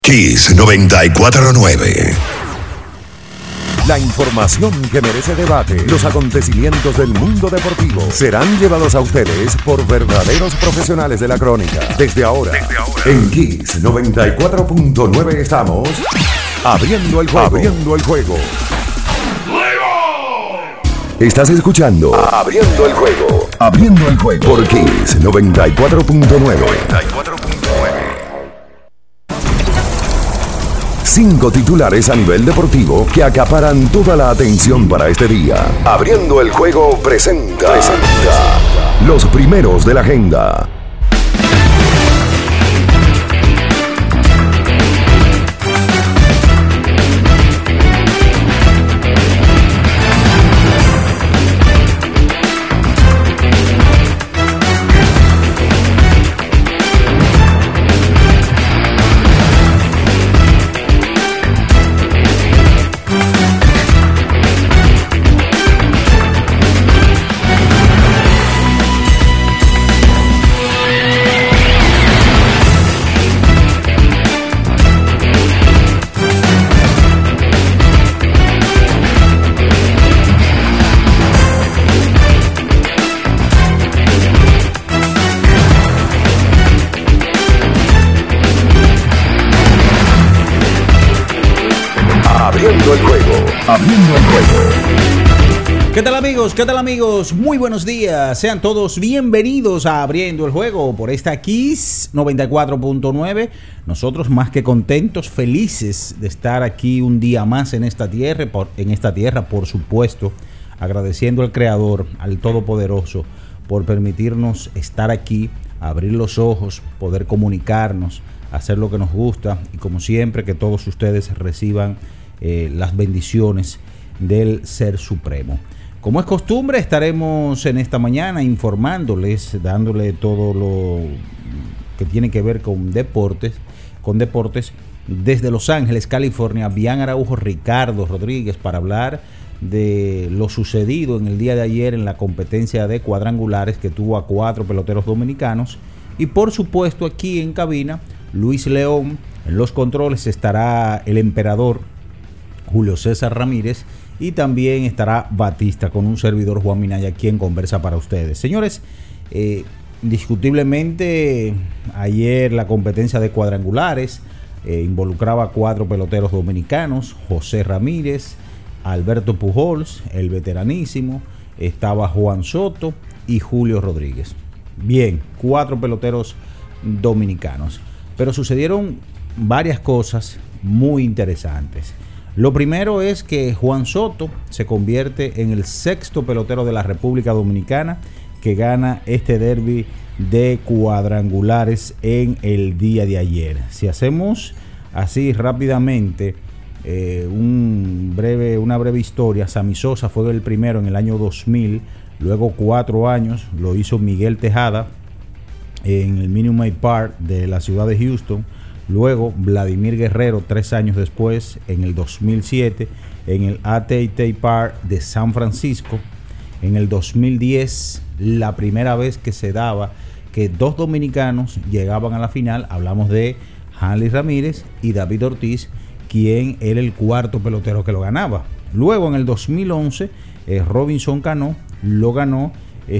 Kiss 94.9. La información que merece debate, los acontecimientos del mundo deportivo serán llevados a ustedes por verdaderos profesionales de la crónica. Desde ahora. En Kiss 94.9 estamos abriendo el juego. Estás escuchando Abriendo el juego por Kiss 94.9. 5 titulares a nivel deportivo que acaparan toda la atención para este día. Abriendo el juego presenta los primeros de la agenda. Abriendo el juego. ¿Qué tal amigos? Muy buenos días. Sean todos bienvenidos a Abriendo el Juego por esta Kiss 94.9. Nosotros más que contentos, felices de estar aquí un día más en esta tierra, por supuesto, agradeciendo al Creador, al Todopoderoso, por permitirnos estar aquí, abrir los ojos, poder comunicarnos, hacer lo que nos gusta y como siempre que todos ustedes reciban las bendiciones del Ser Supremo. Como es costumbre, estaremos en esta mañana informándoles, dándole todo lo que tiene que ver con deportes. Desde Los Ángeles, California, Bian Araujo, Ricardo Rodríguez, para hablar de lo sucedido en el día de ayer en la competencia de cuadrangulares que tuvo a 4 peloteros dominicanos. Y por supuesto aquí en cabina, Luis León. En los controles estará el emperador Julio César Ramírez y también estará Batista con un servidor Juan Minaya quien conversa para ustedes. Señores, indiscutiblemente ayer la competencia de cuadrangulares involucraba a 4 peloteros dominicanos: José Ramírez, Alberto Pujols, el veteranísimo, estaba Juan Soto y Julio Rodríguez. Bien, 4 peloteros dominicanos, pero sucedieron varias cosas muy interesantes. Lo primero es que Juan Soto se convierte en el 6º pelotero de la República Dominicana que gana este derbi de cuadrangulares en el día de ayer. Si hacemos así rápidamente una breve historia, Sammy Sosa fue el primero en el año 2000, luego 4 años lo hizo Miguel Tejada en el Minute Maid Park de la ciudad de Houston. Luego Vladimir Guerrero 3 años después, en el 2007, en el AT&T Park de San Francisco. En el 2010, la primera vez que se daba que 2 dominicanos llegaban a la final, hablamos de Hanley Ramírez y David Ortiz, quien era el 4º pelotero que lo ganaba. Luego en el 2011, Robinson Cano lo ganó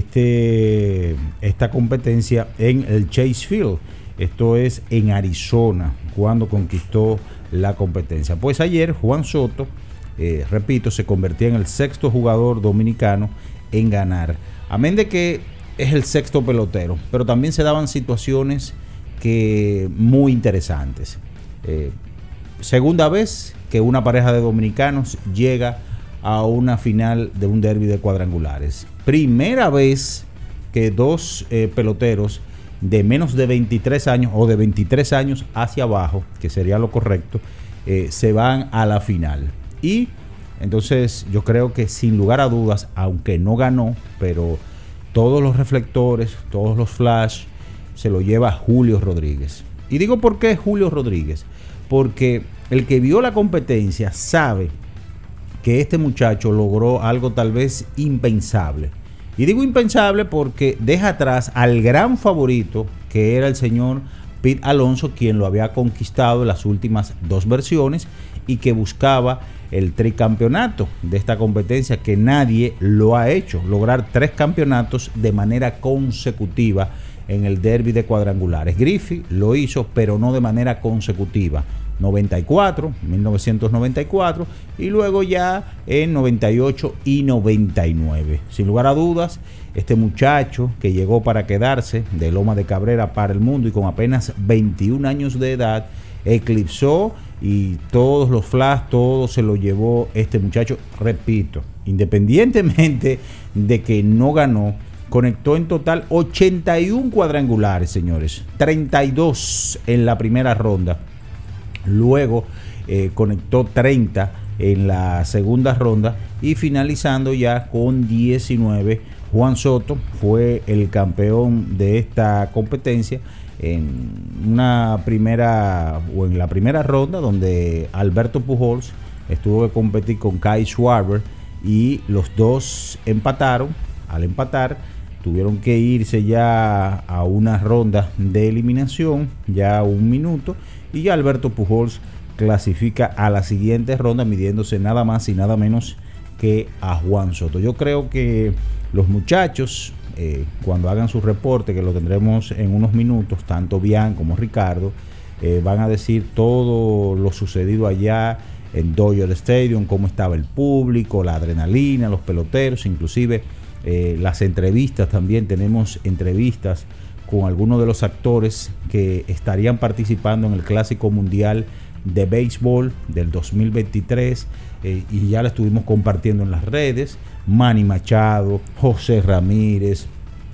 esta competencia en el Chase Field. Esto es en Arizona, cuando conquistó la competencia. Pues ayer Juan Soto, repito, se convertía en el 6º jugador dominicano en ganar. Amén de que es el 6º pelotero, pero también se daban situaciones muy interesantes. Segunda vez que una pareja de dominicanos llega a una final de un derbi de cuadrangulares. Primera vez que 2 peloteros de menos de 23 años o de 23 años hacia abajo, que sería lo correcto, se van a la final. Y entonces yo creo que sin lugar a dudas, aunque no ganó, pero todos los reflectores, todos los flash, se lo lleva Julio Rodríguez. Y digo por qué Julio Rodríguez, porque el que vio la competencia sabe que este muchacho logró algo tal vez impensable. Y digo impensable porque deja atrás al gran favorito, que era el señor Pete Alonso, quien lo había conquistado en las últimas 2 versiones y que buscaba el tricampeonato de esta competencia, que nadie lo ha hecho, lograr 3 campeonatos de manera consecutiva en el derby de cuadrangulares. Griffey lo hizo, pero no de manera consecutiva. 1994 y luego ya en 98 y 99. Sin lugar a dudas, este muchacho que llegó para quedarse de Loma de Cabrera para el mundo y con apenas 21 años de edad, eclipsó y todos los flash, todo se lo llevó este muchacho. Repito, independientemente de que no ganó, conectó en total 81 cuadrangulares, señores, 32 en la primera ronda. Luego conectó 30 en la segunda ronda y finalizando ya con 19. Juan Soto fue el campeón de esta competencia en la primera ronda, donde Alberto Pujols estuvo que competir con Kyle Schwarber y los dos empataron. Al empatar tuvieron que irse ya a una ronda de eliminación, ya 1 minuto, y ya Alberto Pujols clasifica a la siguiente ronda midiéndose nada más y nada menos que a Juan Soto. Yo creo que los muchachos, cuando hagan su reporte, que lo tendremos en unos minutos, tanto Bian como Ricardo, van a decir todo lo sucedido allá en Dodger Stadium, cómo estaba el público, la adrenalina, los peloteros, inclusive las entrevistas. También tenemos entrevistas con algunos de los actores que estarían participando en el Clásico Mundial de Béisbol del 2023, y ya la estuvimos compartiendo en las redes. Manny Machado, José Ramírez,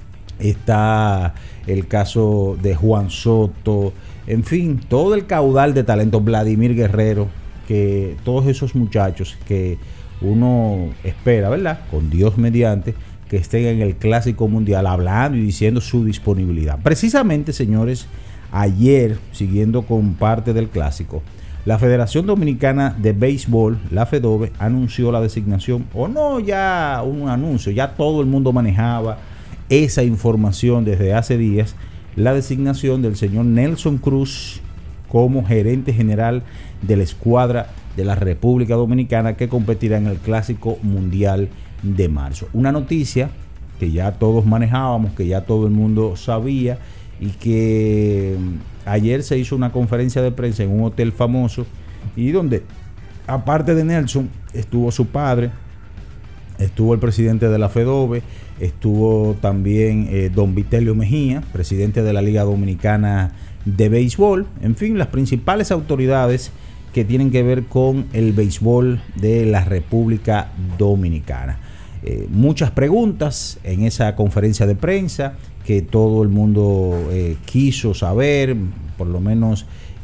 está el caso de Juan Soto, en fin, todo el caudal de talento, Vladimir Guerrero, que todos esos muchachos que uno espera, ¿verdad?, con Dios mediante, que estén en el Clásico Mundial hablando y diciendo su disponibilidad. Precisamente, señores, ayer, siguiendo con parte del Clásico, la Federación Dominicana de Béisbol, la FEDOBE, anunció la designación, o no ya un anuncio, ya todo el mundo manejaba esa información desde hace días, la designación del señor Nelson Cruz como gerente general de la escuadra de la República Dominicana que competirá en el Clásico Mundial de marzo. Una noticia que ya todos manejábamos, que ya todo el mundo sabía, y que ayer se hizo una conferencia de prensa en un hotel famoso, y donde aparte de Nelson estuvo su padre, estuvo el presidente de la FEDOBE, estuvo también don Vitelio Mejía, presidente de la Liga Dominicana de Béisbol, en fin, las principales autoridades que tienen que ver con el béisbol de la República Dominicana. Muchas preguntas en esa conferencia de prensa que todo el mundo quiso saber, por lo menos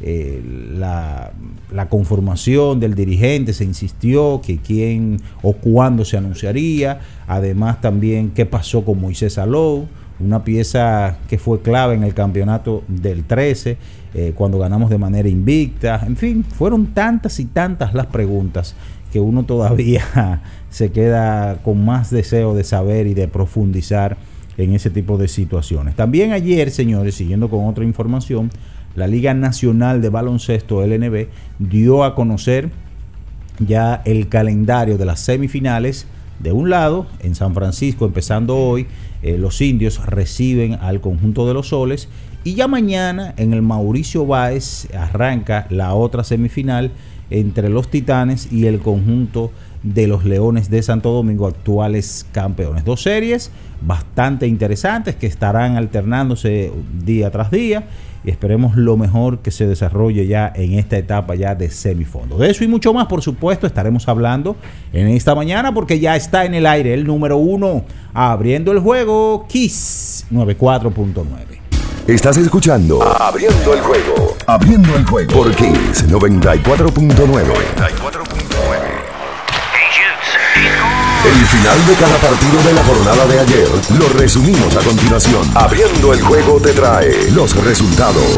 la conformación del dirigente. Se insistió que quién o cuándo se anunciaría, además también qué pasó con Moisés Alou, una pieza que fue clave en el campeonato del 13, cuando ganamos de manera invicta. En fin, fueron tantas y tantas las preguntas que uno todavía se queda con más deseo de saber y de profundizar en ese tipo de situaciones. También ayer, señores, siguiendo con otra información, la Liga Nacional de Baloncesto, LNB, dio a conocer ya el calendario de las semifinales. De un lado, en San Francisco, empezando hoy, los indios reciben al conjunto de los Soles, y ya mañana en el Mauricio Báez arranca la otra semifinal entre los Titanes y el conjunto de los Leones de Santo Domingo, actuales campeones. 2 series bastante interesantes que estarán alternándose día tras día, y esperemos lo mejor que se desarrolle ya en esta etapa ya de semifondo. De eso y mucho más, por supuesto, estaremos hablando en esta mañana, porque ya está en el aire el número 1 abriendo el juego, Kiss 94.9. Estás escuchando Abriendo el Juego. Abriendo el Juego por Kiss 94.9. El final de cada partido de la jornada de ayer lo resumimos a continuación. Abriendo el Juego te trae los resultados.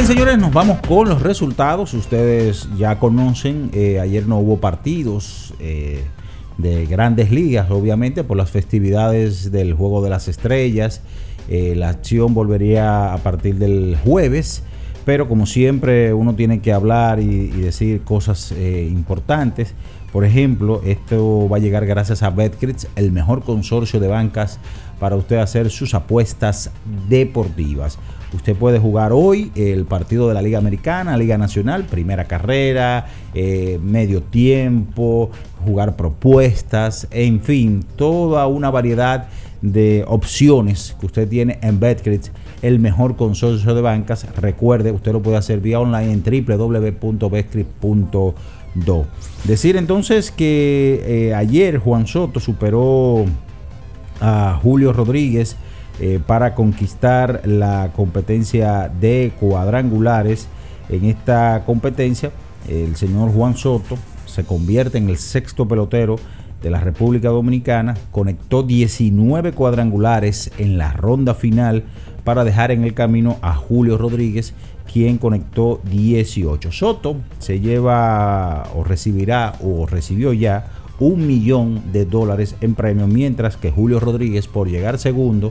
Bien, señores, nos vamos con los resultados. Ustedes ya conocen, ayer no hubo partidos de grandes ligas, obviamente, por las festividades del Juego de las Estrellas. La acción volvería a partir del jueves, pero como siempre uno tiene que hablar y decir cosas importantes. Por ejemplo, esto va a llegar gracias a Betcris, el mejor consorcio de bancas para usted hacer sus apuestas deportivas. Usted puede jugar hoy el partido de la Liga Americana, Liga Nacional, primera carrera, medio tiempo, jugar propuestas, en fin, toda una variedad de opciones que usted tiene en Betcris, el mejor consorcio de bancas. Recuerde, usted lo puede hacer vía online en www.betcris.do. Decir entonces que ayer Juan Soto superó a Julio Rodríguez para conquistar la competencia de cuadrangulares. En esta competencia, el señor Juan Soto se convierte en el sexto pelotero de la República Dominicana. Conectó 19 cuadrangulares en la ronda final para dejar en el camino a Julio Rodríguez, quien conectó 18. Soto se lleva o recibió ya $1 millón en premio, mientras que Julio Rodríguez, por llegar segundo,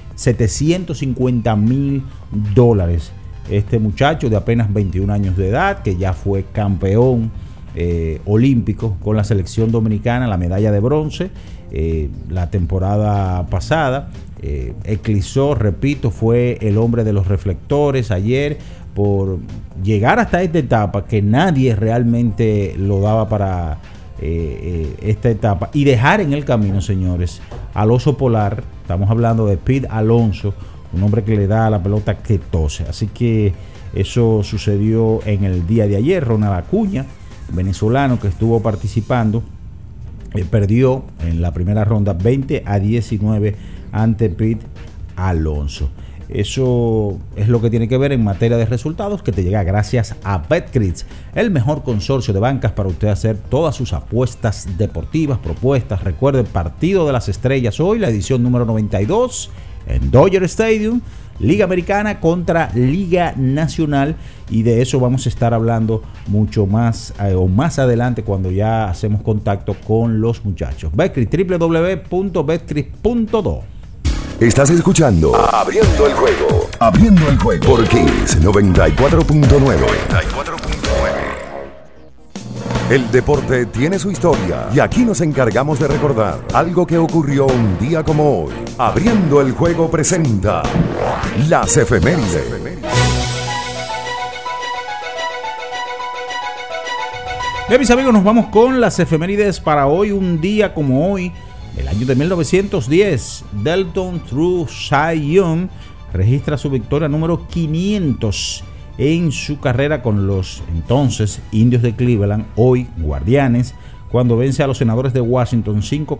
$750,000. Este muchacho de apenas 21 años de edad, que ya fue campeón olímpico con la selección dominicana, la medalla de bronce la temporada pasada, eclipsó, repito, fue el hombre de los reflectores ayer por llegar hasta esta etapa que nadie realmente lo daba para esta etapa y dejar en el camino, señores, al oso polar. Estamos hablando de Pete Alonso, un hombre que le da a la pelota que tose. Así que eso sucedió en el día de ayer. Ronald Acuña, venezolano que estuvo participando, perdió en la primera ronda 20-19 ante Pete Alonso. Eso es lo que tiene que ver en materia de resultados, que te llega gracias a Betcris, el mejor consorcio de bancas para usted hacer todas sus apuestas deportivas, propuestas. Recuerde, el partido de las estrellas hoy, la edición número 92 en Dodger Stadium, Liga Americana contra Liga Nacional, y de eso vamos a estar hablando mucho más o más adelante cuando ya hacemos contacto con los muchachos. Betcris, www.betcris.do. Estás escuchando Abriendo el Juego. Abriendo el Juego por Kiss 94.9. El deporte tiene su historia y aquí nos encargamos de recordar algo que ocurrió un día como hoy. Abriendo el Juego presenta las efemérides. Bien, mis amigos, nos vamos con las efemérides para hoy. Un día como hoy, el año de 1910, Delton True Cy Young registra su victoria número 500 en su carrera con los entonces Indios de Cleveland, hoy Guardianes, cuando vence a los Senadores de Washington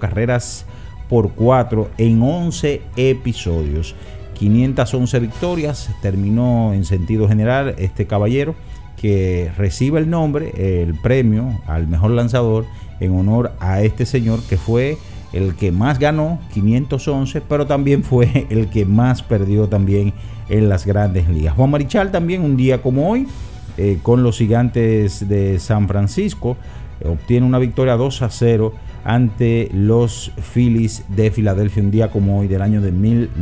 5-4 en 11 episodios. 511 victorias, terminó en sentido general este caballero, que recibe el nombre, el premio al mejor lanzador, en honor a este señor que fue el que más ganó, 511, pero también fue el que más perdió también en las grandes ligas. Juan Marichal también un día como hoy, con los Gigantes de San Francisco, obtiene una victoria 2-0 ante los Phillies de Filadelfia, un día como hoy del año de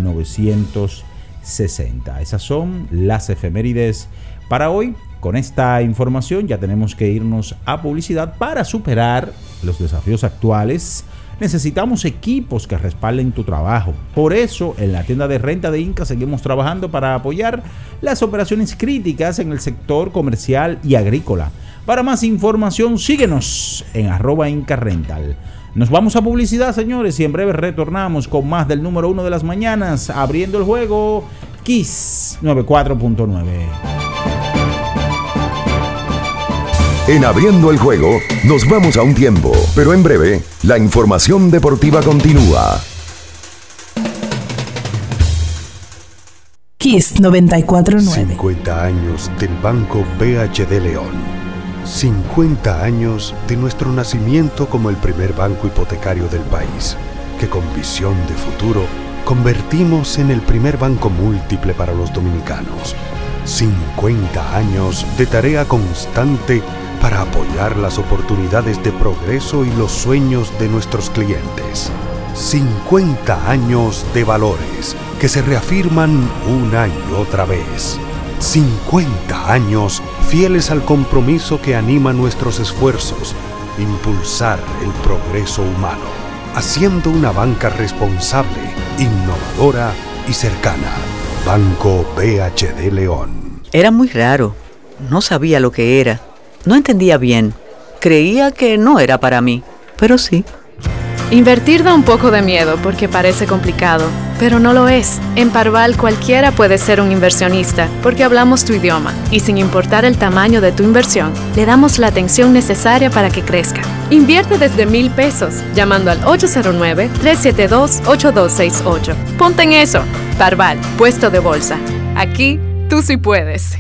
1960. Esas son las efemérides para hoy. Con esta información ya tenemos que irnos a publicidad. Para superar los desafíos actuales, necesitamos equipos que respalden tu trabajo. Por eso, en la tienda de renta de Inca seguimos trabajando para apoyar las operaciones críticas en el sector comercial y agrícola. Para más información, síguenos en @IncaRental. Nos vamos a publicidad, señores, y en breve retornamos con más del número 1 de las mañanas, abriendo el juego, Kiss 94.9. En Abriendo el Juego nos vamos a un tiempo, pero en breve la información deportiva continúa. Kiss 94.9. 50 años del Banco BHD León. 50 años de nuestro nacimiento como el primer banco hipotecario del país, que con visión de futuro convertimos en el primer banco múltiple para los dominicanos. 50 años de tarea constante para apoyar las oportunidades de progreso y los sueños de nuestros clientes. 50 años de valores que se reafirman una y otra vez. 50 años fieles al compromiso que anima nuestros esfuerzos, impulsar el progreso humano, haciendo una banca responsable, innovadora y cercana. Banco BHD León. Era muy raro. No sabía lo que era. No entendía bien. Creía que no era para mí, pero sí. Invertir da un poco de miedo porque parece complicado, pero no lo es. En Parval cualquiera puede ser un inversionista porque hablamos tu idioma y sin importar el tamaño de tu inversión, le damos la atención necesaria para que crezca. Invierte desde $1,000 llamando al 809-372-8268. Ponte en eso. Parval, puesto de bolsa. Aquí, tú sí puedes.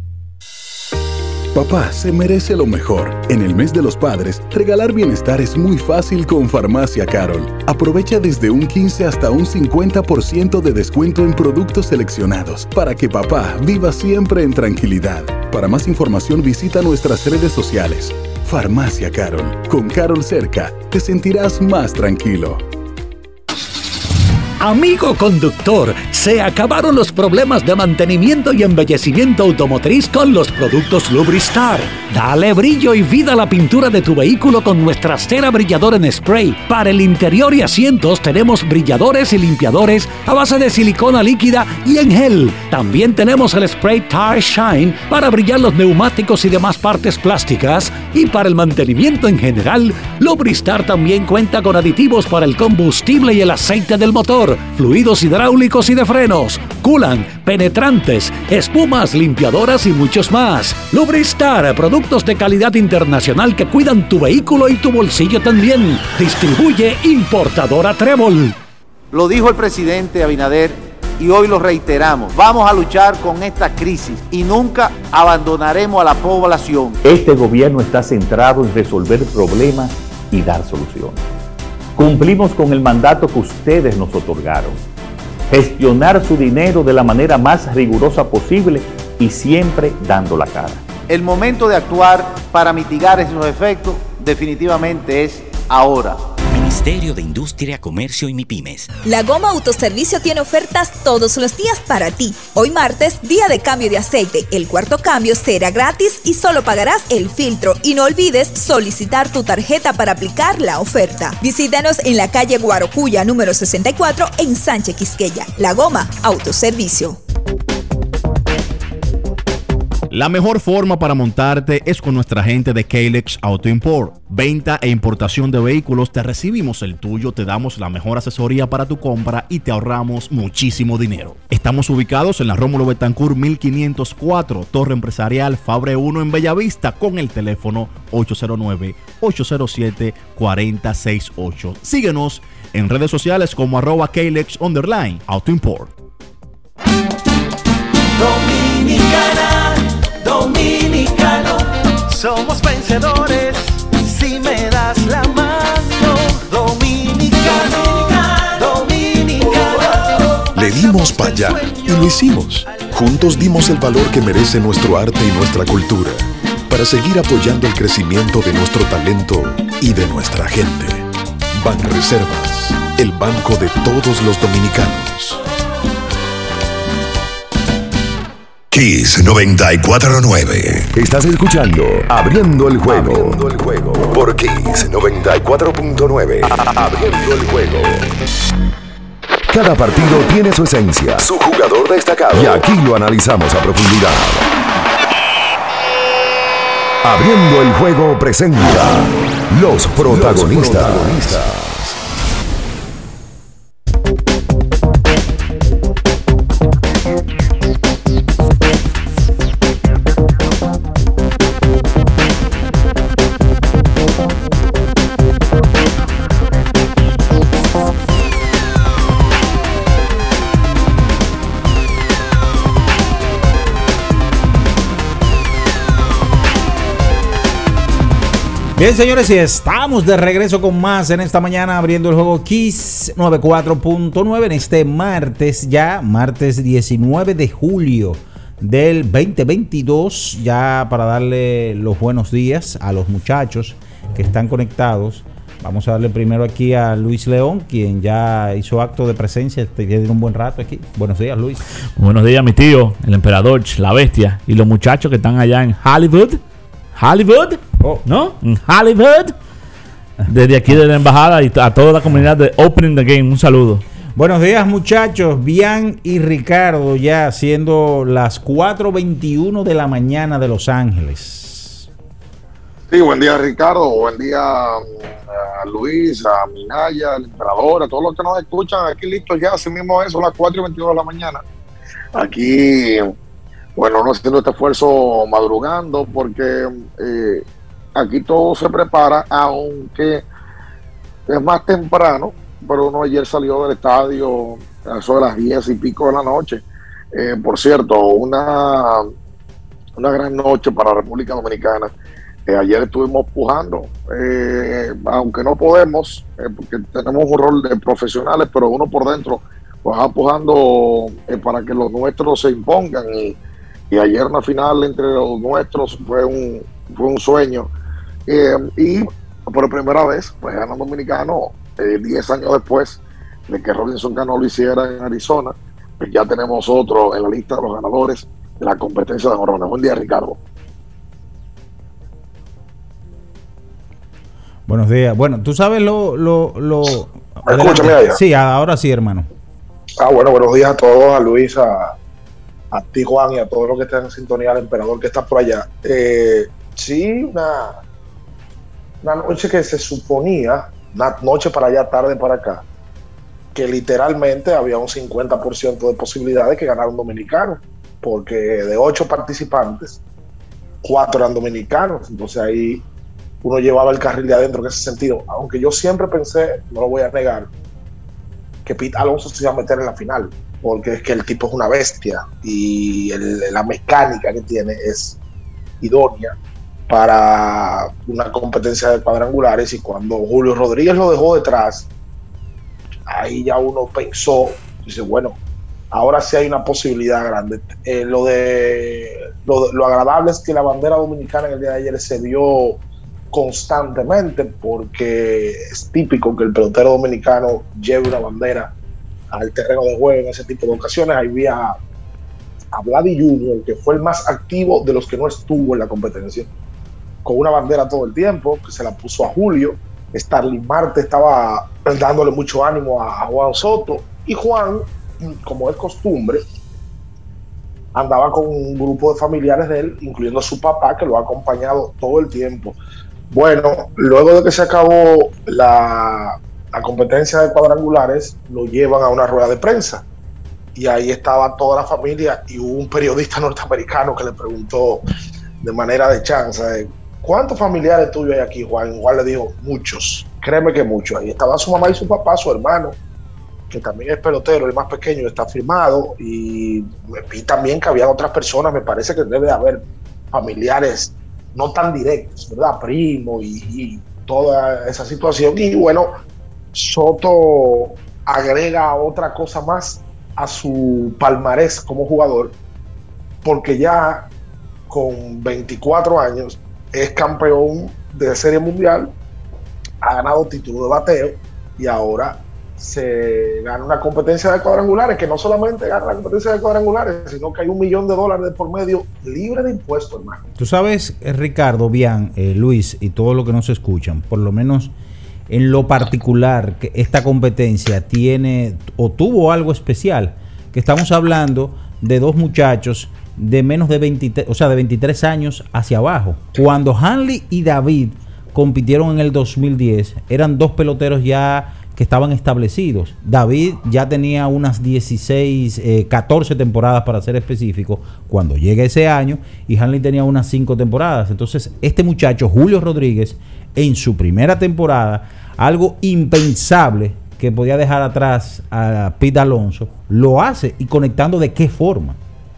Papá se merece lo mejor. En el mes de los padres, regalar bienestar es muy fácil con Farmacia Carol. Aprovecha desde un 15 hasta un 50% de descuento en productos seleccionados para que papá viva siempre en tranquilidad. Para más información visita nuestras redes sociales. Farmacia Carol. Con Carol cerca, te sentirás más tranquilo. Amigo conductor, se acabaron los problemas de mantenimiento y embellecimiento automotriz con los productos Lubristar. Dale brillo y vida a la pintura de tu vehículo con nuestra cera brilladora en spray. Para el interior y asientos tenemos brilladores y limpiadores a base de silicona líquida y en gel. También tenemos el spray Tire Shine para brillar los neumáticos y demás partes plásticas. Y para el mantenimiento en general, Lubristar también cuenta con aditivos para el combustible y el aceite del motor, fluidos hidráulicos y de frenos, culan, penetrantes, espumas, limpiadoras y muchos más. Lubristar, productos de calidad internacional que cuidan tu vehículo y tu bolsillo también. Distribuye importadora Trébol. Lo dijo el presidente Abinader y hoy lo reiteramos. Vamos a luchar con esta crisis y nunca abandonaremos a la población. Este gobierno está centrado en resolver problemas y dar soluciones. Cumplimos con el mandato que ustedes nos otorgaron. Gestionar su dinero de la manera más rigurosa posible y siempre dando la cara. El momento de actuar para mitigar esos efectos definitivamente es ahora. Ministerio de Industria, Comercio y MIPYMES. La Goma Autoservicio tiene ofertas todos los días para ti. Hoy martes, día de cambio de aceite. El cuarto cambio será gratis y solo pagarás el filtro. Y no olvides solicitar tu tarjeta para aplicar la oferta. Visítanos en la calle Guarocuya, número 64, en Sánchez Quisqueya. La Goma Autoservicio. La mejor forma para montarte es con nuestra gente de Kalex Auto Import. Venta e importación de vehículos, te recibimos el tuyo, te damos la mejor asesoría para tu compra y te ahorramos muchísimo dinero. Estamos ubicados en la Rómulo Betancourt 1504, Torre Empresarial Fabre 1 en Bellavista, con el teléfono 809-807-4068. Síguenos en redes sociales como @Kalex_Auto Import. Dominicano, somos vencedores si me das la mano. Dominicano. Le dimos para allá y lo hicimos. Juntos dimos el valor que merece nuestro arte y nuestra cultura para seguir apoyando el crecimiento de nuestro talento y de nuestra gente. Banreservas, el banco de todos los dominicanos. Kiss 94.9. Estás escuchando Abriendo el Juego. Por Kiss 94.9. Abriendo el Juego. Cada partido tiene su esencia, su jugador destacado. Y aquí lo analizamos a profundidad. Abriendo el Juego presenta Los protagonistas. Bien, señores, y estamos de regreso con más en esta mañana abriendo el juego Kiss 94.9 en este martes, ya martes 19 de julio del 2022. Ya para darle los buenos días a los muchachos que están conectados. Vamos a darle primero aquí a Luis León, quien ya hizo acto de presencia, tiene un buen rato aquí. Buenos días, Luis. Buenos días, mi tío, el emperador, la bestia, y los muchachos que están allá en Hollywood. ¿No? En Hollywood. Desde aquí de la embajada y a toda la comunidad de Opening the Game, un saludo. Buenos días, muchachos. Bian y Ricardo, ya siendo las 4:21 de la mañana de Los Ángeles. Sí, buen día, Ricardo. Buen día a Luis, a Minaya, al emperador, a todos los que nos escuchan. Aquí listos ya, así mismo es, son las 4:22 de la mañana. Aquí, bueno, no haciendo este esfuerzo madrugando porque aquí todo se prepara, aunque es más temprano, pero uno ayer salió del estadio a eso de las 10 y pico de la noche. Por cierto, una gran noche para la República Dominicana. Ayer estuvimos pujando, aunque no podemos, porque tenemos un rol de profesionales, pero uno por dentro pues va pujando para que los nuestros se impongan. Y ayer una final entre los nuestros fue un sueño. Y por primera vez, pues gana un dominicano, 10 años después de que Robinson Cano lo hiciera en Arizona, pues ya tenemos otro en la lista de los ganadores de la competencia de jonrones. Buen día, Ricardo. Buenos días. Bueno, tú sabes Escúchame allá. Sí, ahora sí, hermano. Bueno, buenos días a todos, a Luis, a ti, Juan, y a todos los que están en sintonía, al emperador que está por allá. Sí, una noche que se suponía, una noche para allá, tarde para acá, que literalmente había un 50% de posibilidad de que ganara un dominicano, porque de 8 participantes, 4 eran dominicanos. Entonces ahí uno llevaba el carril de adentro en ese sentido, aunque yo siempre pensé, no lo voy a negar, que Pete Alonso se iba a meter en la final, porque es que el tipo es una bestia y la mecánica que tiene es idónea para una competencia de cuadrangulares. Y cuando Julio Rodríguez lo dejó detrás, ahí ya uno pensó, dice, bueno, ahora sí hay una posibilidad grande. Lo agradable es que la bandera dominicana en el día de ayer se vio constantemente, porque es típico que el pelotero dominicano lleve una bandera al terreno de juego en ese tipo de ocasiones. Ahí vi a Vladdy Jr., que fue el más activo de los que no estuvo en la competencia, con una bandera todo el tiempo, que se la puso a Julio. Starling Marte estaba dándole mucho ánimo a Juan Soto, y Juan, como es costumbre, andaba con un grupo de familiares de él, incluyendo a su papá, que lo ha acompañado todo el tiempo. Bueno, luego de que se acabó la competencia de cuadrangulares, lo llevan a una rueda de prensa y ahí estaba toda la familia, y hubo un periodista norteamericano que le preguntó de manera de chanza, ¿cuántos familiares tuyos hay aquí, Juan? Juan le dijo, muchos, créeme que muchos. Ahí estaban su mamá y su papá, su hermano, que también es pelotero, el más pequeño, está firmado, y vi también que había otras personas. Me parece que debe haber familiares no tan directos, ¿verdad? Primo y toda esa situación. Y bueno, Soto agrega otra cosa más a su palmarés como jugador, porque ya con 24 años es campeón de Serie Mundial, ha ganado título de bateo y ahora se gana una competencia de cuadrangulares, que no solamente gana la competencia de cuadrangulares, sino que hay $1 millón de por medio libre de impuestos, hermano. Tú sabes, Ricardo, bien, Luis y todos los que nos escuchan, por lo menos en lo particular, que esta competencia tiene o tuvo algo especial, que estamos hablando de dos muchachos de menos de 23, o sea, de 23 años hacia abajo. Cuando Hanley y David compitieron en el 2010, eran dos peloteros ya que estaban establecidos. David ya tenía unas 14 temporadas, para ser específico, cuando llega ese año, y Hanley tenía unas 5 temporadas. Entonces, este muchacho, Julio Rodríguez, en su primera temporada, algo impensable que podía dejar atrás a Pete Alonso, lo hace, y conectando de qué forma.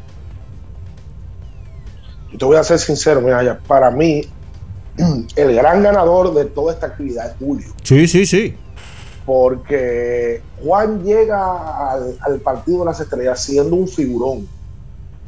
Yo te voy a ser sincero, mira, para mí, el gran ganador de toda esta actividad es Julio. Sí. Porque Juan llega al partido de las estrellas siendo un figurón.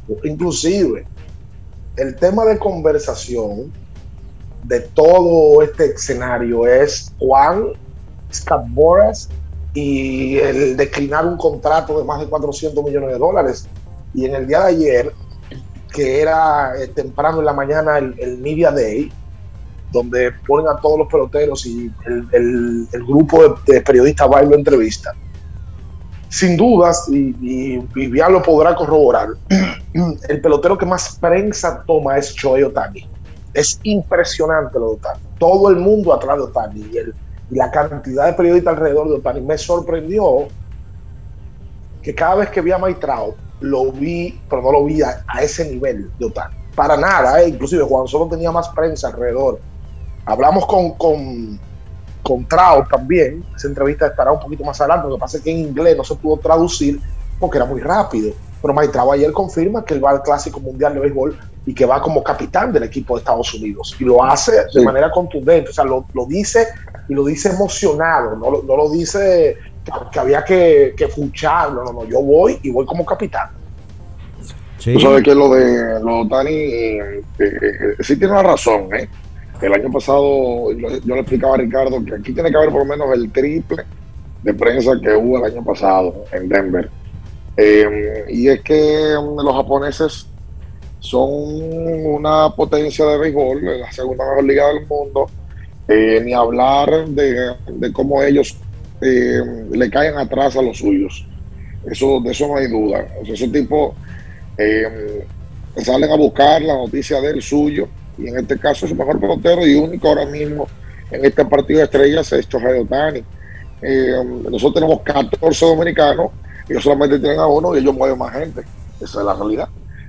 Inclusive, el tema de conversación de todo este escenario es Juan Scott Boras y el declinar un contrato de más de $400 millones. Y en el día de ayer, que era temprano en la mañana el Media Day, donde ponen a todos los peloteros y el grupo de periodistas va y lo entrevista. Sin dudas, y Vivian lo podrá corroborar, el pelotero que más prensa toma es Shohei Ohtani. Es impresionante lo de Ohtani. Todo el mundo atrás de Ohtani y la cantidad de periodistas alrededor de Ohtani. Me sorprendió que cada vez que vi a Mike Trout, lo vi, pero no lo vi a ese nivel de Ohtani. Para nada, inclusive Juan Soto tenía más prensa alrededor. Hablamos con Trout también. Esa entrevista estará un poquito más adelante. Lo que pasa es que en inglés no se pudo traducir porque era muy rápido. Pero Mike Trout ayer confirma que él va al Clásico Mundial de Béisbol y que va como capitán del equipo de Estados Unidos. Y lo hace de manera contundente. O sea, lo dice y lo dice emocionado. No lo dice que había que fucharlo. No, yo voy y voy como capitán. Sí. Tú sabes que lo de Ohtani sí tiene una razón, ¿eh? El año pasado yo le explicaba a Ricardo que aquí tiene que haber por lo menos el triple de prensa que hubo el año pasado en Denver. Y es que los japoneses son una potencia de béisbol, la segunda mejor liga del mundo. Ni hablar de cómo ellos le caen atrás a los suyos. De eso no hay duda. O sea, esos tipos salen a buscar la noticia del suyo. Y en este caso su mejor pelotero y único ahora mismo en este partido de estrellas es Shohei Ohtani. Nosotros tenemos 14 dominicanos, ellos solamente tienen a uno y ellos mueven más gente. Esa es la realidad.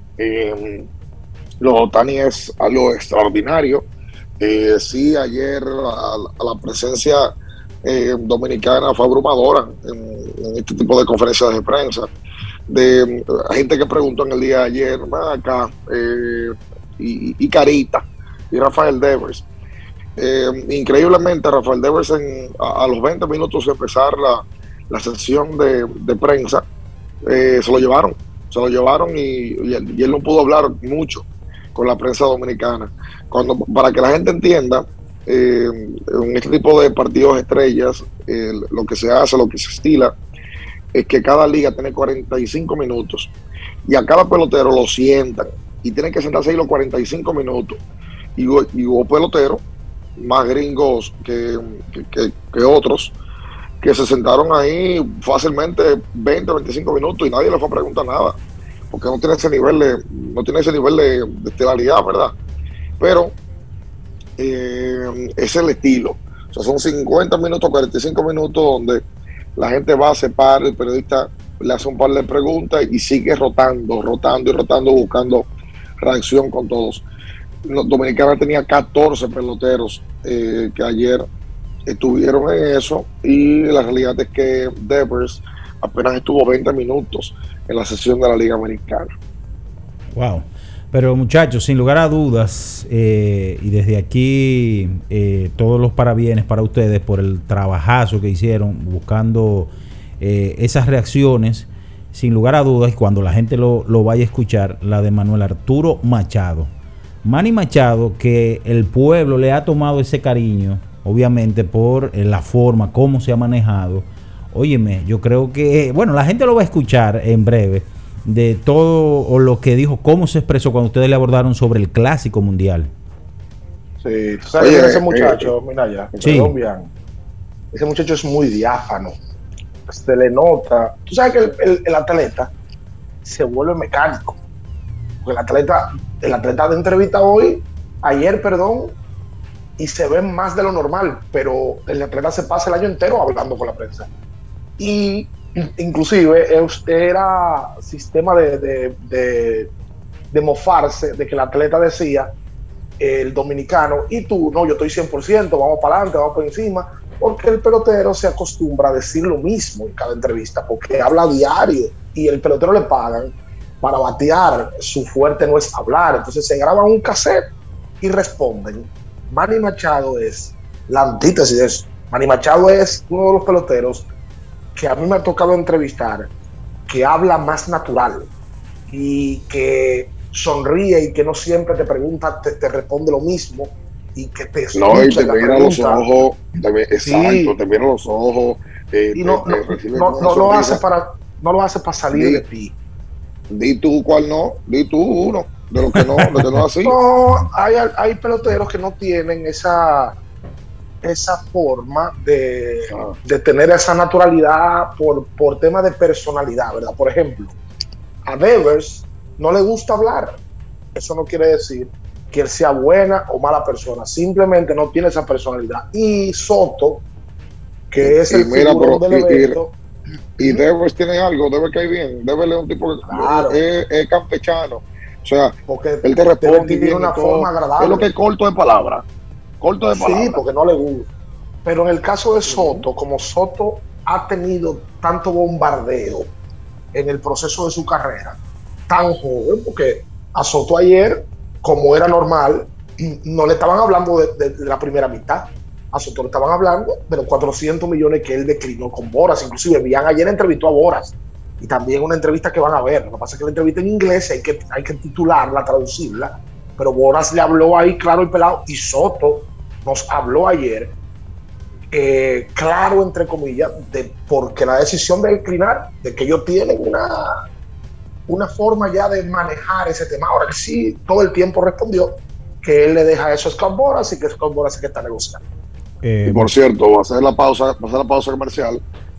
Los Ohtani es algo extraordinario. Sí, ayer la presencia dominicana fue abrumadora en este tipo de conferencias de prensa. De gente que preguntó en el día de ayer, acá, y Carita y Rafael Devers. Increíblemente Rafael Devers a los 20 minutos de empezar la sesión de prensa se lo llevaron y él no pudo hablar mucho con la prensa dominicana. Para que la gente entienda, en este tipo de partidos estrellas, lo que se hace, lo que se estila es que cada liga tiene 45 minutos y a cada pelotero lo sientan y tienen que sentarse ahí los 45 minutos. Y hubo peloteros más gringos que otros que se sentaron ahí fácilmente 20, 25 minutos y nadie les fue a preguntar nada, porque no tiene ese nivel de estelaridad, ¿verdad? Pero es el estilo. O sea, son 50 minutos, 45 minutos donde la gente va, se para, el periodista le hace un par de preguntas y sigue rotando, buscando reacción con todos. Dominicana tenía 14 peloteros que ayer estuvieron en eso, y la realidad es que Devers apenas estuvo 20 minutos en la sesión de la Liga Americana. Wow. Pero muchachos, sin lugar a dudas, y desde aquí todos los parabienes para ustedes por el trabajazo que hicieron buscando esas reacciones. Sin lugar a dudas, y cuando la gente lo vaya a escuchar, la de Manuel Arturo Machado. Manny Machado, que el pueblo le ha tomado ese cariño, obviamente por la forma, cómo se ha manejado. Óyeme, yo creo que, bueno, la gente lo va a escuchar en breve, de todo lo que dijo, cómo se expresó cuando ustedes le abordaron sobre el Clásico Mundial. Sí, tú sabes que ese muchacho, Minaya, sí. Ese muchacho es muy diáfano. Se le nota. Tú sabes que el atleta se vuelve mecánico. Porque el atleta de entrevista ayer, y se ve más de lo normal, pero el atleta se pasa el año entero hablando con la prensa. Y inclusive era sistema de mofarse de que el atleta decía, el dominicano, y tú, no, yo estoy 100%, vamos para adelante, vamos por encima, porque el pelotero se acostumbra a decir lo mismo en cada entrevista, porque habla diario y el pelotero le pagan para batear, su fuerte no es hablar, entonces se graban un cassette y responden. Manny Machado es la antítesis de eso. Manny Machado es uno de los peloteros que a mí me ha tocado entrevistar, que habla más natural, y que sonríe y que no siempre te pregunta, te responde lo mismo y que te escucha. No, y te mira los ojos, exacto, te mira los ojos. Y no lo hace para salir de ti. Di tú cuál no, di tú uno de lo que no es así. No, hay peloteros que no tienen esa forma de tener esa naturalidad por tema de personalidad, ¿verdad? Por ejemplo, a Devers no le gusta hablar. Eso no quiere decir que él sea buena o mala persona, simplemente no tiene esa personalidad. Y Soto, que es el figurón del evento, y Devers tiene algo, Devers cae bien, Devers es un tipo que es campechano, o sea, porque él te responde de una forma agradable. Es lo que es corto de palabra. Sí, porque no le gusta. Pero en el caso de Soto, como Soto ha tenido tanto bombardeo en el proceso de su carrera, tan joven, porque a Soto ayer, como era normal, no le estaban hablando de la primera mitad. A Soto le estaban hablando de los 400 millones que él declinó con Boras. Inclusive Bian ayer entrevistó a Boras, y también una entrevista que van a ver. Lo que pasa es que la entrevista en inglés hay que titularla, traducirla, pero Boras le habló ahí claro y pelado, y Soto nos habló ayer claro, entre comillas, de porque la decisión de declinar, de que ellos tienen una forma ya de manejar ese tema. Ahora que sí, todo el tiempo respondió que él le deja eso a Scott Boras y que Scott Boras es que está negociando. Y por cierto, va a hacer la pausa comercial.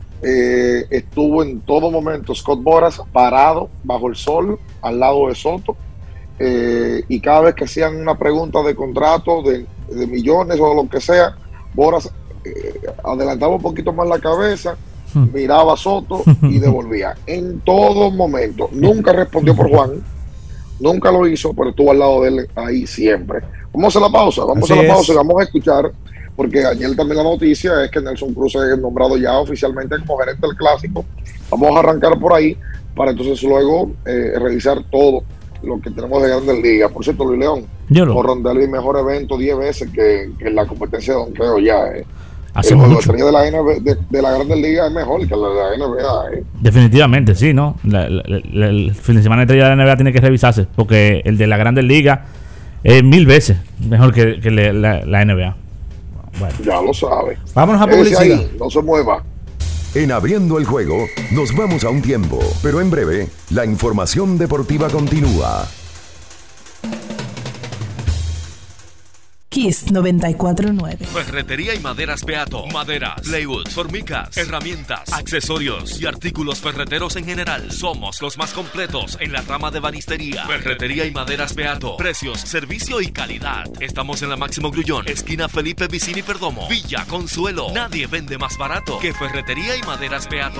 Estuvo en todo momento Scott Boras parado bajo el sol al lado de Soto, y cada vez que hacían una pregunta de contrato de millones o lo que sea, Boras adelantaba un poquito más la cabeza, miraba a Soto y devolvía en todo momento. Nunca respondió por Juan, nunca lo hizo, pero estuvo al lado de él ahí siempre. Vamos a la pausa y vamos a escuchar, porque ayer también la noticia es que Nelson Cruz es nombrado ya oficialmente como gerente del Clásico. Vamos a arrancar por ahí para entonces luego revisar todo lo que tenemos de Grandes Ligas. Por cierto, Luis León, por Rondelli, mejor evento 10 veces que la competencia de donqueo ya. El juego de estrella de la Grandes Ligas es mejor que la de la NBA. Definitivamente, sí, ¿no? El fin de semana de estrella de la NBA tiene que revisarse, porque el de la Grandes Ligas es 1000 veces mejor que la NBA. Bueno. Ya lo sabe. Vámonos a publicidad. Ahí, no se mueva. En Abriendo el Juego nos vamos a un tiempo, pero en breve la información deportiva continúa. Kiss 94.9. Ferretería y maderas Beato. Maderas, plywood, formicas, herramientas, accesorios y artículos ferreteros en general. Somos los más completos en la rama de banistería. Ferretería y maderas Beato. Precios, servicio y calidad. Estamos en la Máximo Grullón, esquina Felipe Vicini Perdomo, Villa Consuelo. Nadie vende más barato que Ferretería y maderas Beato.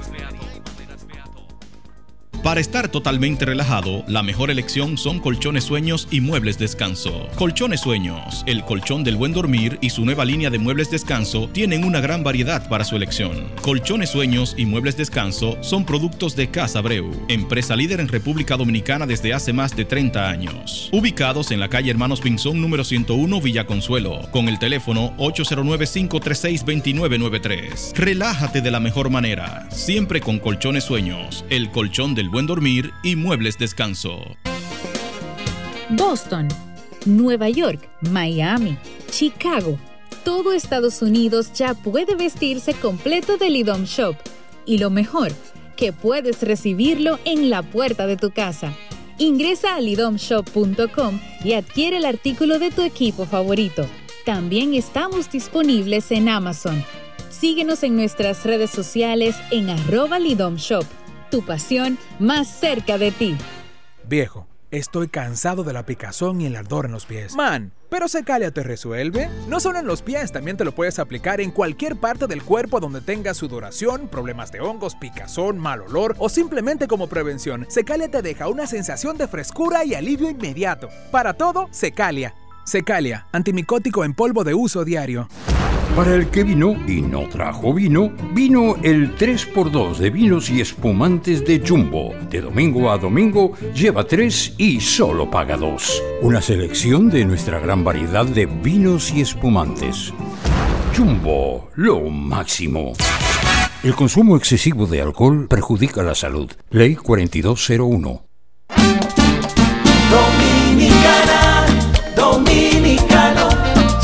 Para estar totalmente relajado, la mejor elección son Colchones Sueños y Muebles Descanso. Colchones Sueños, el colchón del buen dormir y su nueva línea de muebles descanso tienen una gran variedad para su elección. Colchones Sueños y Muebles Descanso son productos de Casa Abreu, empresa líder en República Dominicana desde hace más de 30 años. Ubicados en la calle Hermanos Pinzón número 101 Villa Consuelo, con el teléfono 809-536-2993. Relájate de la mejor manera, siempre con Colchones Sueños, el colchón del buen dormir y Muebles Descanso. Boston, Nueva York, Miami, Chicago. Todo Estados Unidos ya puede vestirse completo del IDOM Shop. Y lo mejor, que puedes recibirlo en la puerta de tu casa. Ingresa a lidomshop.com y adquiere el artículo de tu equipo favorito. También estamos disponibles en Amazon. Síguenos en nuestras redes sociales en @lidomshop. Tu pasión más cerca de ti. Viejo, estoy cansado de la picazón y el ardor en los pies. Man, ¿pero Secalia te resuelve? No solo en los pies, también te lo puedes aplicar en cualquier parte del cuerpo donde tengas sudoración, problemas de hongos, picazón, mal olor o simplemente como prevención. Secalia te deja una sensación de frescura y alivio inmediato. Para todo, Secalia. Secalia, antimicótico en polvo de uso diario. Para el que vino y no trajo vino, vino el 3x2 de vinos y espumantes de Jumbo. De domingo a domingo, lleva 3 y solo paga 2. Una selección de nuestra gran variedad de vinos y espumantes. Jumbo, lo máximo. El consumo excesivo de alcohol perjudica la salud. Ley 4201.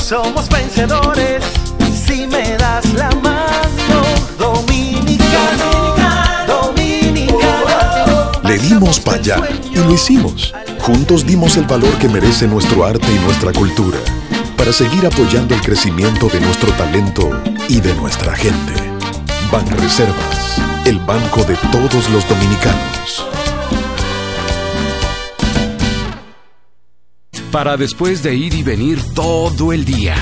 Somos vencedores si me das la mano. Dominicano, dominicano. Le dimos para allá y lo hicimos. Juntos dimos el valor que merece nuestro arte y nuestra cultura para seguir apoyando el crecimiento de nuestro talento y de nuestra gente. Banreservas, el banco de todos los dominicanos. Para después de ir y venir todo el día.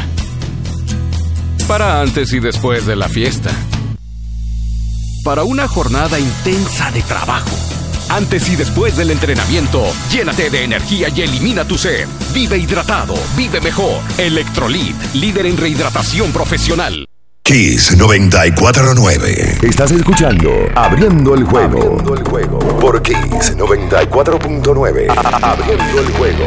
Para antes y después de la fiesta. Para una jornada intensa de trabajo. Antes y después del entrenamiento, llénate de energía y elimina tu sed. Vive hidratado, vive mejor. Electrolit, líder en rehidratación profesional. Kiss 94.9. Estás escuchando Abriendo el Juego. Abriendo el Juego. Por Kiss 94.9. Abriendo el Juego.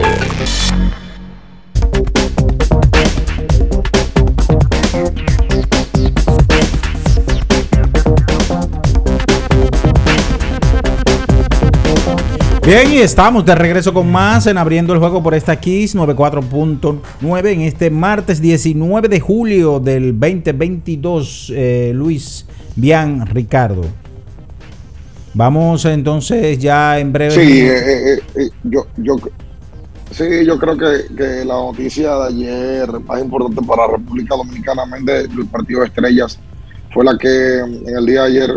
Bien, y estamos de regreso con más en Abriendo el Juego por esta Kiss 94.9 en este martes 19 de julio del 2022. Luis, Bian, Ricardo. Vamos entonces ya en breve. Sí, yo creo que la noticia de ayer más importante para la República Dominicana, del partido de estrellas, fue la que en el día de ayer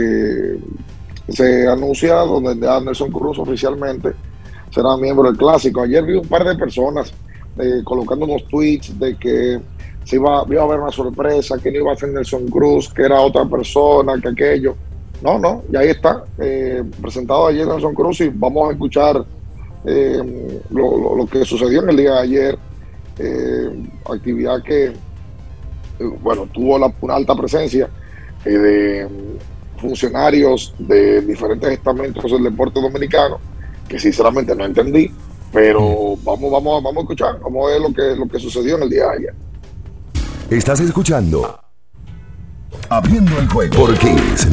se anuncia donde Nelson Cruz oficialmente será miembro del Clásico. Ayer vi un par de personas colocando unos tweets de que iba a haber una sorpresa, que no iba a ser Nelson Cruz, que era otra persona, que aquello. No, y ahí está, presentado ayer Nelson Cruz, y vamos a escuchar lo que sucedió en el día de ayer. Actividad que, tuvo una alta presencia de funcionarios de diferentes estamentos del deporte dominicano, que sinceramente no entendí, pero vamos a escuchar cómo es lo que sucedió en el día de ayer. Estás escuchando Abriendo el Juego por Kiss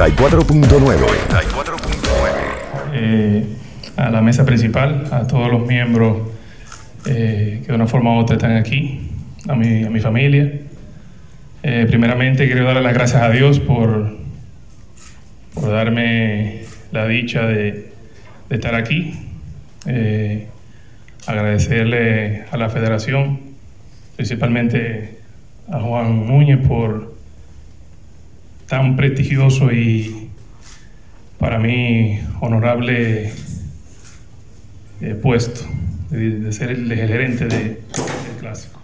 94.9. A la mesa principal, a todos los miembros que de una forma u otra están aquí, a mi familia. Primeramente quiero darle las gracias a Dios por darme la dicha de estar aquí. Agradecerle a la federación, principalmente a Juan Núñez, por tan prestigioso y para mí honorable puesto de ser el gerente del Clásico.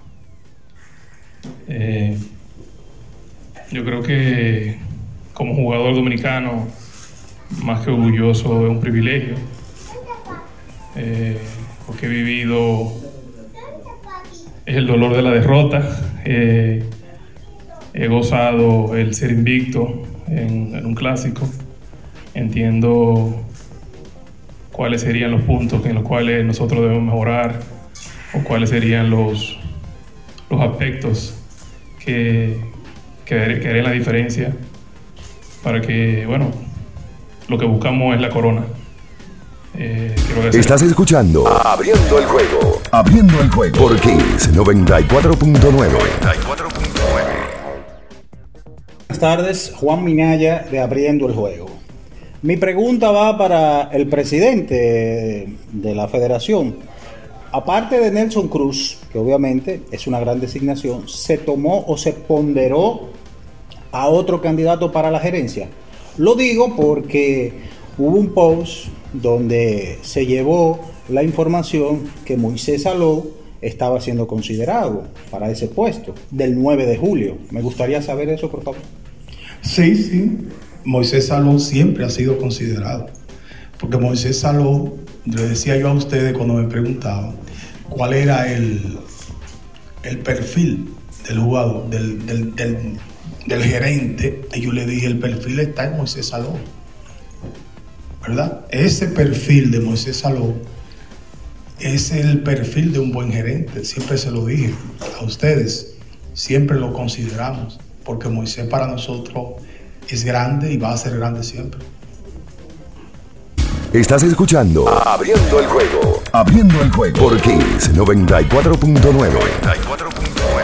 Yo creo que como jugador dominicano, más que orgulloso, es un privilegio, porque he vivido el dolor de la derrota, he gozado el ser invicto en un Clásico, entiendo cuáles serían los puntos en los cuales nosotros debemos mejorar, o cuáles serían los aspectos que harían la diferencia para que, lo que buscamos es la corona. Estás escuchando Abriendo el Juego. Abriendo el Juego por Kiss 94.9. Buenas tardes, Juan Minaya de Abriendo el Juego. Mi pregunta va para el presidente de la federación. Aparte de Nelson Cruz, que obviamente es una gran designación, ¿se tomó o se ponderó a otro candidato para la gerencia? Lo digo porque hubo un post donde se llevó la información que Moisés Saló estaba siendo considerado para ese puesto del 9 de julio. Me gustaría saber eso, por favor. Sí. Moisés Saló siempre ha sido considerado. Porque Moisés Saló, le decía yo a ustedes cuando me preguntaban cuál era el perfil del jugador, del gerente, y yo le dije, el perfil está en Moisés Saló, ¿verdad? Ese perfil de Moisés Saló es el perfil de un buen gerente. Siempre se lo dije a ustedes, siempre lo consideramos, porque Moisés para nosotros es grande y va a ser grande siempre. Estás escuchando Abriendo el Juego. Abriendo el Juego por Kiss 94.9.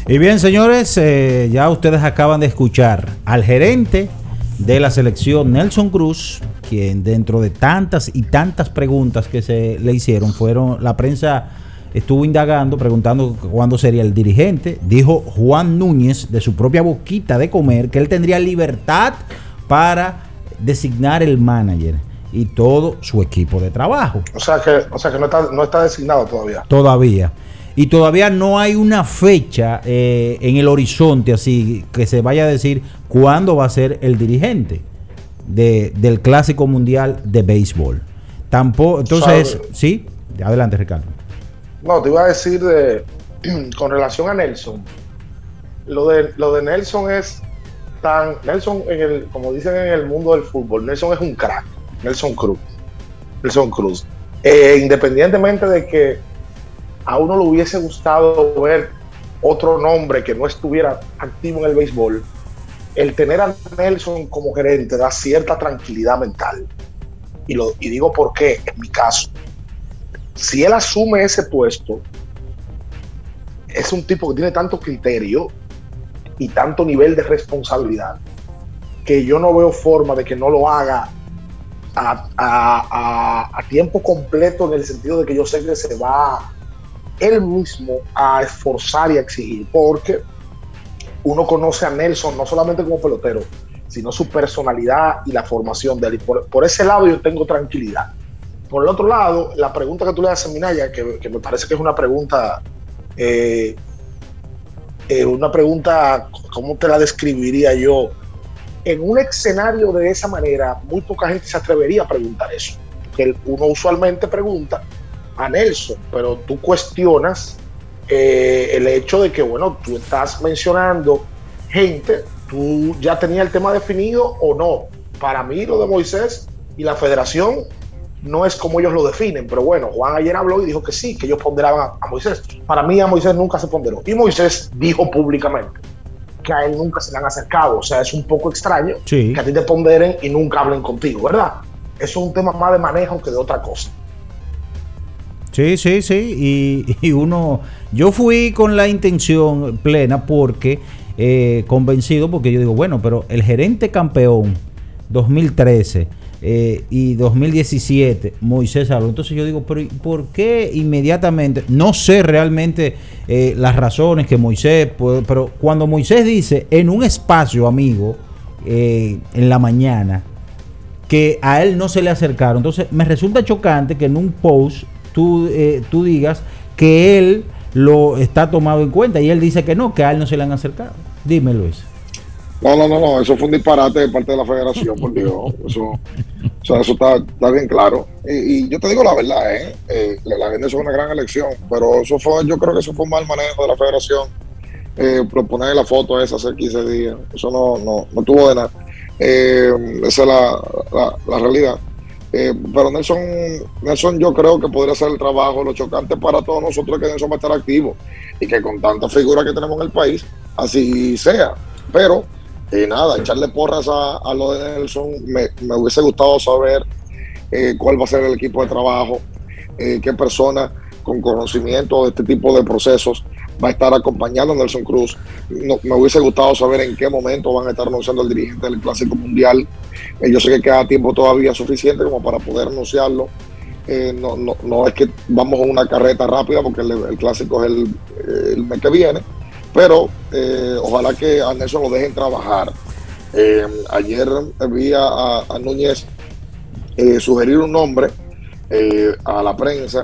Y bien, señores, ya ustedes acaban de escuchar al gerente de la selección, Nelson Cruz, quien dentro de tantas y tantas preguntas que se le hicieron, la prensa estuvo indagando, preguntando cuándo sería el dirigente. Dijo Juan Núñez, de su propia boquita de comer, que él tendría libertad para designar el manager y todo su equipo de trabajo. O sea que no está designado todavía. Todavía. Y todavía no hay una fecha en el horizonte así que se vaya a decir cuándo va a ser el dirigente del Clásico Mundial de Béisbol. Tampoco, entonces, sí, adelante, Ricardo. No, te iba a decir con relación a Nelson. Lo de Nelson es Nelson como dicen en el mundo del fútbol, Nelson es un crack. Nelson Cruz. Independientemente de que a uno le hubiese gustado ver otro nombre que no estuviera activo en el béisbol, el tener a Nelson como gerente da cierta tranquilidad mental. Y digo por qué, en mi caso. Si él asume ese puesto, es un tipo que tiene tanto criterio y tanto nivel de responsabilidad que yo no veo forma de que no lo haga a tiempo completo, en el sentido de que yo sé que se va él mismo a esforzar y a exigir, porque uno conoce a Nelson no solamente como pelotero, sino su personalidad y la formación de él. Y por ese lado yo tengo tranquilidad. Por el otro lado, la pregunta que tú le haces a Minaya, que me parece que es una pregunta, ¿cómo te la describiría yo? En un escenario de esa manera, muy poca gente se atrevería a preguntar eso. Porque uno usualmente pregunta a Nelson, pero tú cuestionas el hecho de que, bueno, tú estás mencionando gente, tú ya tenías el tema definido o no. Para mí lo de Moisés y la federación no es como ellos lo definen, pero bueno, Juan ayer habló y dijo que sí, que ellos ponderaban a Moisés. Para mí a Moisés nunca se ponderó, y Moisés dijo públicamente que a él nunca se le han acercado. O sea, es un poco extraño que a ti te ponderen y nunca hablen contigo, ¿verdad? Eso es un tema más de manejo que de otra cosa. Sí. Y yo fui con la intención plena porque convencido, porque yo digo, bueno, pero el gerente campeón 2013 y 2017, Moisés Saló. Entonces yo digo, pero ¿por qué inmediatamente? No sé realmente las razones que Moisés, pero cuando Moisés dice en un espacio, amigo, en la mañana, que a él no se le acercaron, entonces me resulta chocante que en un post tú digas que él lo está tomado en cuenta y él dice que no, que a él no se le han acercado. Dime, Luis. No, eso fue un disparate de parte de la federación, por Dios. Eso está bien claro. Y yo te digo la verdad, la gente es una gran elección, pero yo creo que eso fue un mal manejo de la federación. Proponer la foto esa hace 15 días, eso no tuvo de nada. Esa es la realidad. Pero Nelson yo creo que podría hacer el trabajo. Lo chocante para todos nosotros es que Nelson va a estar activo y que con tantas figuras que tenemos en el país, así sea. Pero nada, echarle porras a lo de Nelson. Me hubiese gustado saber cuál va a ser el equipo de trabajo, qué persona con conocimiento de este tipo de procesos va a estar acompañando a Nelson Cruz. Me hubiese gustado saber en qué momento van a estar anunciando el dirigente del Clásico Mundial. Yo sé que queda tiempo todavía suficiente como para poder anunciarlo. No es que vamos a una carreta rápida, porque el Clásico es el mes que viene, pero ojalá que a Nelson lo dejen trabajar. Ayer vi a Núñez sugerir un nombre a la prensa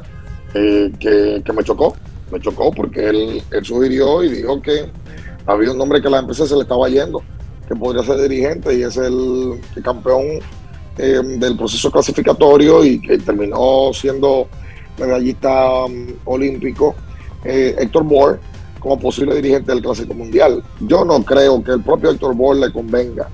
que me chocó porque él sugirió y dijo que había un nombre que a la empresa se le estaba yendo, que podría ser dirigente, y es el campeón del proceso clasificatorio y que terminó siendo medallista olímpico, Héctor Bohr, como posible dirigente del Clásico Mundial. Yo no creo que el propio Héctor Bohr le convenga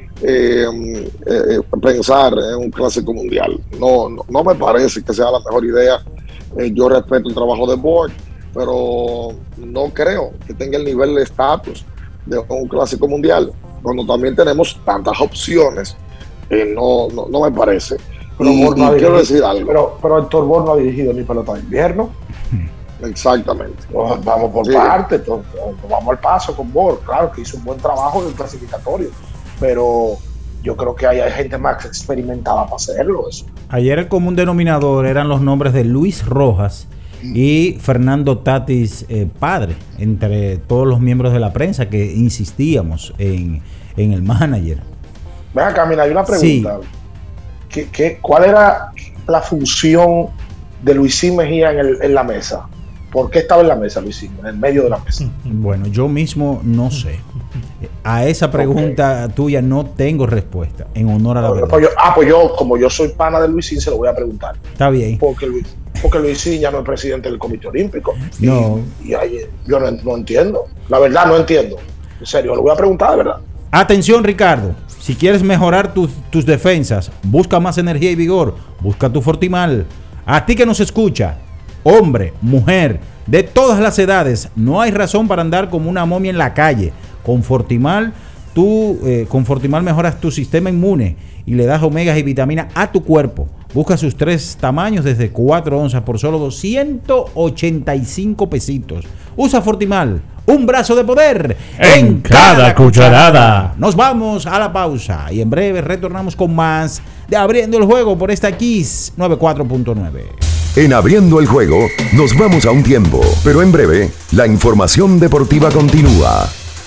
pensar en un Clásico Mundial. No me parece que sea la mejor idea. Yo respeto el trabajo de Bohr, pero no creo que tenga el nivel de estatus de un Clásico Mundial, cuando también tenemos tantas opciones. No me parece. Pero quiero decir algo. Pero Héctor Bohr no ha dirigido ni pelota de invierno. Exactamente. Vamos por parte, vamos al paso con Borg. Claro que hizo un buen trabajo en el clasificatorio, pero yo creo que hay gente más experimentada para hacerlo. Eso. Ayer el común denominador eran los nombres de Luis Rojas y Fernando Tatis padre, entre todos los miembros de la prensa que insistíamos en el manager. Ven acá, mira, hay una pregunta. Sí. ¿Cuál era la función de Luisín Mejía en la mesa? ¿Por qué estaba en la mesa, Luisín, en el medio de la mesa? Bueno, yo mismo no sé. A esa pregunta tuya no tengo respuesta, en honor a la verdad. Pues yo, como yo soy pana de Luisín, se lo voy a preguntar. Está bien. Porque Luisín ya no es presidente del Comité Olímpico. No. Y ahí, yo no entiendo. La verdad, no entiendo. En serio, lo voy a preguntar de verdad. Atención, Ricardo. Si quieres mejorar tus defensas, busca más energía y vigor, busca tu Fortimal. A ti que nos escucha, hombre, mujer, de todas las edades, no hay razón para andar como una momia en la calle. Con Fortimal, con Fortimal mejoras tu sistema inmune y le das omegas y vitaminas a tu cuerpo. Busca sus 3 tamaños desde 4 onzas por solo 285 pesitos. Usa Fortimal, un brazo de poder en cada cucharada. Nos vamos a la pausa y en breve retornamos con más de Abriendo el Juego por esta Kiss 94.9. En Abriendo el Juego nos vamos a un tiempo, pero en breve la información deportiva continúa.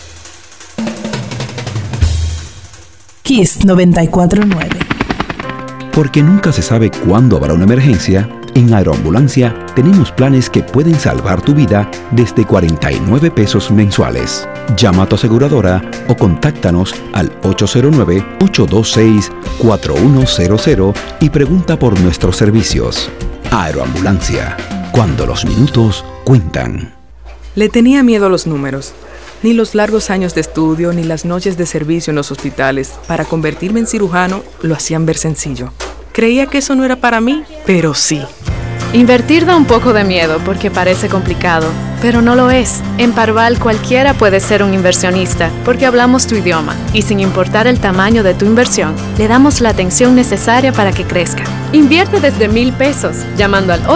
Kiss 94.9. Porque nunca se sabe cuándo habrá una emergencia, en Aeroambulancia tenemos planes que pueden salvar tu vida desde 49 pesos mensuales. Llama a tu aseguradora o contáctanos al 809-826-4100 y pregunta por nuestros servicios. Aeroambulancia, cuando los minutos cuentan. Le tenía miedo a los números. Ni los largos años de estudio ni las noches de servicio en los hospitales para convertirme en cirujano lo hacían ver sencillo. Creía que eso no era para mí, pero sí. Invertir da un poco de miedo porque parece complicado, pero no lo es. En Parval cualquiera puede ser un inversionista porque hablamos tu idioma y sin importar el tamaño de tu inversión, le damos la atención necesaria para que crezca. Invierte desde $1,000 llamando al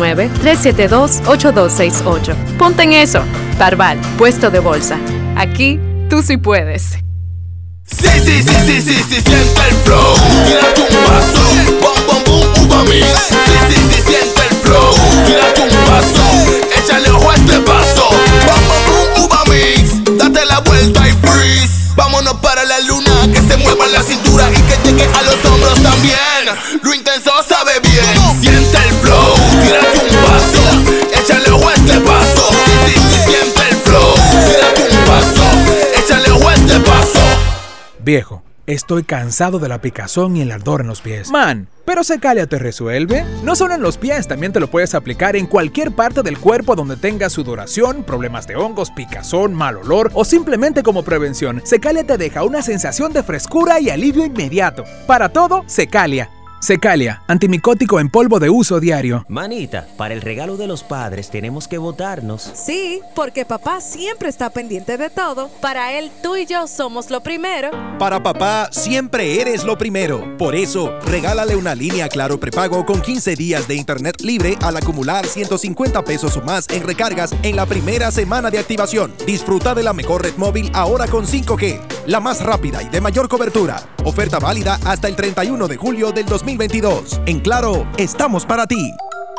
809-372-8268. Ponte en eso. Parval, puesto de bolsa. Aquí, tú sí puedes. Sí, siente el flow. Tírate un paso, bom, uva mix. Sí, siente el flow. Tírate un paso, échale ojo a este paso. Bom, uva mix. Date la vuelta y freeze. Vámonos para la luna, que se mueva la cintura y que llegue a los hombros también. Lo intenso sabe bien. Siente el flow, tírate un paso, échale ojo a este paso. Sí, siente el flow. Tírate un paso, échale ojo a este paso. Viejo, estoy cansado de la picazón y el ardor en los pies. Man, ¿pero Secalia te resuelve? No solo en los pies, también te lo puedes aplicar en cualquier parte del cuerpo donde tengas sudoración, problemas de hongos, picazón, mal olor o simplemente como prevención. Secalia te deja una sensación de frescura y alivio inmediato. Para todo, Secalia. Secalia, antimicótico en polvo de uso diario. Manita, para el regalo de los padres tenemos que votarnos. Sí, porque papá siempre está pendiente de todo. Para él, tú y yo somos lo primero. Para papá, siempre eres lo primero. Por eso, regálale una línea Claro prepago con 15 días de internet libre al acumular 150 pesos o más en recargas en la primera semana de activación. Disfruta de la mejor red móvil ahora con 5G, la más rápida y de mayor cobertura. Oferta válida hasta el 31 de julio del 2022. En Claro, estamos para ti.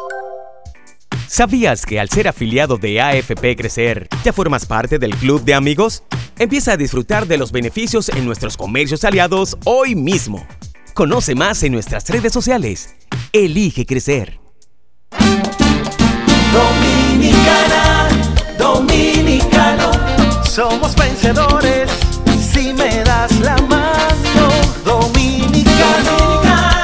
¿Sabías que al ser afiliado de AFP Crecer, ya formas parte del club de amigos? Empieza a disfrutar de los beneficios en nuestros comercios aliados hoy mismo. Conoce más en nuestras redes sociales. Elige crecer. Dominicana, dominicano, somos vencedores si me das la mano. Dominicano.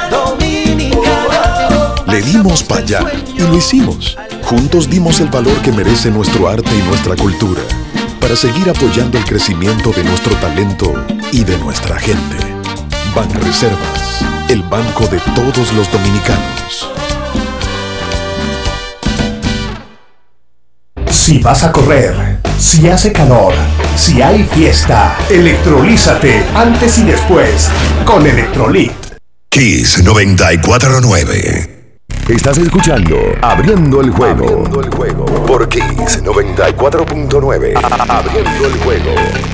Le dimos para allá y lo hicimos. Juntos dimos el valor que merece nuestro arte y nuestra cultura para seguir apoyando el crecimiento de nuestro talento y de nuestra gente. Banreservas, el banco de todos los dominicanos. Si vas a correr, si hace calor, si hay fiesta, electrolízate antes y después con Electrolit. Kiss 94.9. Estás escuchando Abriendo el Juego. Abriendo el Juego. Por Kiss 94.9. Abriendo el Juego.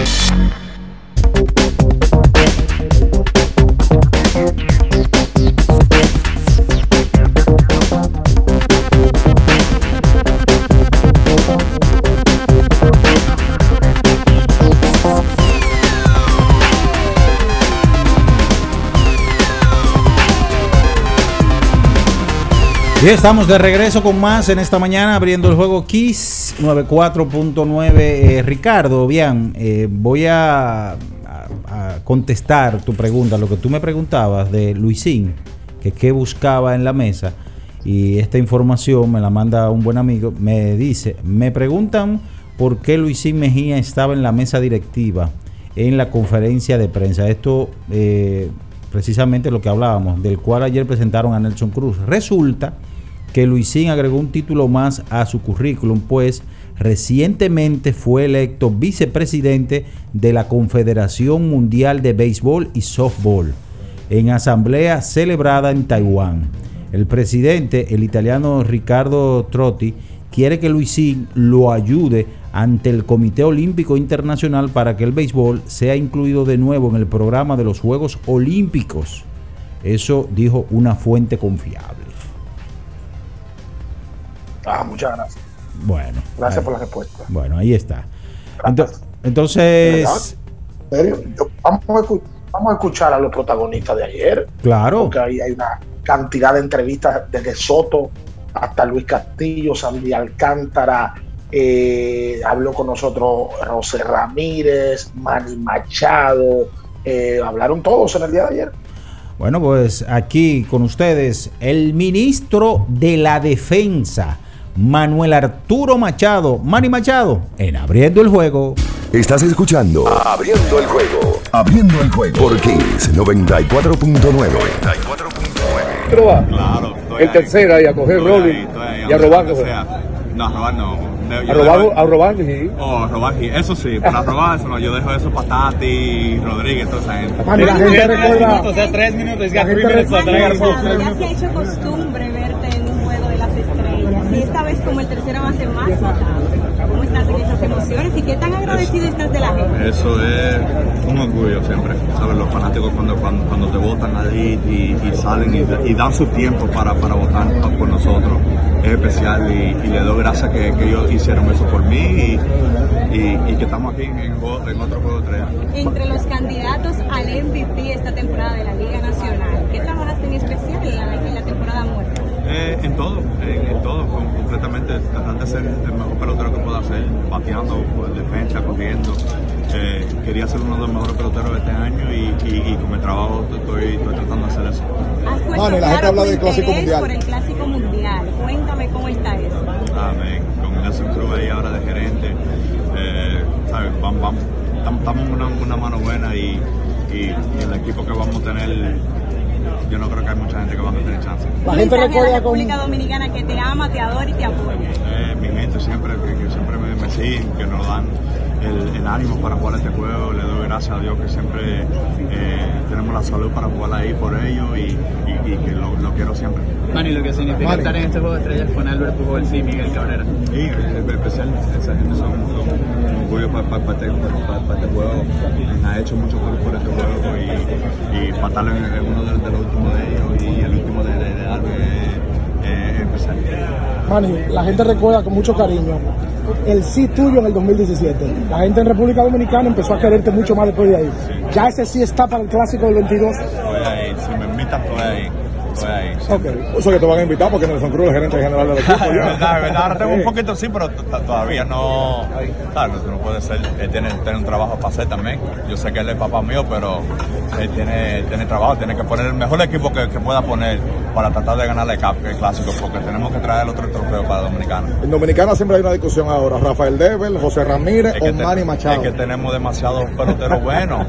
Y estamos de regreso con más en esta mañana, abriendo el juego Kiss 94.9. Ricardo, bien, voy a contestar tu pregunta, lo que tú me preguntabas de Luisín, que qué buscaba en la mesa. Y esta información me la manda un buen amigo. Me dice, me preguntan por qué Luisín Mejía estaba en la mesa directiva en la conferencia de prensa. Esto precisamente lo que hablábamos, del cual ayer presentaron a Nelson Cruz. Resulta que Luisín agregó un título más a su currículum, pues recientemente fue electo vicepresidente de la Confederación Mundial de Béisbol y Softball en asamblea celebrada en Taiwán. El presidente, el italiano Riccardo Trotti, quiere que Luisín lo ayude ante el Comité Olímpico Internacional para que el béisbol sea incluido de nuevo en el programa de los Juegos Olímpicos. Eso dijo una fuente confiable. Muchas gracias. Bueno. Gracias por la respuesta. Bueno, ahí está. Entonces... ¿En serio? Vamos a escuchar a los protagonistas de ayer. Claro. Porque ahí hay una cantidad de entrevistas desde Soto hasta Luis Castillo, Sandy Alcántara, habló con nosotros José Ramírez, Manny Machado, hablaron todos en el día de ayer. Bueno, pues aquí con ustedes el ministro de la Defensa, Manuel Arturo Machado, Manny Machado, en Abriendo el Juego. Estás escuchando Abriendo el Juego. Abriendo el Juego. Por Kiss 94.9. Claro. El tercero ahí a coger rolling y a robar. No, a robar no. A robar, sí. A robar, sí. Eso sí, para robar eso no. Yo dejo eso para Tati, Rodríguez, toda esa gente. La gente recuerda. O sea, 3 minutos. Ya se ha hecho costumbre verte en un juego de las estrellas. Y esta vez, como el tercero va a ser más notable. ¿Cómo estás en esas emociones y qué tan agradecido estás de la gente? Eso es un orgullo siempre. ¿Sabes? Los fanáticos cuando te votan ahí y salen y dan su tiempo para votar por nosotros. Es especial y le doy gracias que ellos hicieron eso por mí y que estamos aquí en otro juego de estrellas. Entre los candidatos al MVP esta temporada de la Liga Nacional, ¿qué trabajaste en especial en la temporada muerta? En todo, completamente tratar de ser el mejor pelotero que pueda hacer, bateando, defensa, corriendo. Quería ser uno de los mejores peloteros de este año y con mi trabajo estoy tratando de hacer eso. Has puesto la gente habla del Clásico Mundial. Por el Clásico Mundial. Cuéntame cómo está eso. Amén. Con Nelson Cruz ahí ahora de gerente. ¿Sabes? Estamos en una mano buena y el equipo que vamos a tener, yo no creo que hay mucha gente que va a tener chance. La gente recuerda la República Dominicana que te ama, te adora y te apoya. Mi gente siempre me siguen, que nos dan el ánimo para jugar este juego. Le doy gracias a Dios que siempre tenemos la salud para jugar ahí por ellos y que lo quiero siempre. Manny, lo que significa estar en este juego de estrellas con Albert Pujols y Miguel Cabrera. Sí, es especial. Esa gente son un orgullo para este juego. Ha hecho mucho por este juego y para estar en uno de los últimos de ellos y el último de Albert es especial. Manny, la gente recuerda con mucho cariño el sí tuyo en el 2017. La gente en República Dominicana empezó a quererte mucho más después de ahí. Sí. Ya ese sí está para el Clásico del 22. Voy ahí, si me invitan, voy ahí. Okay. Eso que te van a invitar porque Nelson Cruz es gerente general del equipo. Es verdad, ahora tengo un poquito sí, pero todavía no. Claro, no puede ser. Él tiene un trabajo para hacer también. Yo sé que él es papá mío, pero él tiene trabajo, tiene que poner el mejor equipo que pueda poner para tratar de ganar el Clásico, porque tenemos que traer el otro trofeo para Dominicana. En Dominicana siempre hay una discusión ahora: Rafael Devil, José Ramírez o Manny Machado. Es que tenemos demasiados peloteros buenos.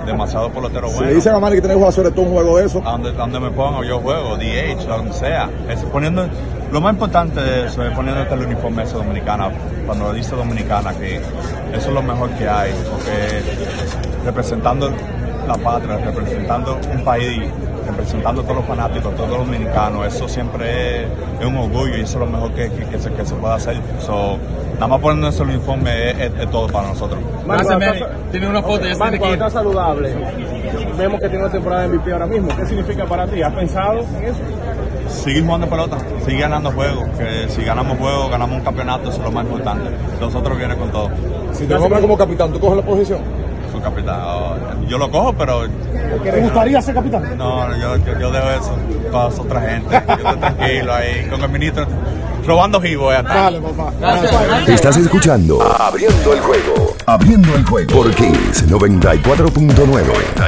Si le dicen a Manny que tenés que hacer todo un juego de eso, ¿a dónde me pongo yo juego? DH, donde sea. Lo más importante de eso es poniéndote el uniforme ese dominicana, cuando lo dice dominicana, que eso es lo mejor que hay, porque representando la patria, representando un país representando a todos los fanáticos, a todos los dominicanos, eso siempre es un orgullo y eso es lo mejor que se puede hacer. Nada más poniendo ese uniforme es todo para nosotros. Tiene una foto y cuando está saludable, vemos que tiene una temporada de MVP ahora mismo. ¿Qué significa para ti? ¿Has pensado en eso? Seguir jugando pelota, seguir ganando juegos, que si ganamos juegos, ganamos un campeonato, eso es lo más importante. Nosotros viene con todo. Si te nombran como capitán, ¿tú coges la posición? Soy capitán, yo lo cojo, pero... ¿Te gustaría ser capitán? No, yo dejo eso para otra gente, yo estoy tranquilo ahí, con el ministro, robando jibo. Dale, papá. Estás escuchando Abriendo el Juego. Abriendo el Juego. Por Kiss 94.9.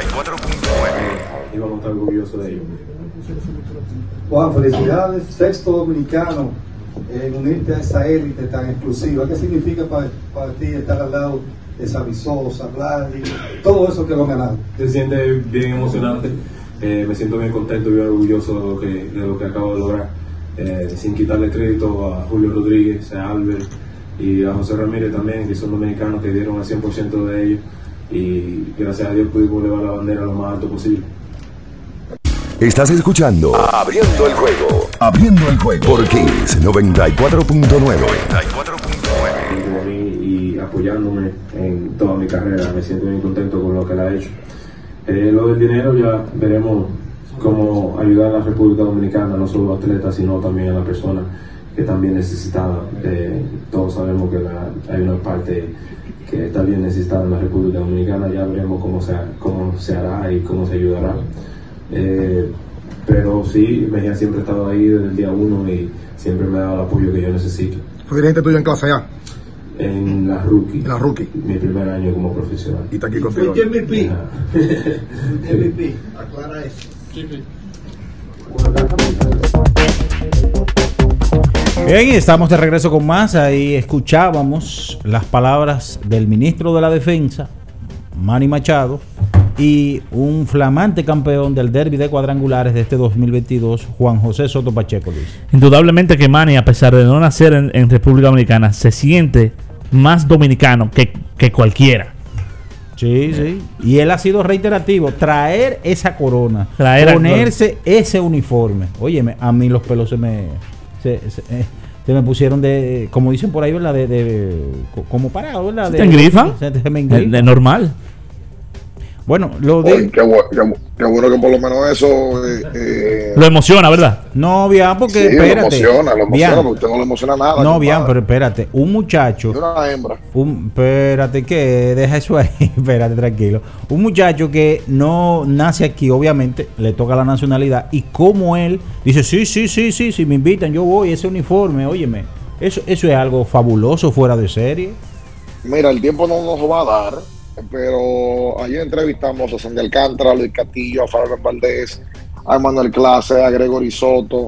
Y vamos a estar orgullosos de ellos. Juan, felicidades, sexto dominicano en unirte a esa élite tan exclusiva. ¿Qué significa para ti estar al lado de Savisosa, Vladi, todo eso que lo ganaron? Se siente bien emocionante, me siento bien contento y bien orgulloso de lo que acabo de lograr, sin quitarle crédito a Julio Rodríguez, a Albert y a José Ramírez también, que son dominicanos que dieron al 100% de ellos, y gracias a Dios pudimos elevar la bandera lo más alto posible. Estás escuchando Abriendo el Juego. Abriendo el Juego. Por Kiss 94.9. Y apoyándome en toda mi carrera, me siento bien contento con lo que él ha hecho. Lo del dinero ya veremos cómo ayudar a la República Dominicana, no solo a atletas, sino también a la persona que también necesitada. Todos sabemos que hay una parte que está bien necesitada en la República Dominicana, ya veremos cómo se hará y cómo se ayudará. Pero sí, Mejía siempre ha estado ahí desde el día 1 y siempre me ha dado el apoyo que yo necesito. ¿Fue dirigente tuyo en clase A? En la Rookie. En la Rookie. Mi primer año como profesional. Y está aquí contigo. ¿Fue MVP? MVP, aclara eso. Bien, estamos de regreso con más. Ahí escuchábamos las palabras del ministro de la Defensa, Manny Machado, y un flamante campeón del derbi de cuadrangulares de este 2022, Juan José Soto Pacheco, Luis. Indudablemente que Manny, a pesar de no nacer en República Dominicana, se siente más dominicano que cualquiera. Sí. Y él ha sido reiterativo, traer esa corona, ponerse ese uniforme. Óyeme, a mí los pelos se me pusieron de, como dicen por ahí, ¿verdad? Como parado, ¿verdad? ¿Te engrifan? Se me engrifan. De normal. Bueno, lo de... Qué bueno que por lo menos eso... lo emociona, ¿verdad? No, bien, porque sí, espérate. Lo emociona, porque usted no le emociona nada. No, bien, pero espérate. Un muchacho... Y una hembra. Espérate, que deja eso ahí. Espérate, tranquilo. Un muchacho que no nace aquí, obviamente, le toca la nacionalidad. Y como él dice, sí, si me invitan, yo voy, ese uniforme, óyeme. Eso es algo fabuloso, fuera de serie. Mira, el tiempo no nos va a dar... Pero ayer entrevistamos a Sandy Alcántara, a Luis Castillo, a Fabián Valdés, a Manuel Clase, a Gregory Soto,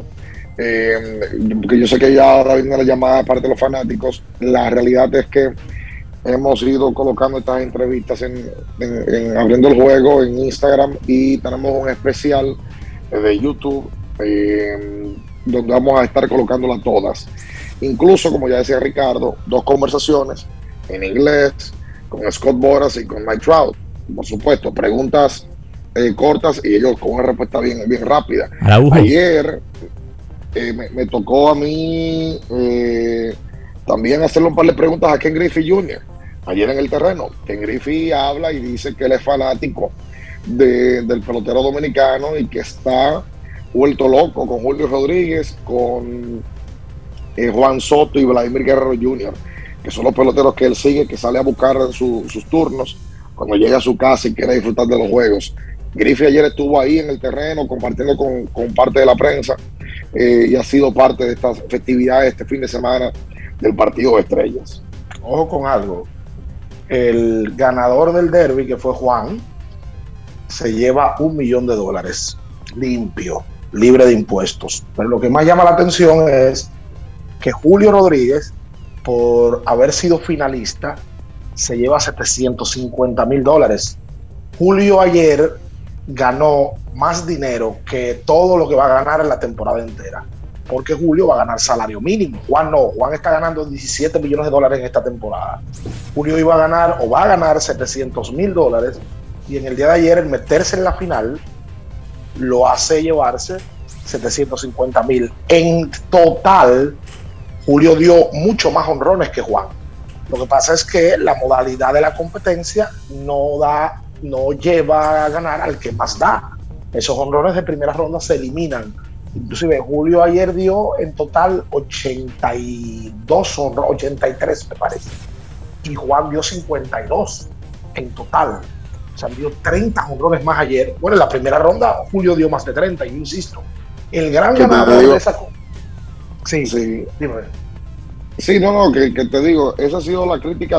porque yo sé que ya ahora viene la llamada de parte de los fanáticos. La realidad es que hemos ido colocando estas entrevistas en Abriendo el Juego en Instagram, y tenemos un especial de YouTube donde vamos a estar colocándolas todas, incluso, como ya decía Ricardo, 2 conversaciones en inglés con Scott Boras y con Mike Trout, por supuesto, preguntas cortas y ellos con una respuesta bien rápida. Ayer me tocó a mí también hacerle un par de preguntas a Ken Griffey Jr. ayer en el terreno. Ken Griffey habla y dice que él es fanático del pelotero dominicano y que está vuelto loco con Julio Rodríguez, con Juan Soto y Vladimir Guerrero Jr., que son los peloteros que él sigue, que sale a buscar en sus turnos cuando llega a su casa y quiere disfrutar de los juegos. Griffey ayer estuvo ahí en el terreno compartiendo con parte de la prensa y ha sido parte de estas festividades este fin de semana del partido de estrellas. Ojo con algo, el ganador del derby, que fue Juan, se lleva $1 millón limpio, libre de impuestos. Pero lo que más llama la atención es que Julio Rodríguez, por haber sido finalista, se lleva $750,000. Julio ayer ganó más dinero que todo lo que va a ganar en la temporada entera, porque Julio va a ganar salario mínimo. Juan no, Juan está ganando $17 millones en esta temporada. Julio iba a ganar o va a ganar $700,000, y en el día de ayer, el meterse en la final, lo hace llevarse 750,000. En total, Julio dio mucho más honrones que Juan. Lo que pasa es que la modalidad de la competencia no lleva a ganar al que más da. Esos honrones de primera ronda se eliminan. Inclusive Julio ayer dio en total 82 honrones, 83 me parece. Y Juan dio 52 en total. O sea, dio 30 honrones más ayer. Bueno, en la primera ronda Julio dio más de 30, y yo insisto, el gran ganador de esa... Sí, dime. Sí, que te digo, esa ha sido la crítica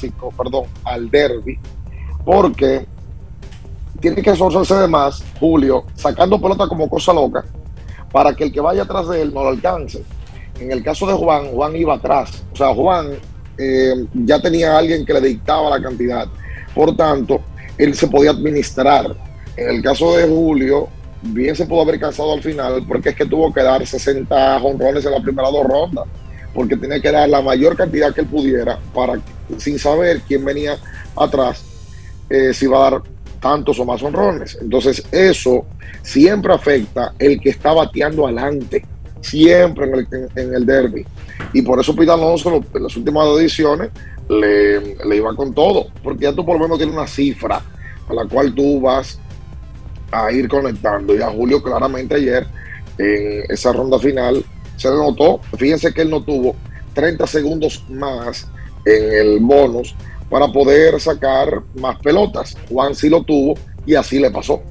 al derbi, porque tiene que esforzarse de más Julio, sacando pelota como cosa loca, para que el que vaya atrás de él no lo alcance. En el caso de Juan iba atrás. O sea, Juan ya tenía a alguien que le dictaba la cantidad. Por tanto, él se podía administrar. En el caso de Julio, bien se pudo haber cansado al final, porque es que tuvo que dar 60 jonrones en las primeras 2 rondas, porque tenía que dar la mayor cantidad que él pudiera, sin saber quién venía atrás, si iba a dar tantos o más honrones. Entonces eso siempre afecta el que está bateando adelante, siempre en el derby. Y por eso Pete Alonso en las últimas ediciones le iba con todo, porque ya tú por lo menos tienes una cifra a la cual tú vas a ir conectando. Y a Julio claramente ayer en esa ronda final se le notó. Fíjense que él no tuvo 30 segundos más en el bonus para poder sacar más pelotas. Juan sí lo tuvo y así le pasó.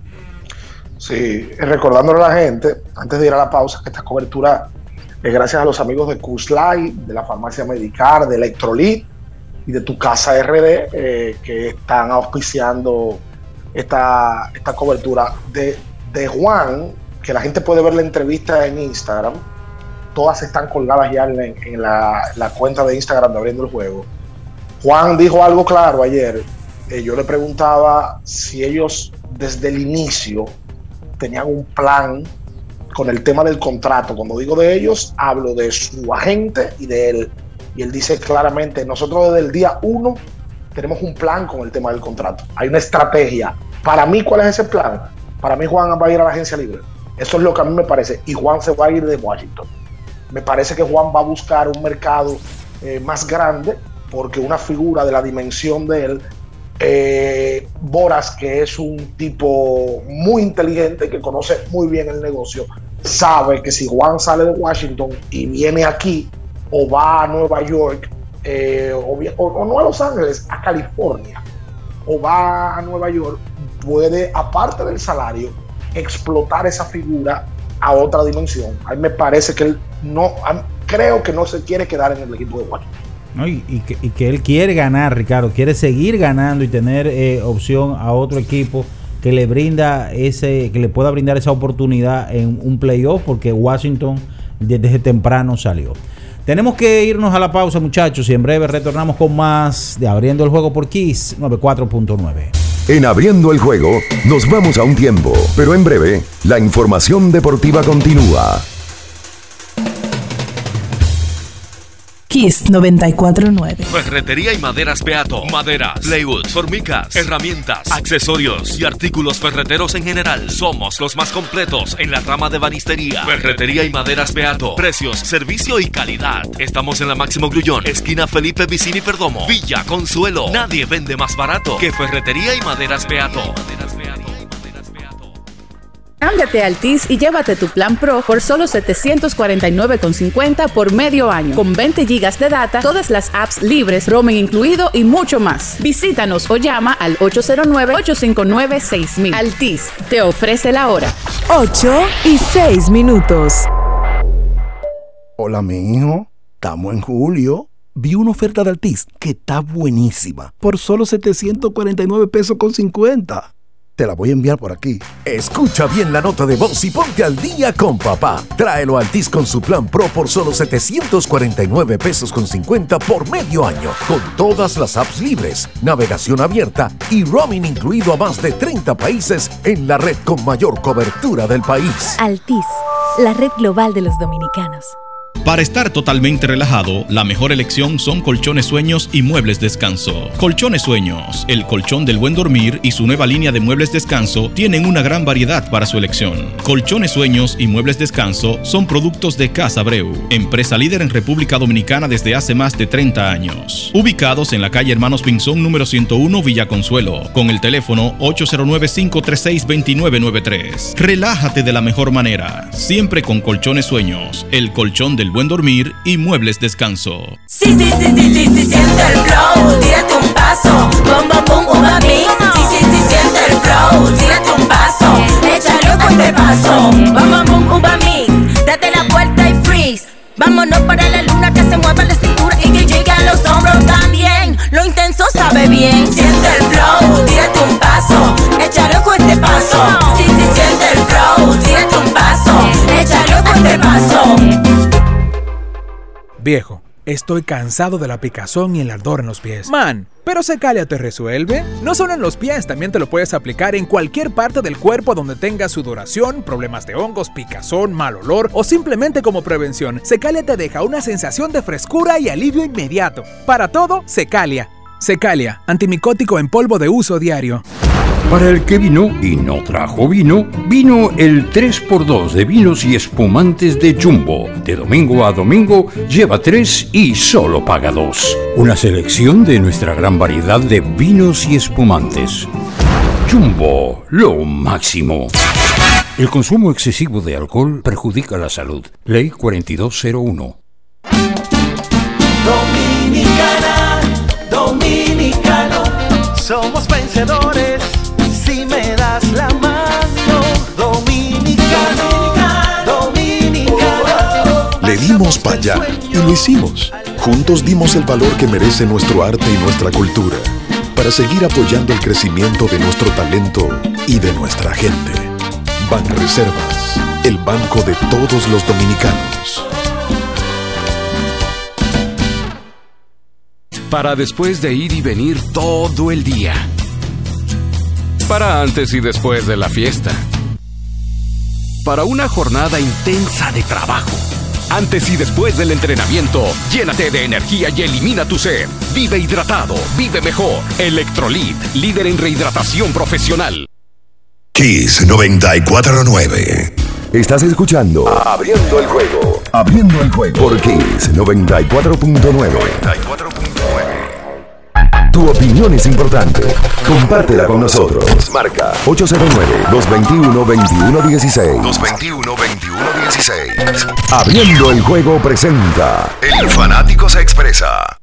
Sí, recordándole a la gente, antes de ir a la pausa, que esta cobertura es gracias a los amigos de Cuslay, de la farmacia Medicar, de Electrolit y de Tu Casa RD, que están auspiciando esta cobertura de Juan, que la gente puede ver la entrevista en Instagram. Todas están colgadas ya en la cuenta de Instagram de Abriendo el Juego. Juan dijo algo claro ayer. Yo le preguntaba si ellos desde el inicio tenían un plan con el tema del contrato. Cuando digo de ellos, hablo de su agente y de él. Y él dice claramente, nosotros desde el día 1 tenemos un plan con el tema del contrato. Hay una estrategia. Para mí, ¿cuál es ese plan? Para mí, Juan va a ir a la agencia libre. Eso es lo que a mí me parece. Y Juan se va a ir de Washington. Me parece que Juan va a buscar un mercado más grande, porque una figura de la dimensión de él, Boras, que es un tipo muy inteligente, que conoce muy bien el negocio, sabe que si Juan sale de Washington y viene aquí, o va a Nueva York, o no a Los Ángeles, a California, o va a Nueva York, puede, aparte del salario, explotar esa figura a otra dimensión. A mí me parece que él creo que no se quiere quedar en el equipo de Washington. No, y que él quiere ganar, Ricardo, quiere seguir ganando y tener opción a otro equipo que le pueda brindar esa oportunidad en un playoff, porque Washington desde temprano salió. Tenemos que irnos a la pausa, muchachos, y en breve retornamos con más de Abriendo el Juego por Kiss 94.9. En Abriendo el Juego nos vamos a un tiempo, pero en breve la información deportiva continúa. Kiss 94.9. Ferretería y maderas Beato. Maderas, plywood, formicas, herramientas, accesorios y artículos ferreteros en general. Somos los más completos en la rama de banistería. Ferretería y maderas Beato. Precios, servicio y calidad. Estamos en la Máximo Grullón, esquina Felipe Vicini Perdomo, Villa Consuelo. Nadie vende más barato que Ferretería y maderas Beato. Cámbiate a Altis y llévate tu plan Pro por solo $749.50 por medio año, con 20 gigas de data, todas las apps libres, roaming incluido y mucho más. Visítanos o llama al 809-859-6000. Altis te ofrece la hora. 8:06. Hola, mi hijo. Estamos en julio. Vi una oferta de Altis que está buenísima por solo $749.50. Te la voy a enviar por aquí. Escucha bien la nota de voz y ponte al día con papá. Tráelo a Altis con su plan Pro por solo $749.50 por medio año, con todas las apps libres, navegación abierta y roaming incluido a más de 30 países en la red con mayor cobertura del país. Altis, la red global de los dominicanos. Para estar totalmente relajado, la mejor elección son Colchones Sueños y Muebles Descanso. Colchones Sueños, el colchón del buen dormir y su nueva línea de muebles descanso tienen una gran variedad para su elección. Colchones Sueños y Muebles Descanso son productos de Casa Abreu, empresa líder en República Dominicana desde hace más de 30 años. Ubicados en la calle Hermanos Pinzón número 101 Villa Consuelo, con el teléfono 809-536-2993. Relájate de la mejor manera, siempre con Colchones Sueños, el colchón del buen dormir y Muebles Descanso. Sí, siente el flow, tírate un paso, bom bom bom uva mix. Sí, siente el flow, tírate un paso, échale con este paso, bom bom bom uva mix. Date la vuelta y freeze, vámonos para la luna que se mueva la cintura y que llegue a los hombros también. Lo intenso sabe bien, siente el flow, tírate un paso, échale con este paso. Sí, siente el flow, tírate un paso, échale con este paso. Viejo, estoy cansado de la picazón y el ardor en los pies. Man, ¿pero Secalia te resuelve? No solo en los pies, también te lo puedes aplicar en cualquier parte del cuerpo donde tengas sudoración, problemas de hongos, picazón, mal olor o simplemente como prevención. Secalia te deja una sensación de frescura y alivio inmediato. Para todo, Secalia. Secalia, antimicótico en polvo de uso diario. Para el que vino y no trajo vino, vino el 3x2 de vinos y espumantes de Jumbo. De domingo a domingo, lleva 3 y solo paga 2. Una selección de nuestra gran variedad de vinos y espumantes. Jumbo, lo máximo. El consumo excesivo de alcohol perjudica la salud. Ley 4201. Dominicano, somos vencedores. Si me das la mano, dominicano. Le dimos para allá y lo hicimos. Juntos dimos el valor que merece nuestro arte y nuestra cultura, para seguir apoyando el crecimiento de nuestro talento y de nuestra gente. Banreservas, el banco de todos los dominicanos. Para después de ir y venir todo el día. Para antes y después de la fiesta. Para una jornada intensa de trabajo. Antes y después del entrenamiento, llénate de energía y elimina tu sed. Vive hidratado, vive mejor. Electrolit, líder en rehidratación profesional. Kiss 94.9. Estás escuchando Abriendo el Juego. Abriendo el Juego por Kiss 94.9. Tu opinión es importante. Compártela con nosotros. Marca 809-221-2116. 221-2116. Abriendo el Juego presenta El Fanático se expresa.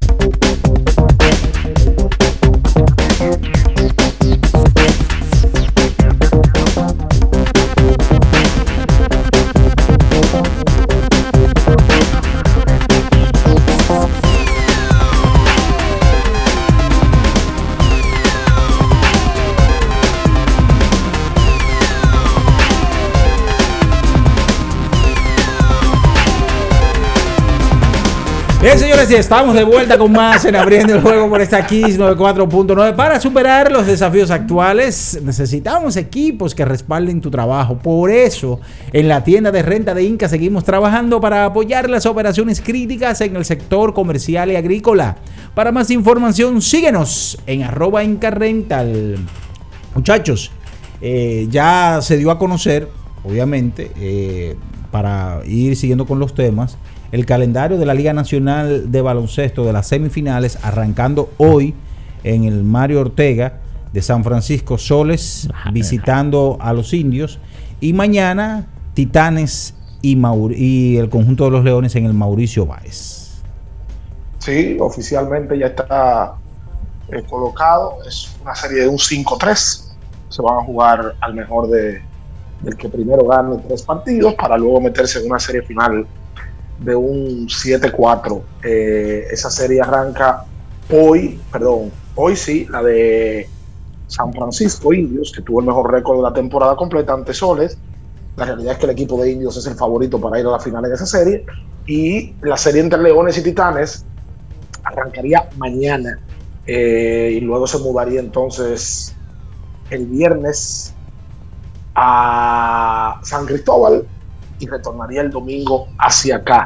Bien, señores, y estamos de vuelta con más en Abriendo el Juego por esta Kiss 94.9. Para superar los desafíos actuales, necesitamos equipos que respalden tu trabajo. Por eso, en la tienda de renta de Inca seguimos trabajando para apoyar las operaciones críticas en el sector comercial y agrícola. Para más información, síguenos en @IncaRental. Muchachos, ya se dio a conocer, obviamente, para ir siguiendo con los temas, el calendario de la Liga Nacional de Baloncesto de las semifinales, arrancando hoy en el Mario Ortega de San Francisco. Soles visitando a los Indios, y mañana Titanes y el conjunto de los Leones en el Mauricio Báez. Sí, oficialmente ya está colocado. Es una serie de un 5-3. Se van a jugar al mejor del que primero gane 3 partidos, para luego meterse en una serie final de un 7-4. Esa serie arranca hoy sí, la de San Francisco Indios, que tuvo el mejor récord de la temporada completa ante Soles. La realidad es que el equipo de Indios es el favorito para ir a la final en esa serie, y la serie entre Leones y Titanes arrancaría mañana, y luego se mudaría entonces el viernes a San Cristóbal y retornaría el domingo hacia acá.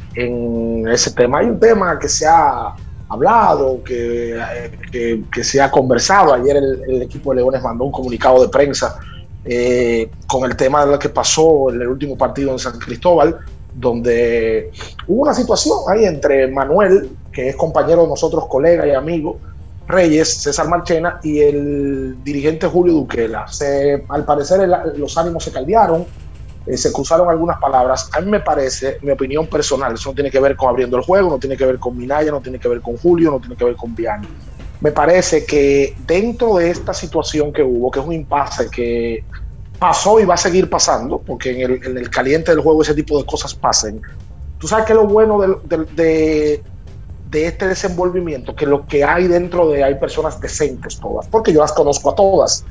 en ese tema. Hay un tema que se ha hablado, que se ha conversado. Ayer el equipo de Leones mandó un comunicado de prensa con el tema de lo que pasó en el último partido en San Cristóbal, donde hubo una situación ahí entre Manuel, que es compañero de nosotros, colega y amigo, Reyes, César Marchena, y el dirigente Julio Duquela. Al parecer los ánimos se caldearon, se cruzaron algunas palabras. A mí me parece, mi opinión personal, eso no tiene que ver con Abriendo el Juego, no tiene que ver con Minaya, no tiene que ver con Julio, no tiene que ver con Viani. Me parece que dentro de esta situación que hubo, que es un impasse que pasó y va a seguir pasando, porque en el caliente del juego ese tipo de cosas pasen. Tú sabes que lo bueno de este desenvolvimiento, que lo que hay dentro hay personas decentes todas, porque yo las conozco a todas.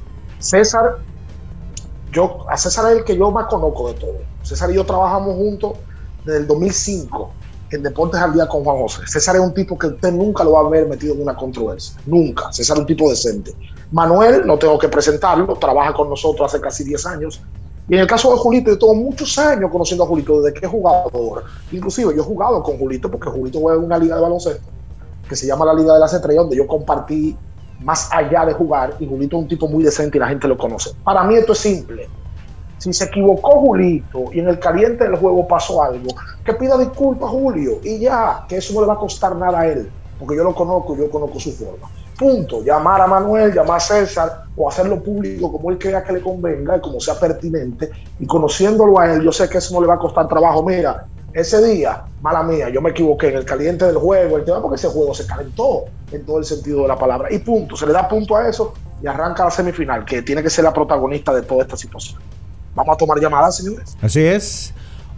A César es el que yo más conozco de todo. César y yo trabajamos juntos desde el 2005 en Deportes al Día con Juan José. César es un tipo que usted nunca lo va a ver metido en una controversia, nunca. César es un tipo decente. Manuel, no tengo que presentarlo, trabaja con nosotros hace casi 10 años. Y en el caso de Julito, yo tengo muchos años conociendo a Julito desde que es jugador. Inclusive yo he jugado con Julito porque Julito juega en una liga de baloncesto que se llama la Liga de las Estrellas, donde yo compartí más allá de jugar, y Julito es un tipo muy decente y la gente lo conoce. Para mí esto es simple. Si se equivocó Julito y en el caliente del juego pasó algo, que pida disculpas Julio y ya, que eso no le va a costar nada a él, porque yo lo conozco y yo conozco su forma. Punto. Llamar a Manuel, llamar a César o hacerlo público como él crea que le convenga y como sea pertinente, y conociéndolo a él, yo sé que eso no le va a costar trabajo. Mira, ese día, mala mía, yo me equivoqué en el caliente del juego, el tema, porque ese juego se calentó en todo el sentido de la palabra, y punto. Se le da punto a eso y arranca la semifinal, que tiene que ser la protagonista de toda esta situación. Vamos a tomar llamadas, señores. Así es.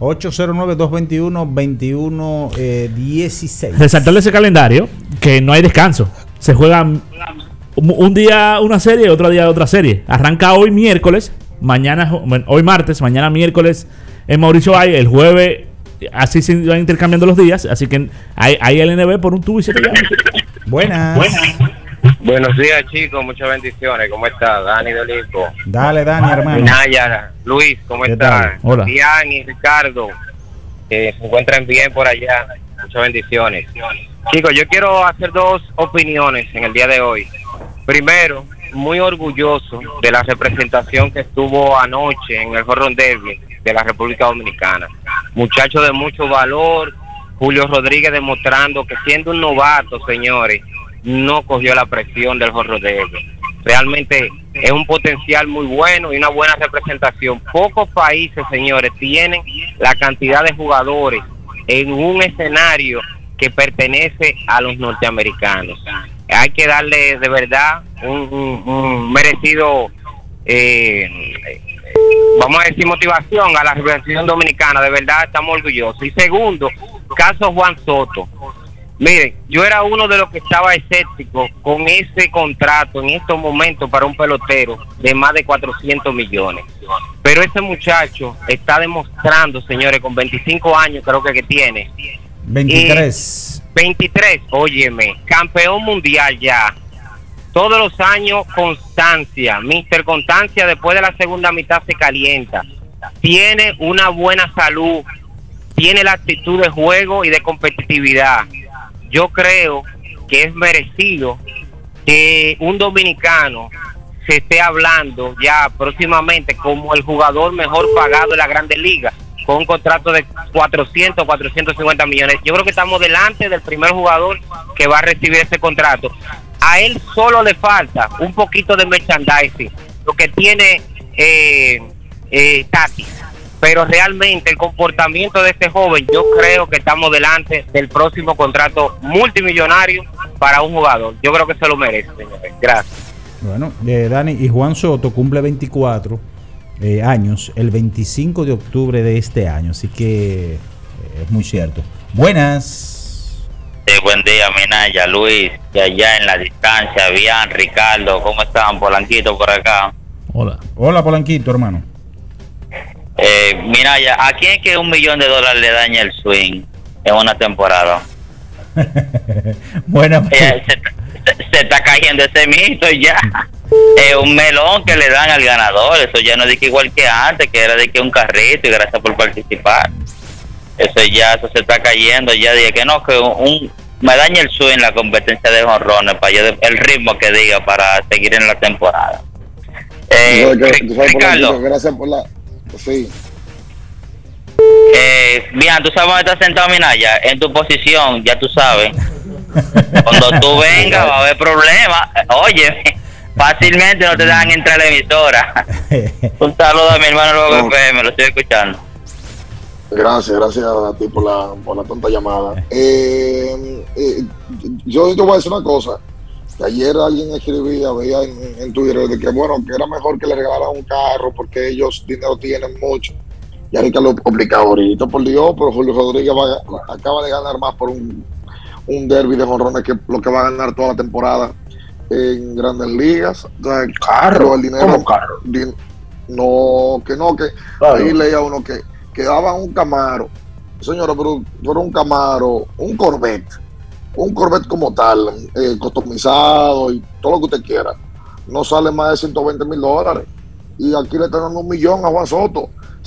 809-221-2116. Resaltarle ese calendario que no hay descanso. Se juegan un día una serie, otro día otra serie. Arranca hoy miércoles, hoy martes, mañana miércoles en Mauricio Valle, el jueves así se van intercambiando los días. Así que hay LNB por un tubo y 7 llaves. Buenas. Buenos días, chicos, muchas bendiciones. ¿Cómo está Dani Dolico? Dale, Dani, hermano. Minaya, Luis, ¿cómo está? Hola. Dian y Ricardo, que se encuentran bien por allá. Muchas bendiciones. Chicos, yo quiero hacer 2 opiniones en el día de hoy. Primero, muy orgulloso de la representación que estuvo anoche en el Home Run Derby de la República Dominicana. Muchachos de mucho valor, Julio Rodríguez demostrando que siendo un novato, señores, no cogió la presión del Home Run Derby. Realmente es un potencial muy bueno y una buena representación. Pocos países, señores, tienen la cantidad de jugadores en un escenario que pertenece a los norteamericanos. Hay que darle de verdad un merecido, vamos a decir, motivación a la representación dominicana. De verdad estamos orgullosos. Y segundo, caso Juan Soto. Miren, yo era uno de los que estaba escéptico con ese contrato en estos momentos para un pelotero de más de 400 millones. Pero ese muchacho está demostrando, señores, con 25 años creo que tiene. 23. 23, óyeme, campeón mundial ya. Todos los años constancia, Mr. Constancia, después de la segunda mitad se calienta. Tiene una buena salud, tiene la actitud de juego y de competitividad. Yo creo que es merecido que un dominicano se esté hablando ya próximamente como el jugador mejor pagado de la Grandes Ligas, con un contrato de 450 millones. Yo creo que estamos delante del primer jugador que va a recibir ese contrato. A él solo le falta un poquito de merchandising, lo que tiene Tati. Pero realmente el comportamiento de este joven, yo creo que estamos delante del próximo contrato multimillonario para un jugador. Yo creo que se lo merece, señores. Gracias. Bueno, Dani, y Juan Soto cumple 24 años el 25 de octubre de este año, así que es muy cierto. Buenas. Buen día, Minaya, Luis, y allá en la distancia, Bian, Ricardo, ¿cómo están? Polanquito por acá. Hola. Hola, Polanquito, hermano. Minaya, ¿a quién es que $1 millón le daña el swing en una temporada? Buena. Se está cayendo ese mito ya. Un melón que le dan al ganador, eso ya no es de que igual que antes, que era de que un carrito y gracias por participar. Eso se está cayendo. Ya dije que no, que me daña el swing la competencia de jonrones, para yo el ritmo que diga para seguir en la temporada. Ricardo, gracias por la... Sí. Bien, tú sabes dónde está sentado Minaya, en tu posición, ya tú sabes. Cuando tú vengas va a haber problemas. Oye, fácilmente no te dejan entrar a la emisora. Un saludo a mi hermano Luego FM, lo estoy escuchando. Gracias a ti por la tonta llamada. Yo te voy a decir una cosa. Que ayer alguien escribía, veía en Twitter, de que bueno, que era mejor que le regalaran un carro porque ellos dinero tienen mucho. Y ahorita lo explicaba ahorita, por Dios, pero Julio Rodríguez acaba de ganar más por un derby de jonrones que lo que va a ganar toda la temporada en Grandes Ligas. O sea, carro, el dinero, ¿cómo carro? Que claro. Ahí leía uno que daban un Camaro, señora, pero un Camaro, un Corvette como tal, customizado y todo lo que usted quiera, no sale más de $120,000. Y aquí le están dando $1 millón a Juan Soto,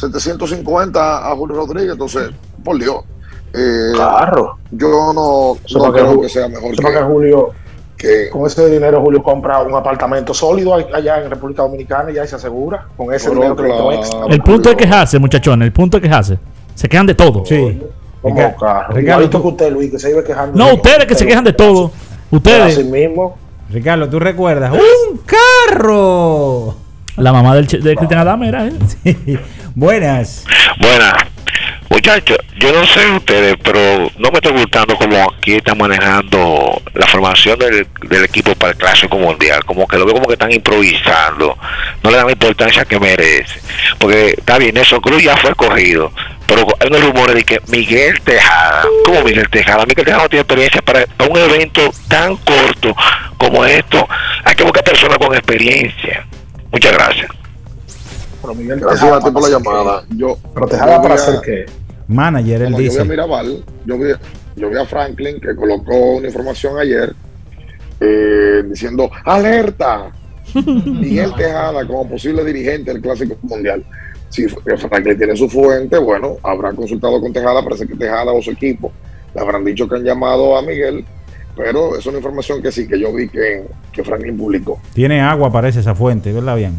750 a Julio Rodríguez. Entonces, por Dios, carro. Yo no creo que sea mejor que Julio. Que con ese dinero Julio compra un apartamento sólido allá en República Dominicana y ya se asegura con ese dinero que le quedó extra. El punto es quejarse, muchachones, el punto es quejarse. Se quejan de todo. Sí. Ricardo, que usted, Luis, que se iba quejando. No, ustedes que se quejan de todo. Ustedes. Así mismo. Ricardo, ¿tú recuerdas? ¡Un carro! La mamá de Cristian Adame era él. Sí. Buenas. Muchachos, yo no sé ustedes, pero no me está gustando como aquí están manejando la formación del equipo para el Clásico Mundial. Como que lo veo como que están improvisando. No le dan la importancia que merece. Porque está bien, eso Cruz ya fue escogido. Pero hay unos rumores de que Miguel Tejada, ¿cómo Miguel Tejada? Miguel Tejada no tiene experiencia para un evento tan corto como esto. Hay que buscar personas con experiencia. Muchas gracias. Pero Miguel gracias Tejada, a ti por la llamada. Pero Tejada para hacer qué? Manager, él dice. Yo vi a Mirabal, yo vi a Franklin que colocó una información ayer diciendo alerta. Miguel Tejada como posible dirigente del Clásico Mundial. Si Franklin tiene su fuente, bueno, habrá consultado con Tejada. Parece que Tejada o su equipo le habrán dicho que han llamado a Miguel, pero es una información que sí, que yo vi que Franklin publicó. Tiene agua, parece esa fuente, ¿verdad? Bien.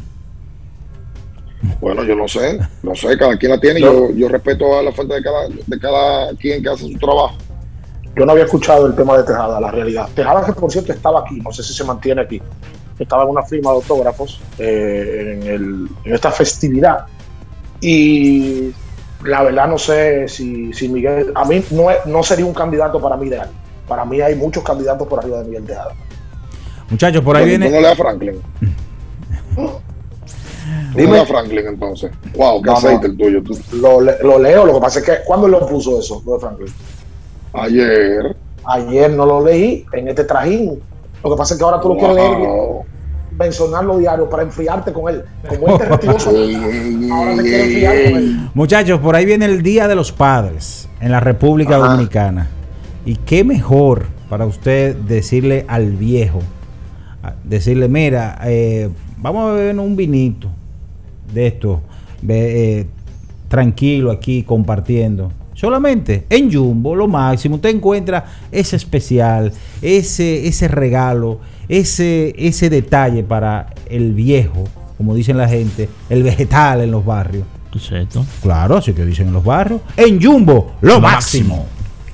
Bueno, yo no sé, cada quien la tiene. Yo respeto a la fuente de cada quien que hace su trabajo. Yo no había escuchado el tema de Tejada, la realidad. Tejada, que por cierto estaba aquí, no sé si se mantiene aquí. Estaba en una firma de autógrafos en esta festividad. Y la verdad no sé si Miguel, a mí no sería un candidato para mí ideal. Para mí hay muchos candidatos por arriba de Miguel Tejada. Muchachos, por ahí viene. ¿Cómo le da Franklin? Dime a Franklin entonces. Wow, qué aceite el tuyo. Lo leo, lo que pasa es que ¿cuándo lo puso eso, lo de Franklin? Ayer no lo leí en este trajín. Lo que pasa es que ahora tú lo quieres leer, mencionarlo diario para enfriarte con él. Como este retioso, ahora te quieres enfriar con él. Muchachos, por ahí viene el Día de los Padres en la República Dominicana. Y qué mejor para usted decirle al viejo, decirle, mira, vamos a beber un vinito de esto, tranquilo aquí compartiendo. Solamente en Jumbo, lo máximo, usted encuentra ese especial, ese regalo, ese detalle para el viejo, como dicen la gente, el vegetal en los barrios. ¿Cierto? Claro, así que dicen en los barrios. En Jumbo, lo máximo.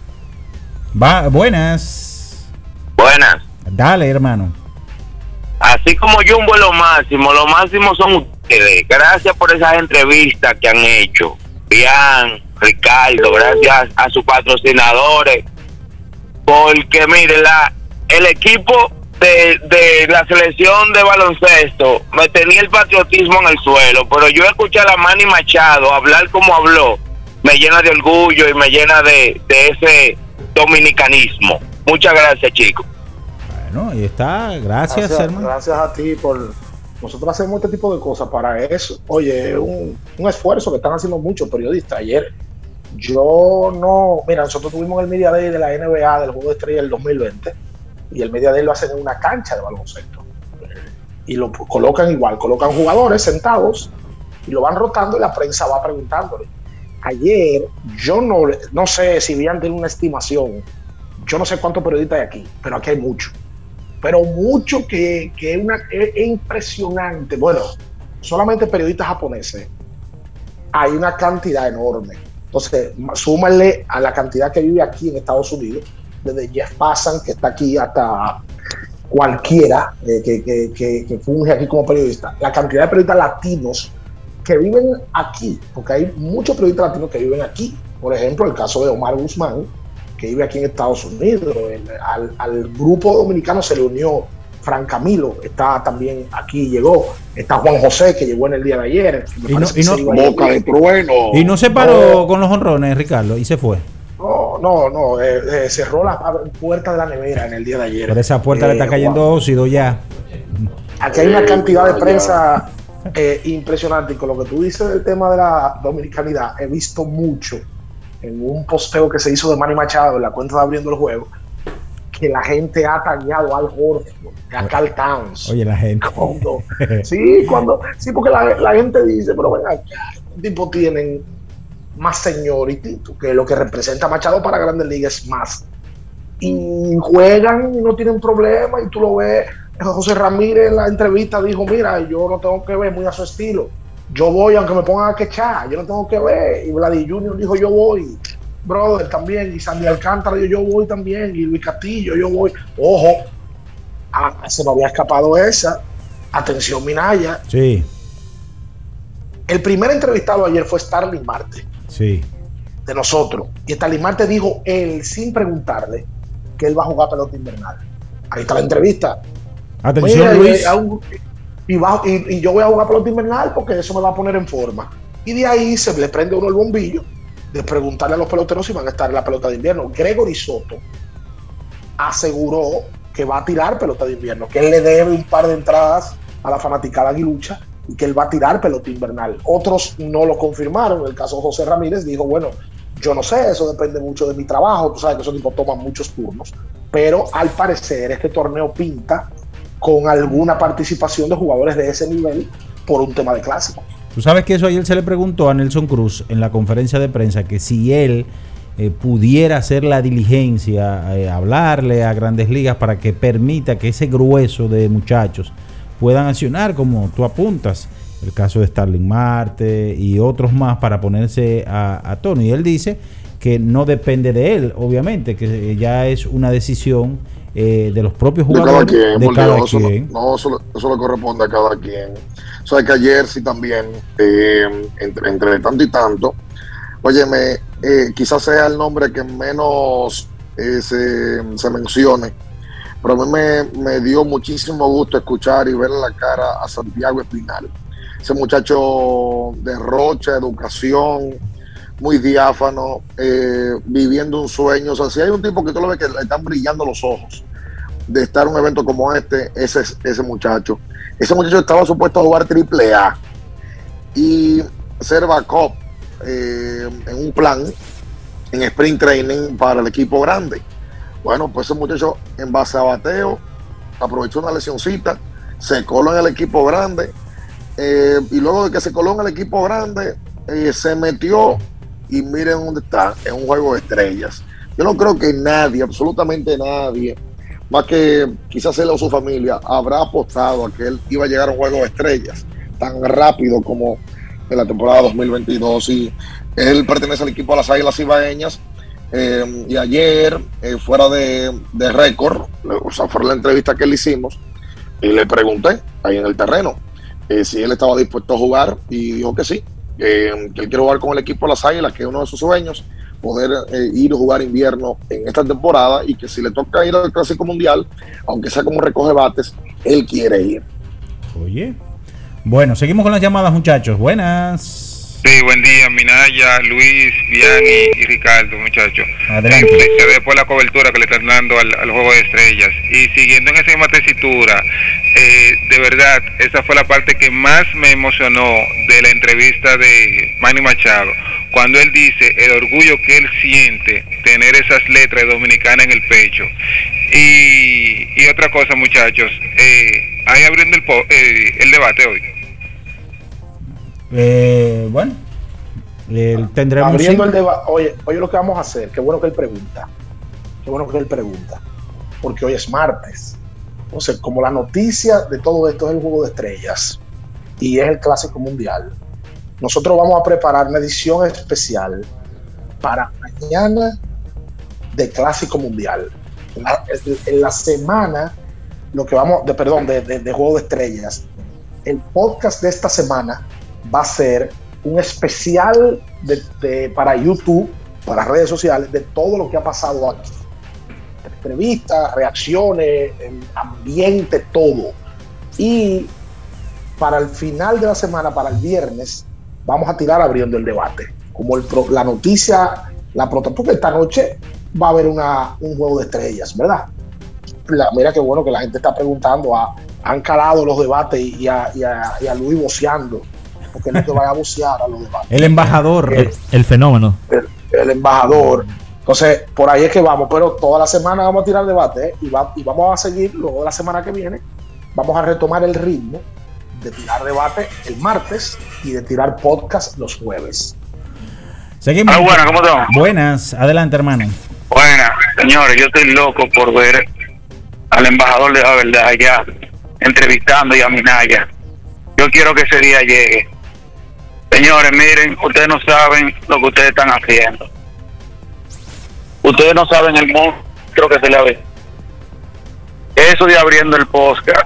Buenas. Dale, hermano. Así como Jumbo es lo máximo son ustedes. Gracias por esas entrevistas que han hecho. Bien, Ricardo, gracias a sus patrocinadores. Porque mire, el equipo de la selección de baloncesto me tenía el patriotismo en el suelo, pero yo escuchar a Manny Machado hablar como habló, me llena de orgullo y me llena de ese dominicanismo. Muchas gracias, chicos. Bueno, ahí está, gracias hermano. Gracias a ti por... Nosotros hacemos este tipo de cosas para eso. Oye, un esfuerzo que están haciendo muchos periodistas. Ayer mira, nosotros tuvimos el Media Day de la NBA del Juego de Estrella del 2020 y el Media Day lo hacen en una cancha de baloncesto y lo colocan jugadores sentados y lo van rotando y la prensa va preguntándole. Ayer, yo no sé si Bian tiene una estimación. Yo no sé cuántos periodistas hay aquí, pero aquí hay muchos. Pero mucho que es impresionante. Bueno, solamente periodistas japoneses hay una cantidad enorme. Entonces, súmale a la cantidad que vive aquí en Estados Unidos, desde Jeff Passan, que está aquí, hasta cualquiera que funge aquí como periodista. La cantidad de periodistas latinos que viven aquí, porque hay muchos periodistas latinos que viven aquí. Por ejemplo, el caso de Omar Guzmán, que vive aquí en Estados Unidos. Al grupo dominicano se le unió Fran Camilo, está también aquí, llegó. Está Juan José, que llegó en el día de ayer. Boca de Trueno. Y no se paró con los honrones, Ricardo, y se fue. No, cerró la puerta de la nevera en el día de ayer. Por esa puerta le está cayendo óxido ya. Aquí hay una cantidad de prensa impresionante. Y con lo que tú dices del tema de la dominicanidad, he visto mucho en un posteo que se hizo de Manny Machado en la cuenta de Abriendo el Juego, que la gente ha tañado al Horford, a Carl Towns. Oye, la gente. Sí, porque la gente dice, pero ven acá, estos tipos tienen más seniority, que lo que representa Machado para Grandes Ligas es más. Y juegan y no tienen problema, y tú lo ves. José Ramírez en la entrevista dijo, mira, yo no tengo que ver, muy a su estilo. Yo voy aunque me pongan a quechar, yo no tengo que ver. Y Vladimir Jr. dijo, yo voy. Brother también, y Sandy Alcántara dijo, yo voy también, y Luis Castillo, yo voy. Ojo, se me había escapado esa. Atención, Minaya. Sí. El primer entrevistado ayer fue Starling Marte. Sí. De nosotros. Y Starling Marte dijo él, sin preguntarle, que él va a jugar pelota invernal. Ahí está la entrevista. Atención, mira, Luis. Y yo voy a jugar pelota invernal porque eso me va a poner en forma. Y de ahí se le prende uno el bombillo de preguntarle a los peloteros si van a estar en la pelota de invierno. Gregory Soto aseguró que va a tirar pelota de invierno, que él le debe un par de entradas a la fanaticada aguilucha y que él va a tirar pelota invernal. Otros no lo confirmaron. El caso de José Ramírez dijo, bueno, yo no sé, eso depende mucho de mi trabajo. Tú sabes que esos tipos toman muchos turnos. Pero al parecer este torneo pinta con alguna participación de jugadores de ese nivel por un tema de clásico. Tú sabes que eso ayer se le preguntó a Nelson Cruz en la conferencia de prensa, que si él pudiera hacer la diligencia, hablarle a Grandes Ligas para que permita que ese grueso de muchachos puedan accionar como tú apuntas, el caso de Starling Marte y otros más, para ponerse a tono. Y él dice que no depende de él, obviamente, que ya es una decisión de los propios jugadores. De cada quien. Eso le corresponde a cada quien. O sea, que ayer sí también, entre tanto y tanto, óyeme, quizás sea el nombre que menos se mencione, pero a mí me dio muchísimo gusto escuchar y ver la cara a Santiago Espinal. Ese muchacho de rocha, educación, muy diáfano, viviendo un sueño. O sea, si hay un tipo que tú lo ves que le están brillando los ojos de estar en un evento como ese muchacho. Ese muchacho estaba supuesto a jugar AAA y ser backup en un plan, en sprint training para el equipo grande. Bueno, pues ese muchacho, en base a bateo, aprovechó una lesioncita, se coló en el equipo grande, y luego de que se coló en el equipo grande, se metió, y miren dónde está, en un juego de estrellas. Yo no creo que nadie, absolutamente nadie, más que quizás él o su familia, habrá apostado a que él iba a llegar a un juego de estrellas tan rápido como en la temporada 2022. Y él pertenece al equipo de las Águilas Ibaeñas. Y ayer, fuera de récord, o sea, fue la entrevista que le hicimos, y le pregunté ahí en el terreno si él estaba dispuesto a jugar, y dijo que sí, que él quiere jugar con el equipo de las Águilas, que es uno de sus sueños, poder ir a jugar invierno en esta temporada, y que si le toca ir al Clásico Mundial, aunque sea como recoge bates, él quiere ir. Oye, bueno, seguimos con las llamadas, muchachos. Buenas. Sí, buen día, Minaya, Luis, Vianney y Ricardo, muchachos. Adelante. Se ve por la cobertura que le están dando al Juego de Estrellas. Y siguiendo en esa misma tesitura, de verdad, esa fue la parte que más me emocionó de la entrevista de Manny Machado, cuando él dice el orgullo que él siente tener esas letras dominicanas en el pecho. Y otra cosa, muchachos, ahí abriendo el debate hoy. Bueno, Tendremos abriendo el debate. Oye lo que vamos a hacer. Qué bueno que él pregunta. Porque hoy es martes. Entonces, como la noticia de todo esto es el Juego de Estrellas y es el Clásico Mundial, nosotros vamos a preparar una edición especial para mañana de Clásico Mundial. En la semana, lo que vamos, de Juego de Estrellas, el podcast de esta semana va a ser un especial para YouTube, para redes sociales, de todo lo que ha pasado aquí. Entrevistas, reacciones, ambiente, todo. Y para el final de la semana, para el viernes, vamos a tirar abriendo el debate. Como la noticia, porque esta noche va a haber un Juego de Estrellas, ¿verdad? Mira qué bueno que la gente está preguntando, han calado los debates y a Luis voceando, porque no te vaya a vocear a los debates. El embajador. El fenómeno. El embajador. Entonces, por ahí es que vamos, pero toda la semana vamos a tirar debate, y vamos a seguir, luego de la semana que viene, vamos a retomar el ritmo de tirar debate el martes y de tirar podcast los jueves. Seguimos. Buenas, ¿cómo estamos? Buenas, adelante, hermano. Buenas, señores, yo estoy loco por ver al embajador de la verdad allá entrevistando y a Minaya. Yo quiero que ese día llegue. Señores, miren, ustedes no saben lo que ustedes están haciendo. Ustedes no saben el monstruo que se le ve. Eso de abriendo el podcast,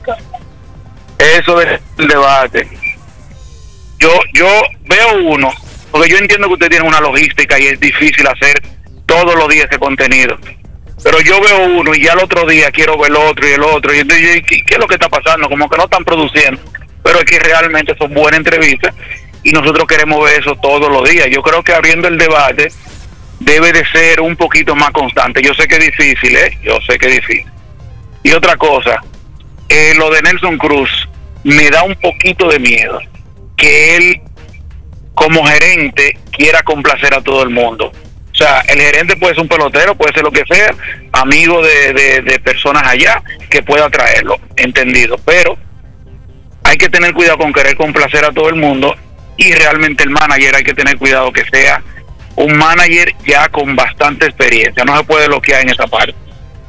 eso del debate. Yo veo uno, porque yo entiendo que usted tiene una logística y es difícil hacer todos los días ese contenido. Pero yo veo uno y ya el otro día quiero ver el otro y el otro. Y entonces, ¿qué es lo que está pasando? Como que no están produciendo. Pero es que realmente son buenas entrevistas y nosotros queremos ver eso todos los días. Yo creo que abriendo el debate debe de ser un poquito más constante. Yo sé que es difícil, yo sé que es difícil. Y otra cosa, lo de Nelson Cruz me da un poquito de miedo, que él como gerente quiera complacer a todo el mundo. O sea, el gerente puede ser un pelotero, puede ser lo que sea, amigo de personas allá que pueda traerlo, entendido, pero hay que tener cuidado con querer complacer a todo el mundo, y realmente el manager hay que tener cuidado que sea un manager ya con bastante experiencia. No se puede bloquear en esa parte.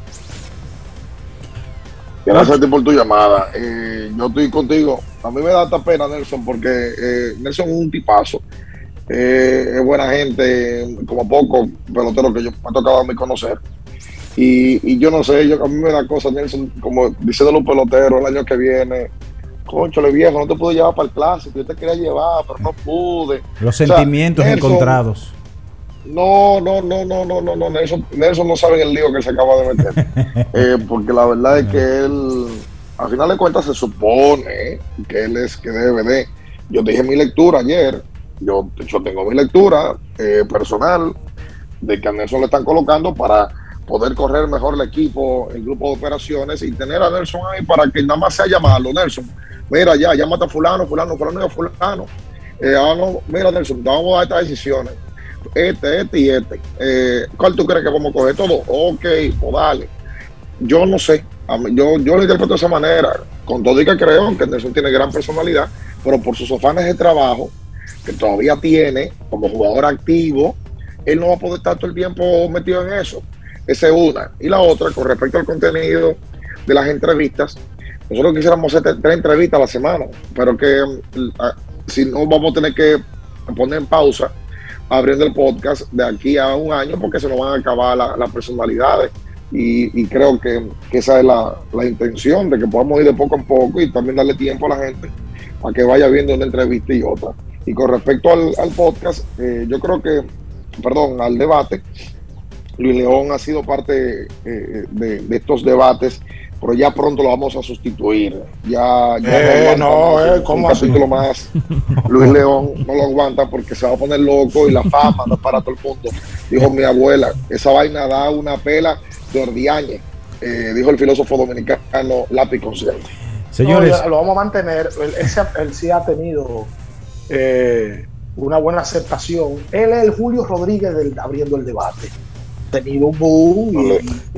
Gracias a ti por tu llamada. Yo estoy contigo. A mí me da esta pena, Nelson, porque Nelson es un tipazo. Es buena gente, como poco pelotero que yo me ha tocado a mí conocer. Y yo no sé, a mí me da cosas, Nelson, como diciendo los peloteros el año que viene. Conchole viejo, no te pude llevar para el clásico, yo te quería llevar, pero no pude. Los sentimientos Nelson, encontrados. No, Nelson no sabe el lío que se acaba de meter. Porque la verdad es que él, al final de cuentas, se supone que él es que debe de. Yo dije mi lectura ayer, yo tengo mi lectura personal de que a Nelson le están colocando para poder correr mejor el equipo, el grupo de operaciones, y tener a Nelson ahí para que nada más sea llamarlo. Nelson, mira, ya, llámate a fulano y a fulano. No, mira, Nelson, te vamos a dar estas decisiones. Este y este. ¿Cuál tú crees que vamos a coger? Todo. Ok, pues dale. Yo no sé. Yo lo interpreto de esa manera. Con todo y que creo que Nelson tiene gran personalidad, pero por sus afanes de trabajo que todavía tiene como jugador activo, él no va a poder estar todo el tiempo metido en eso. Esa es una. Y la otra, con respecto al contenido de las entrevistas, nosotros quisiéramos hacer 3 entrevistas a la semana, pero que si no, vamos a tener que poner en pausa abriendo el podcast de aquí a un año, porque se nos van a acabar las personalidades, y creo que esa es la intención, de que podamos ir de poco en poco y también darle tiempo a la gente a que vaya viendo una entrevista y otra. Y con respecto al podcast, yo creo que, al debate, Luis León ha sido parte de estos debates, pero ya pronto lo vamos a sustituir. Ya un capítulo más. Luis León no lo aguanta porque se va a poner loco y la fama no es para todo el mundo. Dijo mi abuela, esa vaina da una pela de ordiañe, dijo el filósofo dominicano Lápiz Consciente. Señores, lo vamos a mantener. Él sí ha tenido una buena aceptación. Él es el Julio Rodríguez abriendo el debate. Tenido un boom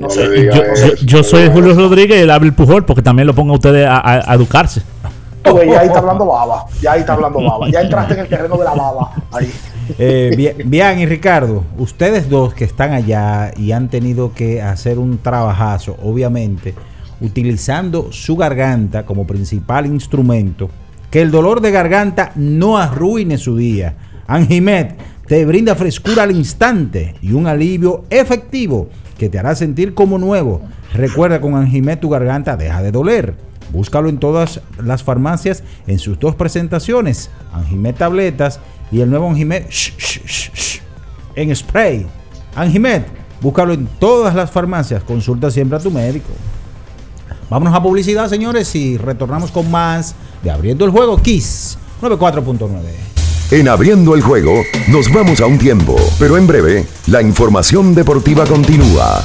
yo soy Julio Rodríguez y él habla el Pujol, porque también lo pongo a ustedes a educarse. Ya ahí está hablando baba. Ya entraste en el terreno de la baba. Ahí. Bian y Ricardo, ustedes dos que están allá y han tenido que hacer un trabajazo, obviamente, utilizando su garganta como principal instrumento, que el dolor de garganta no arruine su día. Anjimet te brinda frescura al instante y un alivio efectivo que te hará sentir como nuevo. Recuerda, con Anjimet tu garganta deja de doler. Búscalo en todas las farmacias en sus dos presentaciones, Anjimet tabletas y el nuevo Anjimet en spray. Anjimet, búscalo en todas las farmacias, consulta siempre a tu médico. Vámonos a publicidad, señores, y retornamos con más de Abriendo el Juego Kiss 94.9. En Abriendo el Juego nos vamos a un tiempo, pero en breve la información deportiva continúa.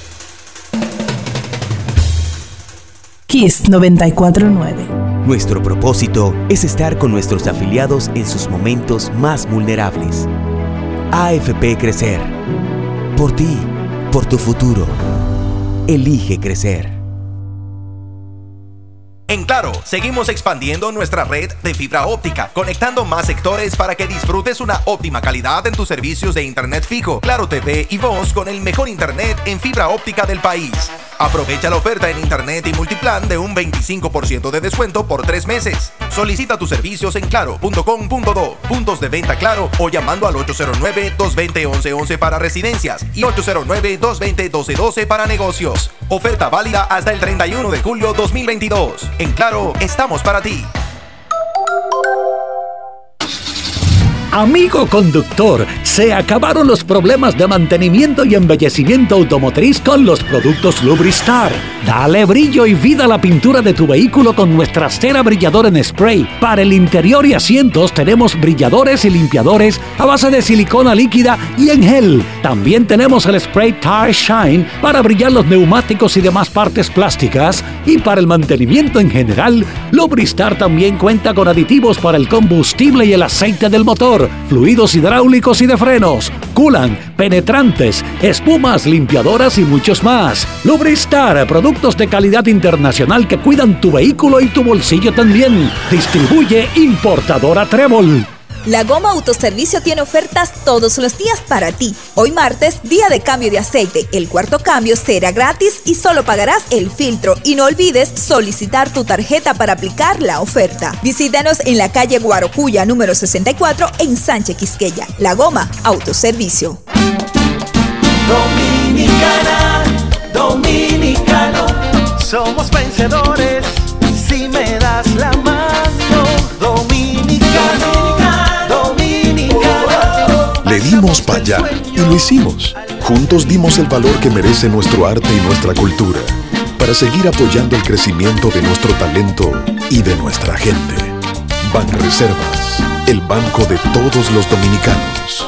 Kiss 94.9. Nuestro propósito es estar con nuestros afiliados en sus momentos más vulnerables. AFP Crecer. Por ti, por tu futuro. Elige crecer. En Claro, seguimos expandiendo nuestra red de fibra óptica, conectando más sectores para que disfrutes una óptima calidad en tus servicios de internet fijo, Claro TV y Voz con el mejor internet en fibra óptica del país. Aprovecha la oferta en internet y multiplan de un 25% de descuento por 3 meses. Solicita tus servicios en claro.com.do, puntos de venta Claro o llamando al 809-220-1111 para residencias y 809-220-1212 para negocios. Oferta válida hasta el 31 de julio 2022. En Claro, estamos para ti. Amigo conductor, se acabaron los problemas de mantenimiento y embellecimiento automotriz con los productos Lubristar. Dale brillo y vida a la pintura de tu vehículo con nuestra cera brilladora en spray. Para el interior y asientos tenemos brilladores y limpiadores a base de silicona líquida y en gel. También tenemos el spray Tire Shine para brillar los neumáticos y demás partes plásticas. Y para el mantenimiento en general, Lubristar también cuenta con aditivos para el combustible y el aceite del motor, fluidos hidráulicos y de frenos, coolant, penetrantes, espumas, limpiadoras y muchos más. Lubristar, productos de calidad internacional que cuidan tu vehículo y tu bolsillo también. Distribuye importadora Trébol. La Goma Autoservicio tiene ofertas todos los días para ti. Hoy martes, día de cambio de aceite. El cuarto cambio será gratis y solo pagarás el filtro. Y no olvides solicitar tu tarjeta para aplicar la oferta. Visítanos en la calle Guarocuya, número 64, en Sánchez Quisqueya. La Goma Autoservicio. Dominicana, dominicano, somos vencedores si me das la mano. Dominicano. Le dimos para allá y lo hicimos. Juntos dimos el valor que merece nuestro arte y nuestra cultura para seguir apoyando el crecimiento de nuestro talento y de nuestra gente. Banreservas, el banco de todos los dominicanos.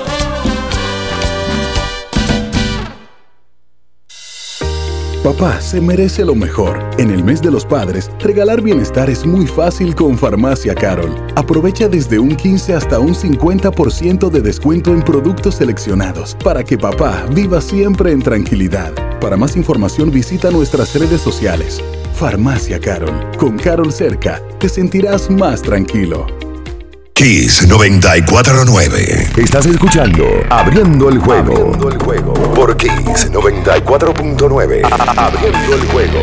Papá se merece lo mejor. En el mes de los padres, regalar bienestar es muy fácil con Farmacia Carol. Aprovecha desde un 15 hasta un 50% de descuento en productos seleccionados para que papá viva siempre en tranquilidad. Para más información visita nuestras redes sociales. Farmacia Carol. Con Carol cerca, te sentirás más tranquilo. Kiss 94.9. Estás escuchando Abriendo el Juego. Abriendo el Juego. Por Kiss 94.9. Abriendo el Juego.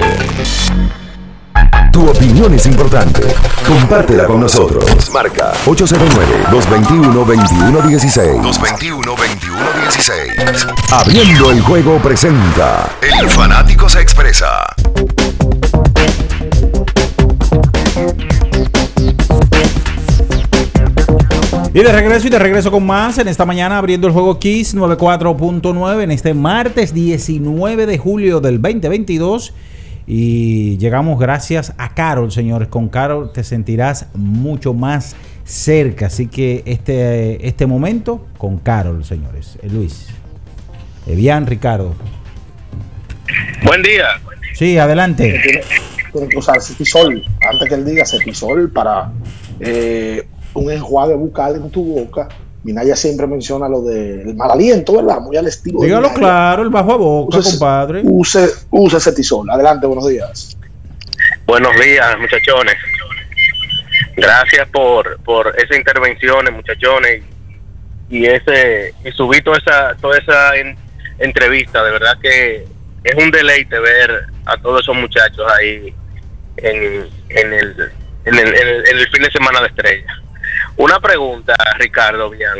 Tu opinión es importante. Compártela con nosotros. Marca 809-221-2116. 221-2116. Abriendo el Juego presenta El Fanático se expresa. Y de regreso con más en esta mañana abriendo el juego Kiss 94.9 en este martes 19 de julio del 2022 y llegamos gracias a Carol, señores. Con Carol te sentirás mucho más cerca, así que este momento con Carol, señores. Luis, Bian, Ricardo. Buen día. Sí, adelante. Tiene que usar Cetisol antes que él diga Cetisol para un enjuague bucal en tu boca. Minaya siempre menciona lo del mal aliento, ¿verdad? Muy al estilo. Dígalo claro, el bajo a boca, compadre. Use Cetisol. Adelante, buenos días. Buenos días, muchachones. Gracias por esas intervenciones, muchachones. subí toda esa entrevista. De verdad que es un deleite ver a todos esos muchachos ahí en el fin de semana de estrellas. Una pregunta, Ricardo Bian.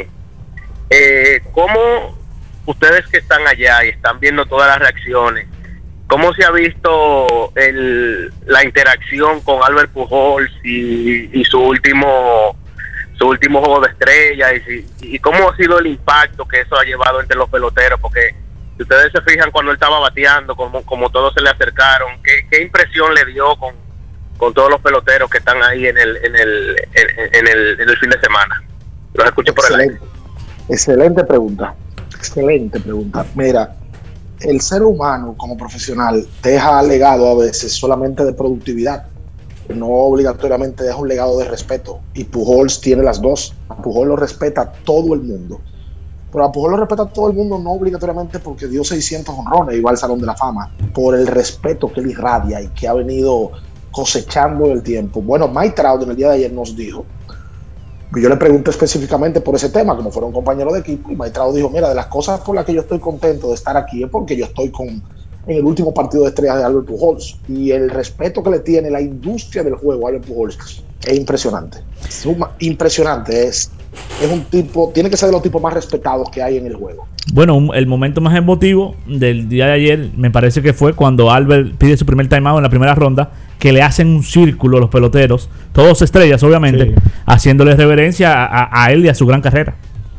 ¿Cómo ustedes que están allá y están viendo todas las reacciones, cómo se ha visto la interacción con Albert Pujols y su último juego de estrellas y cómo ha sido el impacto que eso ha llevado entre los peloteros? Porque si ustedes se fijan cuando él estaba bateando, como todos se le acercaron, ¿qué impresión le dio con todos los peloteros que están ahí en el fin de semana? Los escucho por el aire. Excelente pregunta. Mira, el ser humano como profesional deja legado a veces solamente de productividad, no obligatoriamente deja un legado de respeto, y Pujols tiene las dos. A Pujols lo respeta todo el mundo, pero a Pujols lo respeta todo el mundo no obligatoriamente porque dio 600 honrones y va al Salón de la Fama, por el respeto que él irradia y que ha venido cosechando el tiempo. Bueno, Mike Trout en el día de ayer nos dijo, yo le pregunté específicamente por ese tema, como fuera un compañero de equipo, y Mike Trout dijo, mira, de las cosas por las que yo estoy contento de estar aquí es porque yo estoy en el último partido de estrellas de Albert Pujols, y el respeto que le tiene la industria del juego a Albert Pujols es impresionante. Impresionante, es un tipo, tiene que ser de los tipos más respetados que hay en el juego. Bueno, el momento más emotivo del día de ayer me parece que fue cuando Albert pide su primer timeout en la primera ronda, que le hacen un círculo a los peloteros, todos estrellas obviamente, sí, haciéndole reverencia a él y a su gran carrera.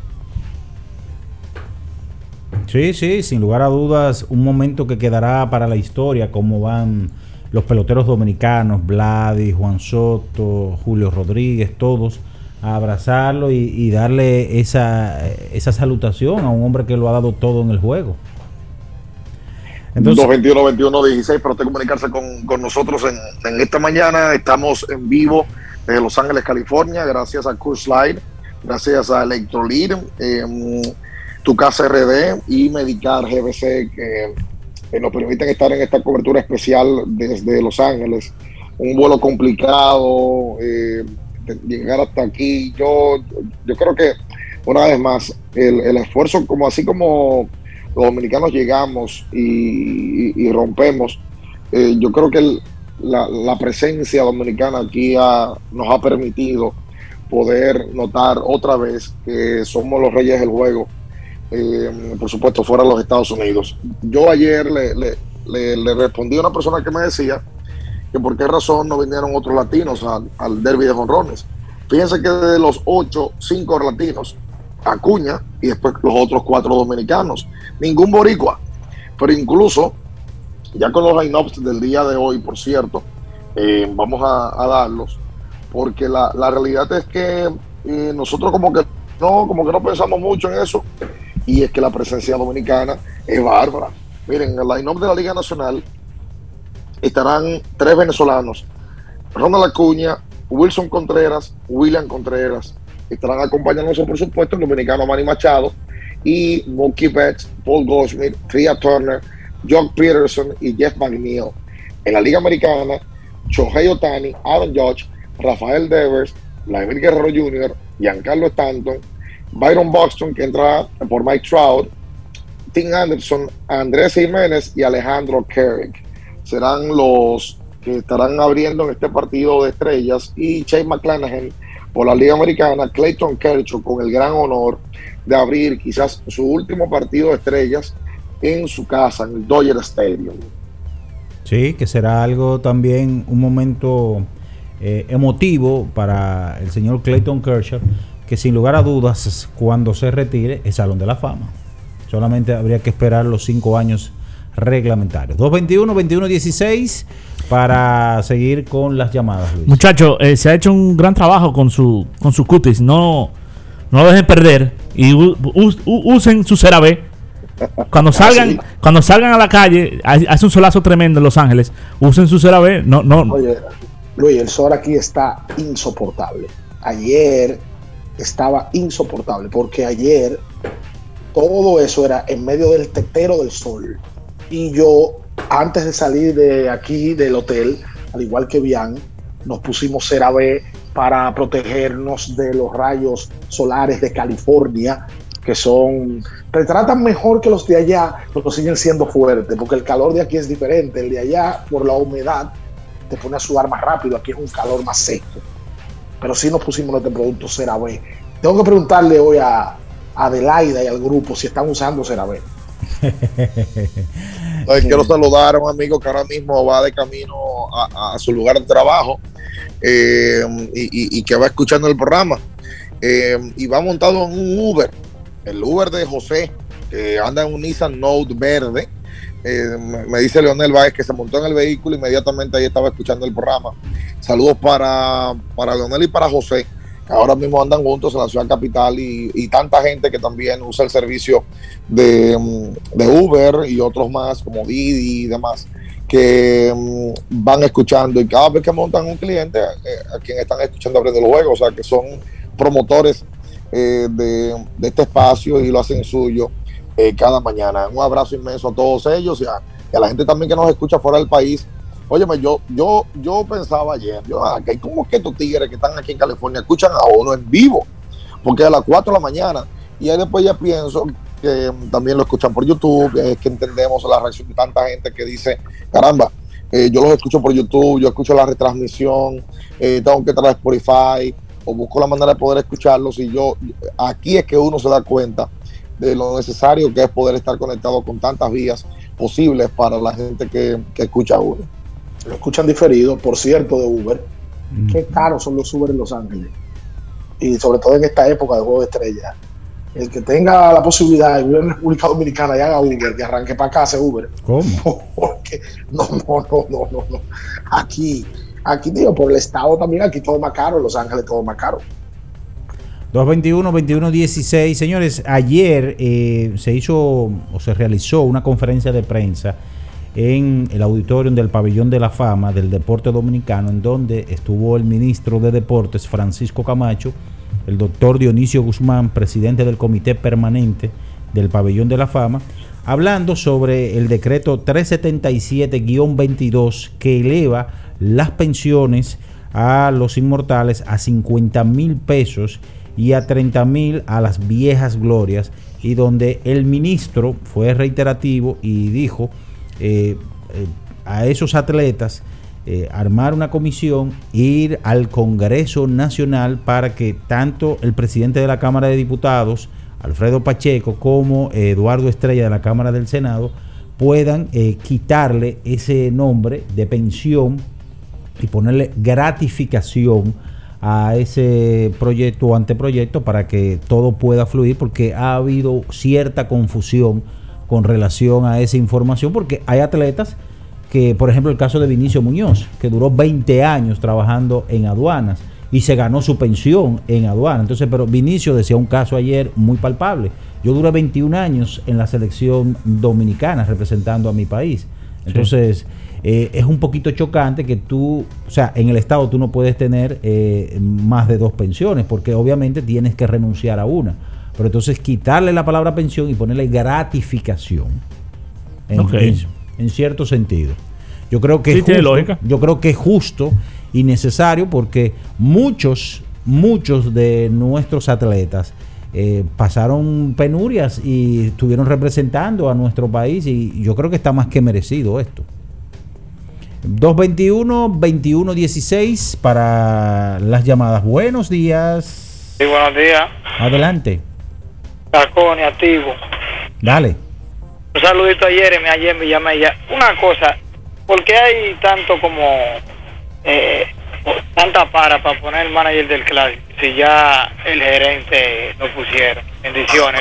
Sí, sin lugar a dudas, un momento que quedará para la historia, cómo van los peloteros dominicanos, Vladi, Juan Soto, Julio Rodríguez, todos a abrazarlo y darle esa salutación a un hombre que lo ha dado todo en el juego. Entonces, 221-21-16 para usted comunicarse con nosotros en esta mañana. Estamos en vivo desde Los Ángeles, California, gracias a Coors Light, gracias a Electrolit, Tu Casa RD y Medicar GBC, que nos permiten estar en esta cobertura especial desde Los Ángeles. Un vuelo complicado, llegar hasta aquí. Yo creo que, una vez más, el esfuerzo, así como los dominicanos llegamos y rompemos, yo creo que la presencia dominicana aquí nos ha permitido poder notar otra vez que somos los reyes del juego, por supuesto fuera de los Estados Unidos. Yo ayer le respondí a una persona que me decía que por qué razón no vinieron otros latinos al derby de jonrones. Fíjense que de los 8, 5 latinos, Acuña y después los otros 4 dominicanos, ningún boricua. Pero incluso ya con los line-ups del día de hoy, por cierto, vamos a darlos, porque la realidad es que nosotros como que no pensamos mucho en eso, y es que la presencia dominicana es bárbara. Miren, en el line-up de la Liga Nacional estarán 3 venezolanos: Ronald Acuña, Wilson Contreras, William Contreras. Estarán acompañándose, por supuesto, el dominicano Manny Machado y Mookie Betts, Paul Goldschmidt, Tria Turner, Jock Peterson y Jeff McNeil. En la Liga Americana, Shohei Ohtani, Aaron Judge, Rafael Devers, Vladimir Guerrero Jr., Giancarlo Stanton, Byron Buxton, que entra por Mike Trout, Tim Anderson, Andrés Jiménez y Alejandro Kirk. Serán los que estarán abriendo en este partido de estrellas, y Chase McClanahan por la Liga Americana, Clayton Kershaw con el gran honor de abrir quizás su último partido de estrellas en su casa, en el Dodger Stadium. Sí, que será algo también, un momento emotivo para el señor Clayton Kershaw, que sin lugar a dudas, cuando se retire, es Salón de la Fama. Solamente habría que esperar los 5 años reglamentarios. 221-21-16 para seguir con las llamadas, Luis. Muchachos, se ha hecho un gran trabajo con su cutis. No lo dejen perder y usen su CeraVe. Cuando salgan a la calle, hace un solazo tremendo en Los Ángeles, usen su CeraVe. Oye, Luis, el sol aquí está insoportable. Ayer estaba insoportable porque ayer todo eso era en medio del tetero del sol, y yo, antes de salir de aquí del hotel, al igual que Bian, nos pusimos CeraVe para protegernos de los rayos solares de California, que te tratan mejor que los de allá, pero siguen siendo fuertes, porque el calor de aquí es diferente. El de allá, por la humedad, te pone a sudar más rápido. Aquí es un calor más seco. Pero sí nos pusimos este producto CeraVe. Tengo que preguntarle hoy a Adelaida y al grupo si están usando CeraVe. Quiero saludar a un amigo que ahora mismo va de camino a su lugar de trabajo y que va escuchando el programa y va montado en un Uber, el Uber de José, que anda en un Nissan Note verde. Me dice Leonel Báez que se montó en el vehículo, inmediatamente ahí estaba escuchando el programa. Saludos para Leonel y para José, que ahora mismo andan juntos en la ciudad capital, y tanta gente que también usa el servicio de Uber y otros más como Didi y demás, que van escuchando, y cada vez que montan un cliente a quien están escuchando Abriendo el Juego, o sea que son promotores de este espacio y lo hacen suyo cada mañana. Un abrazo inmenso a todos ellos y a la gente también que nos escucha fuera del país. Óyeme, yo pensaba ayer, ¿cómo que estos tigres que están aquí en California escuchan a uno en vivo? Porque a las 4 de la mañana, y ahí después ya pienso que también lo escuchan por YouTube, es que entendemos la reacción de tanta gente que dice, caramba, yo los escucho por YouTube, yo escucho la retransmisión, tengo que traer Spotify, o busco la manera de poder escucharlos, y aquí es que uno se da cuenta de lo necesario que es poder estar conectado con tantas vías posibles para la gente que escucha a uno. Lo escuchan diferido, por cierto, de Uber. Qué caros son los Uber en Los Ángeles, y sobre todo en esta época de Juego de Estrellas. El que tenga la posibilidad de vivir en República Dominicana y haga Uber, que arranque para acá, hace Uber. ¿Cómo? Porque no. Aquí digo, por el estado también, aquí todo es más caro, en Los Ángeles todo es más caro. 221-2116. Señores, ayer se realizó una conferencia de prensa en el auditorio del Pabellón de la Fama del Deporte Dominicano, en donde estuvo el ministro de Deportes, Francisco Camacho, el doctor Dionisio Guzmán, presidente del Comité Permanente del Pabellón de la Fama, hablando sobre el decreto 377-22 que eleva las pensiones a los inmortales a 50,000 pesos y a 30,000 a las viejas glorias, y donde el ministro fue reiterativo y dijo a esos atletas armar una comisión, ir al Congreso Nacional para que tanto el presidente de la Cámara de Diputados, Alfredo Pacheco, como Eduardo Estrella de la Cámara del Senado puedan quitarle ese nombre de pensión y ponerle gratificación a ese proyecto o anteproyecto para que todo pueda fluir, porque ha habido cierta confusión con relación a esa información, porque hay atletas que, por ejemplo, el caso de Vinicio Muñoz, que duró 20 años trabajando en aduanas y se ganó su pensión en aduanas. Entonces, pero Vinicio decía un caso ayer muy palpable: yo duré 21 años en la selección dominicana representando a mi país. Entonces, es un poquito chocante que tú, o sea, en el estado tú no puedes tener más de 2 pensiones, porque obviamente tienes que renunciar a una. Pero entonces quitarle la palabra pensión y ponerle gratificación en cierto sentido. Yo creo que tiene lógica. Yo creo que es justo y necesario, porque muchos de nuestros atletas pasaron penurias y estuvieron representando a nuestro país, y yo creo que está más que merecido esto. 221-2116 para las llamadas. Buenos días. Sí, buenos días. Adelante. Taconi, activo. Dale. Un saludito a Jeremy, ayer me llamé ya. Una cosa, ¿por qué hay tanto como tanta para poner el manager del clásico si ya el gerente lo pusieron? Bendiciones.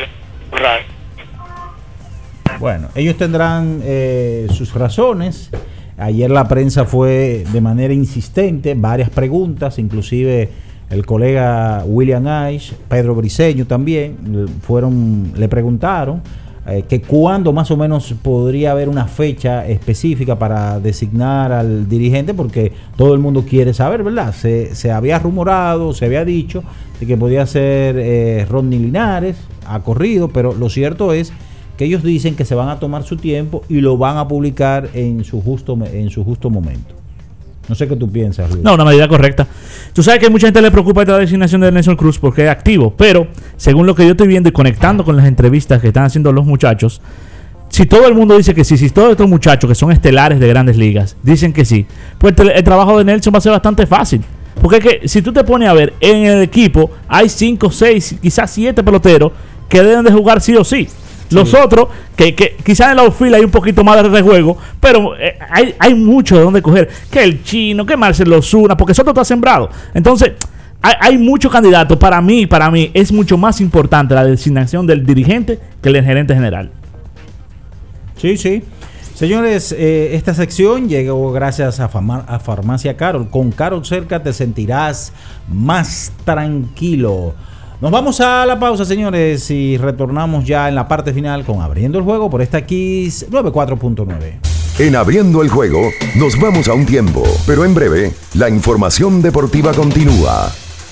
Bueno, ellos tendrán sus razones. Ayer la prensa fue de manera insistente, varias preguntas, inclusive el colega William Aish, Pedro Briceño también, le preguntaron que cuándo más o menos podría haber una fecha específica para designar al dirigente, porque todo el mundo quiere saber, ¿verdad? Se había rumorado, se había dicho de que podía ser Rodney Linares, ha corrido, pero lo cierto es que ellos dicen que se van a tomar su tiempo y lo van a publicar en su justo momento. No sé qué tú piensas, Luis. No, una medida correcta. Tú sabes que a mucha gente le preocupa esta designación de Nelson Cruz porque es activo, pero según lo que yo estoy viendo y conectando con las entrevistas que están haciendo los muchachos, si todo el mundo dice que sí, si todos estos muchachos que son estelares de Grandes Ligas dicen que sí, pues el trabajo de Nelson va a ser bastante fácil. Porque es que si tú te pones a ver, en el equipo hay 5, 6, quizás 7 peloteros que deben de jugar sí o sí. Los otros, que quizás en la outfield hay un poquito más de rejuego, pero hay mucho de donde coger. Que el Chino, que Marcelo Zuna, porque Soto está sembrado. Entonces, hay muchos candidatos. Para mí es mucho más importante la designación del dirigente que el gerente general. Sí. Señores, esta sección llegó gracias a Farmacia Carol. Con Carol cerca te sentirás más tranquilo. Nos vamos a la pausa, señores, y retornamos ya en la parte final con Abriendo el Juego por esta Kiss 94.9. En Abriendo el Juego nos vamos a un tiempo, pero en breve la información deportiva continúa.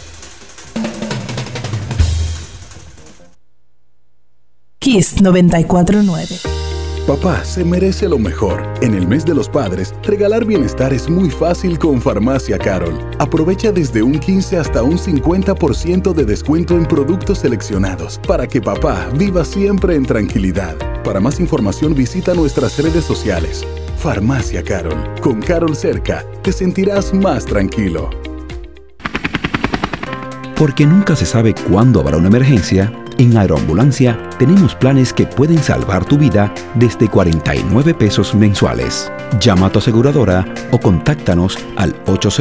Kiss 94.9. Papá se merece lo mejor. En el mes de los padres, regalar bienestar es muy fácil con Farmacia Carol. Aprovecha desde un 15 hasta un 50% de descuento en productos seleccionados para que papá viva siempre en tranquilidad. Para más información visita nuestras redes sociales. Farmacia Carol. Con Carol cerca, te sentirás más tranquilo. Porque nunca se sabe cuándo habrá una emergencia, en Aeroambulancia tenemos planes que pueden salvar tu vida desde 49 pesos mensuales. Llama a tu aseguradora o contáctanos al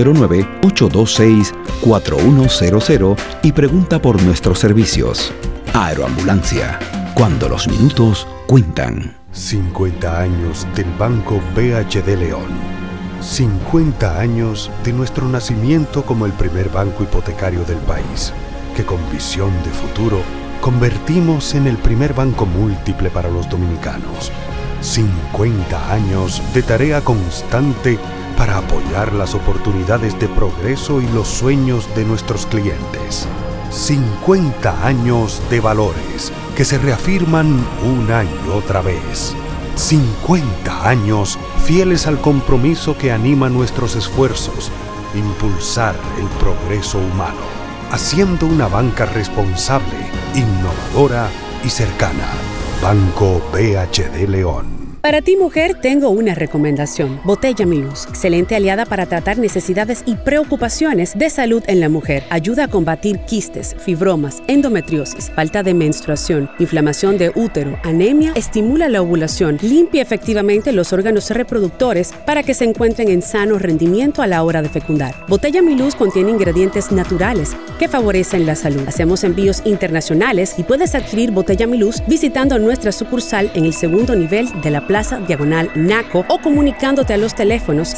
809-826-4100 y pregunta por nuestros servicios. Aeroambulancia, cuando los minutos cuentan. 50 años del Banco BHD León. 50 años de nuestro nacimiento como el primer banco hipotecario del país, que con visión de futuro convertimos en el primer banco múltiple para los dominicanos. 50 años de tarea constante para apoyar las oportunidades de progreso y los sueños de nuestros clientes. 50 años de valores que se reafirman una y otra vez. 50 años fieles al compromiso que anima nuestros esfuerzos, impulsar el progreso humano, haciendo una banca responsable, innovadora y cercana. Banco BHD León. Para ti, mujer, tengo una recomendación. Botella Mi Luz. Excelente aliada para tratar necesidades y preocupaciones de salud en la mujer. Ayuda a combatir quistes, fibromas, endometriosis, falta de menstruación, inflamación de útero, anemia, estimula la ovulación, limpia efectivamente los órganos reproductores para que se encuentren en sano rendimiento a la hora de fecundar. Botella Mi Luz contiene ingredientes naturales que favorecen la salud. Hacemos envíos internacionales y puedes adquirir Botella Mi Luz visitando nuestra sucursal en el segundo nivel de la Plaza Diagonal Naco o comunicándote a los teléfonos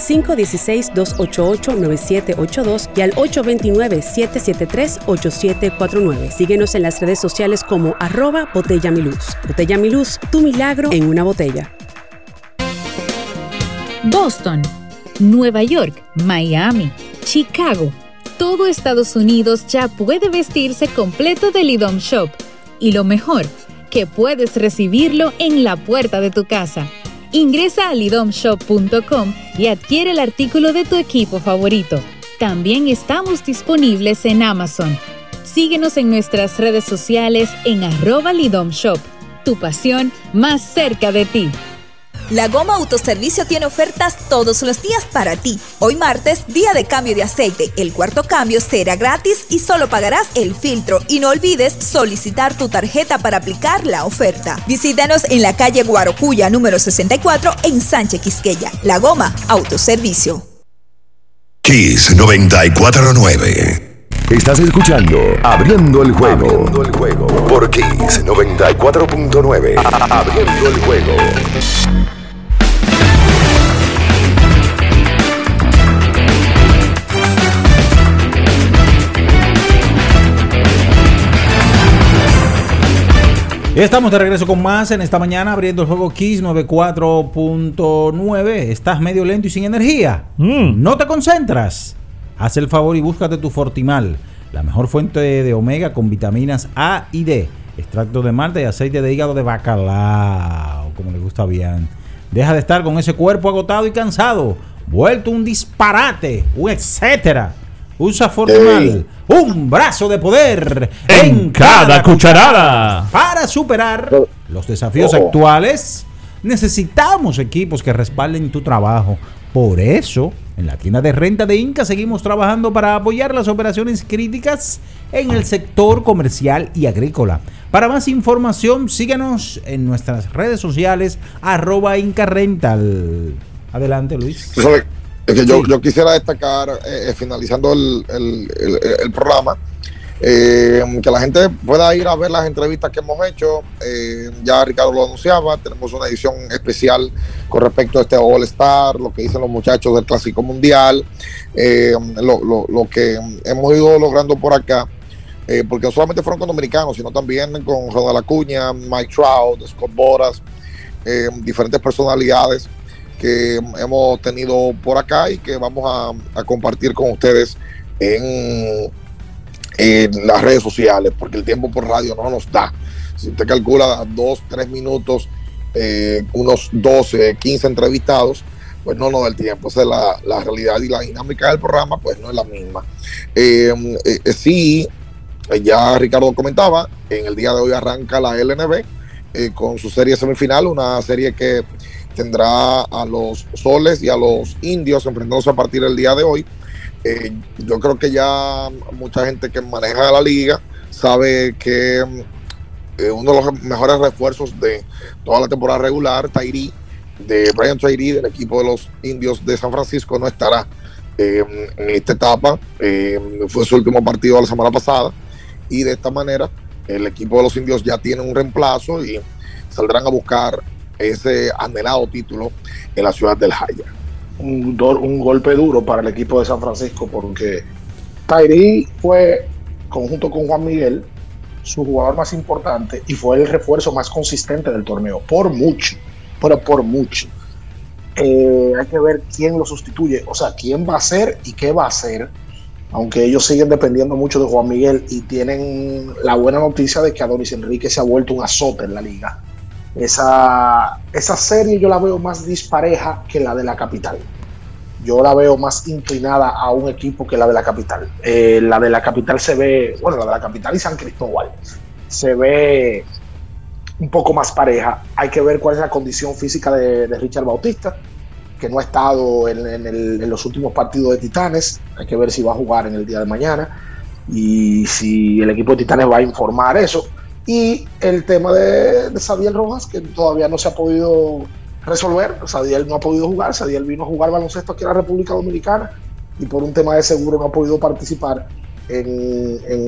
516-288-9782 y al 829-773-8749. Síguenos en las redes sociales como @Botella Mi Luz. Botella Mi Luz, tu milagro en una botella. Boston, Nueva York, Miami, Chicago. Todo Estados Unidos ya puede vestirse completo del IDOM Shop. Y lo mejor, que puedes recibirlo en la puerta de tu casa. Ingresa a lidomshop.com y adquiere el artículo de tu equipo favorito. También estamos disponibles en Amazon. Síguenos en nuestras redes sociales en @lidomshop. Tu pasión más cerca de ti. La Goma Autoservicio tiene ofertas todos los días para ti. Hoy martes, día de cambio de aceite. El cuarto cambio será gratis y solo pagarás el filtro. Y no olvides solicitar tu tarjeta para aplicar la oferta. Visítanos en la calle Guarocuya, número 64, en Sánchez Quisqueya. La Goma Autoservicio. Kiss 94.9. Estás escuchando Abriendo el Juego. Abriendo el Juego. Por Kiss 94.9. Abriendo el Juego. Estamos de regreso con más en esta mañana abriendo el juego Kiss 94.9. ¿Estás medio lento y sin energía? ¿No te concentras? Haz el favor y búscate tu Fortimal, la mejor fuente de omega con vitaminas A y D, extracto de malta y aceite de hígado de bacalao, como le gusta bien. Deja de estar con ese cuerpo agotado y cansado. vuelto un disparate, un etcétera, un safortunal, un brazo de poder en cada cucharada. Para superar los desafíos actuales, necesitamos equipos que respalden tu trabajo. Por eso, en la tienda de renta de Inca seguimos trabajando para apoyar las operaciones críticas en el sector comercial y agrícola. Para más información, síguenos en nuestras redes sociales, @IncaRental. Adelante, Luis. Es que yo quisiera destacar, finalizando el programa, que la gente pueda ir a ver las entrevistas que hemos hecho. Ya Ricardo lo anunciaba, tenemos una edición especial con respecto a este All Star, lo que dicen los muchachos del Clásico Mundial, lo que hemos ido logrando por acá, porque no solamente fueron con dominicanos, sino también con Ronald Acuña, Mike Trout, Scott Boras, diferentes personalidades que hemos tenido por acá y que vamos a compartir con ustedes en las redes sociales, porque el tiempo por radio no nos da. Si usted calcula 2-3 minutos, unos 12, 15 entrevistados, pues no nos da el tiempo. Esa es la realidad, y la dinámica del programa pues no es la misma. Sí, ya Ricardo comentaba, en el día de hoy arranca la LNB con su serie semifinal, una serie que tendrá a los Soles y a los Indios enfrentándose a partir del día de hoy. Yo creo que ya mucha gente que maneja la liga sabe que uno de los mejores refuerzos de toda la temporada regular, Brian Tyree, del equipo de los Indios de San Francisco, no estará en esta etapa. Fue su último partido la semana pasada, y de esta manera el equipo de los Indios ya tiene un reemplazo y saldrán a buscar ese anhelado título en la ciudad del Jaya. Un golpe duro para el equipo de San Francisco, porque Tyree fue, conjunto con Juan Miguel, su jugador más importante y fue el refuerzo más consistente del torneo, por mucho, pero por mucho. Hay que ver quién lo sustituye, o sea, quién va a ser y qué va a hacer, aunque ellos siguen dependiendo mucho de Juan Miguel y tienen la buena noticia de que Adonis Enrique se ha vuelto un azote en la liga. Esa serie yo la veo más dispareja que la de la capital. Yo la veo más inclinada a un equipo que la de la capital. La de la capital se ve, la de la capital y San Cristóbal se ve un poco más pareja. Hay que ver cuál es la condición física de Richard Bautista, que no ha estado en los últimos partidos de Titanes. Hay que ver si va a jugar en el día de mañana y si el equipo de Titanes va a informar eso. Y el tema de Sadiel Rojas, que todavía no se ha podido resolver. Sadiel no ha podido jugar. Sadiel vino a jugar baloncesto aquí en la República Dominicana y por un tema de seguro no ha podido participar en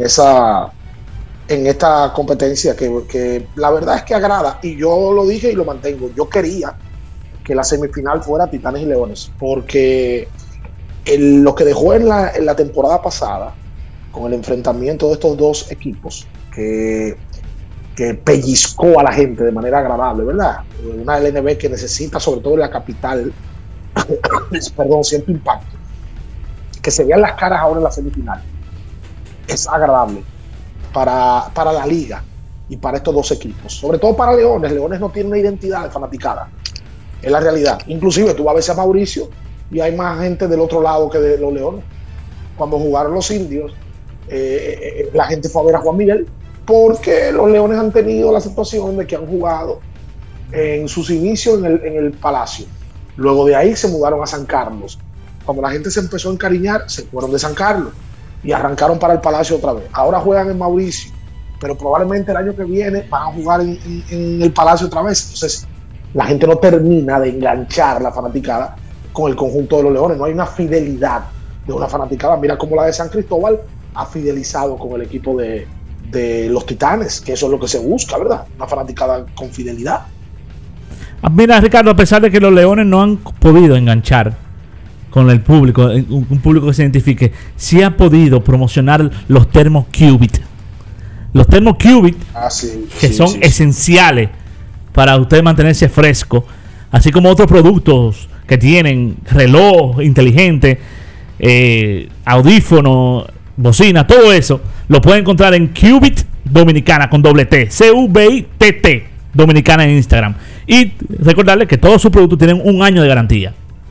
esta competencia que la verdad es que agrada, y yo lo dije y lo mantengo. Yo quería que la semifinal fuera Titanes y Leones, porque lo que dejó en la temporada pasada con el enfrentamiento de estos dos equipos que pellizcó a la gente de manera agradable, ¿verdad? Una LNB que necesita, sobre todo en la capital, cierto impacto. Que se vean las caras ahora en la semifinal es agradable para la liga y para estos dos equipos. Sobre todo para Leones. Leones no tiene una identidad de fanaticada. Es la realidad. Inclusive tú vas a ver a Mauricio y hay más gente del otro lado que de los Leones. Cuando jugaron los Indios, la gente fue a ver a Juan Miguel, porque los Leones han tenido la situación de que han jugado en sus inicios en el Palacio. Luego de ahí se mudaron a San Carlos. Cuando la gente se empezó a encariñar, se fueron de San Carlos y arrancaron para el Palacio otra vez. Ahora juegan en Mauricio, pero probablemente el año que viene van a jugar en el Palacio otra vez. Entonces la gente no termina de enganchar la fanaticada con el conjunto de los Leones. No hay una fidelidad de una fanaticada. Mira cómo la de San Cristóbal ha fidelizado con el equipo de los Titanes, que eso es lo que se busca, ¿verdad? Una fanaticada con fidelidad. Mira, Ricardo, a pesar de que los Leones no han podido enganchar con el público, un público que se identifique, sí ha podido promocionar los termos Qubit. Los termos Qubit, que son esenciales para usted mantenerse fresco, así como otros productos que tienen, reloj inteligente, audífono, bocina, todo eso lo pueden encontrar en Qubit Dominicana con doble T, CUBITT Dominicana en Instagram. Y recordarles que todos sus productos tienen un año de garantía.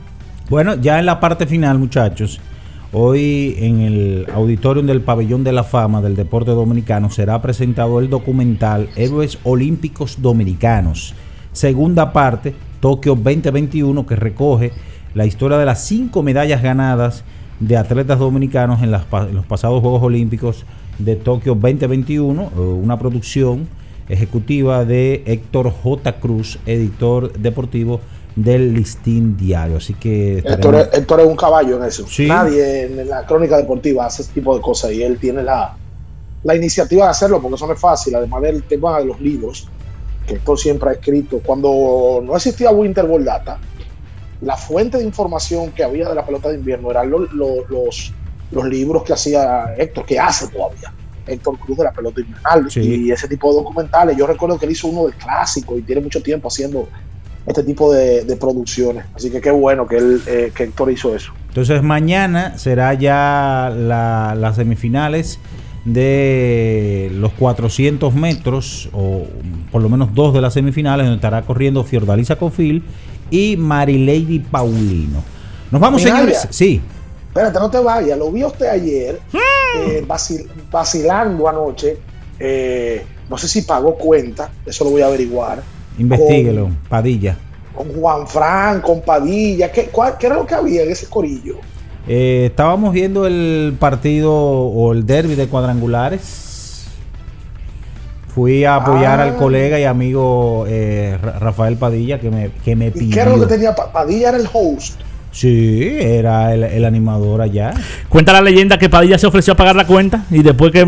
Bueno, ya en la parte final, muchachos, hoy en el auditorium del Pabellón de la Fama del Deporte Dominicano será presentado el documental Héroes Olímpicos Dominicanos, segunda parte, Tokio 2021, que recoge la historia de las 5 medallas ganadas de atletas dominicanos en los pasados Juegos Olímpicos de Tokio 2021, una producción ejecutiva de Héctor J. Cruz, editor deportivo del Listín Diario. Así que Héctor es un caballo en eso. ¿Sí? Nadie en la crónica deportiva hace ese tipo de cosas y él tiene la iniciativa de hacerlo, porque eso no es fácil. Además del tema de los libros que Héctor siempre ha escrito. Cuando no existía Winter Ball Data, la fuente de información que había de la pelota de invierno eran los libros que hacía Héctor, que hace todavía Héctor Cruz, de la pelota invernal. Sí. Y ese tipo de documentales. Yo recuerdo que él hizo uno del clásico y tiene mucho tiempo haciendo este tipo de producciones. Así que qué bueno que Héctor hizo eso. Entonces mañana será ya las semifinales de los 400 metros, o por lo menos 2 de las semifinales, donde estará corriendo Fiordalisa Cofil y Marilady Paulino. Nos vamos, señores. Sí. Espérate, no te vayas. Lo vi a usted ayer vacilando anoche. No sé si pagó cuenta. Eso lo voy a averiguar. Investíguelo, Padilla. Con Juan Fran, con Padilla. ¿Qué era lo que había en ese corillo? Estábamos viendo el partido o el derbi de cuadrangulares. Fui a apoyar al colega y amigo Rafael Padilla, que me pidió. ¿Y qué era lo que tenía? Padilla era el host. Sí, era el animador allá. Cuenta la leyenda que Padilla se ofreció a pagar la cuenta y después que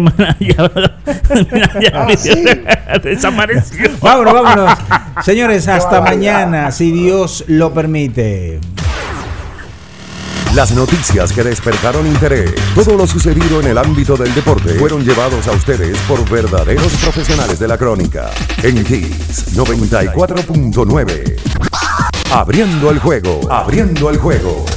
desapareció. Vámonos. Señores, hasta mañana, si Dios lo permite. Las noticias que despertaron interés, todo lo sucedido en el ámbito del deporte, fueron llevados a ustedes por verdaderos profesionales de la crónica. En Kiss 94.9. Abriendo el juego.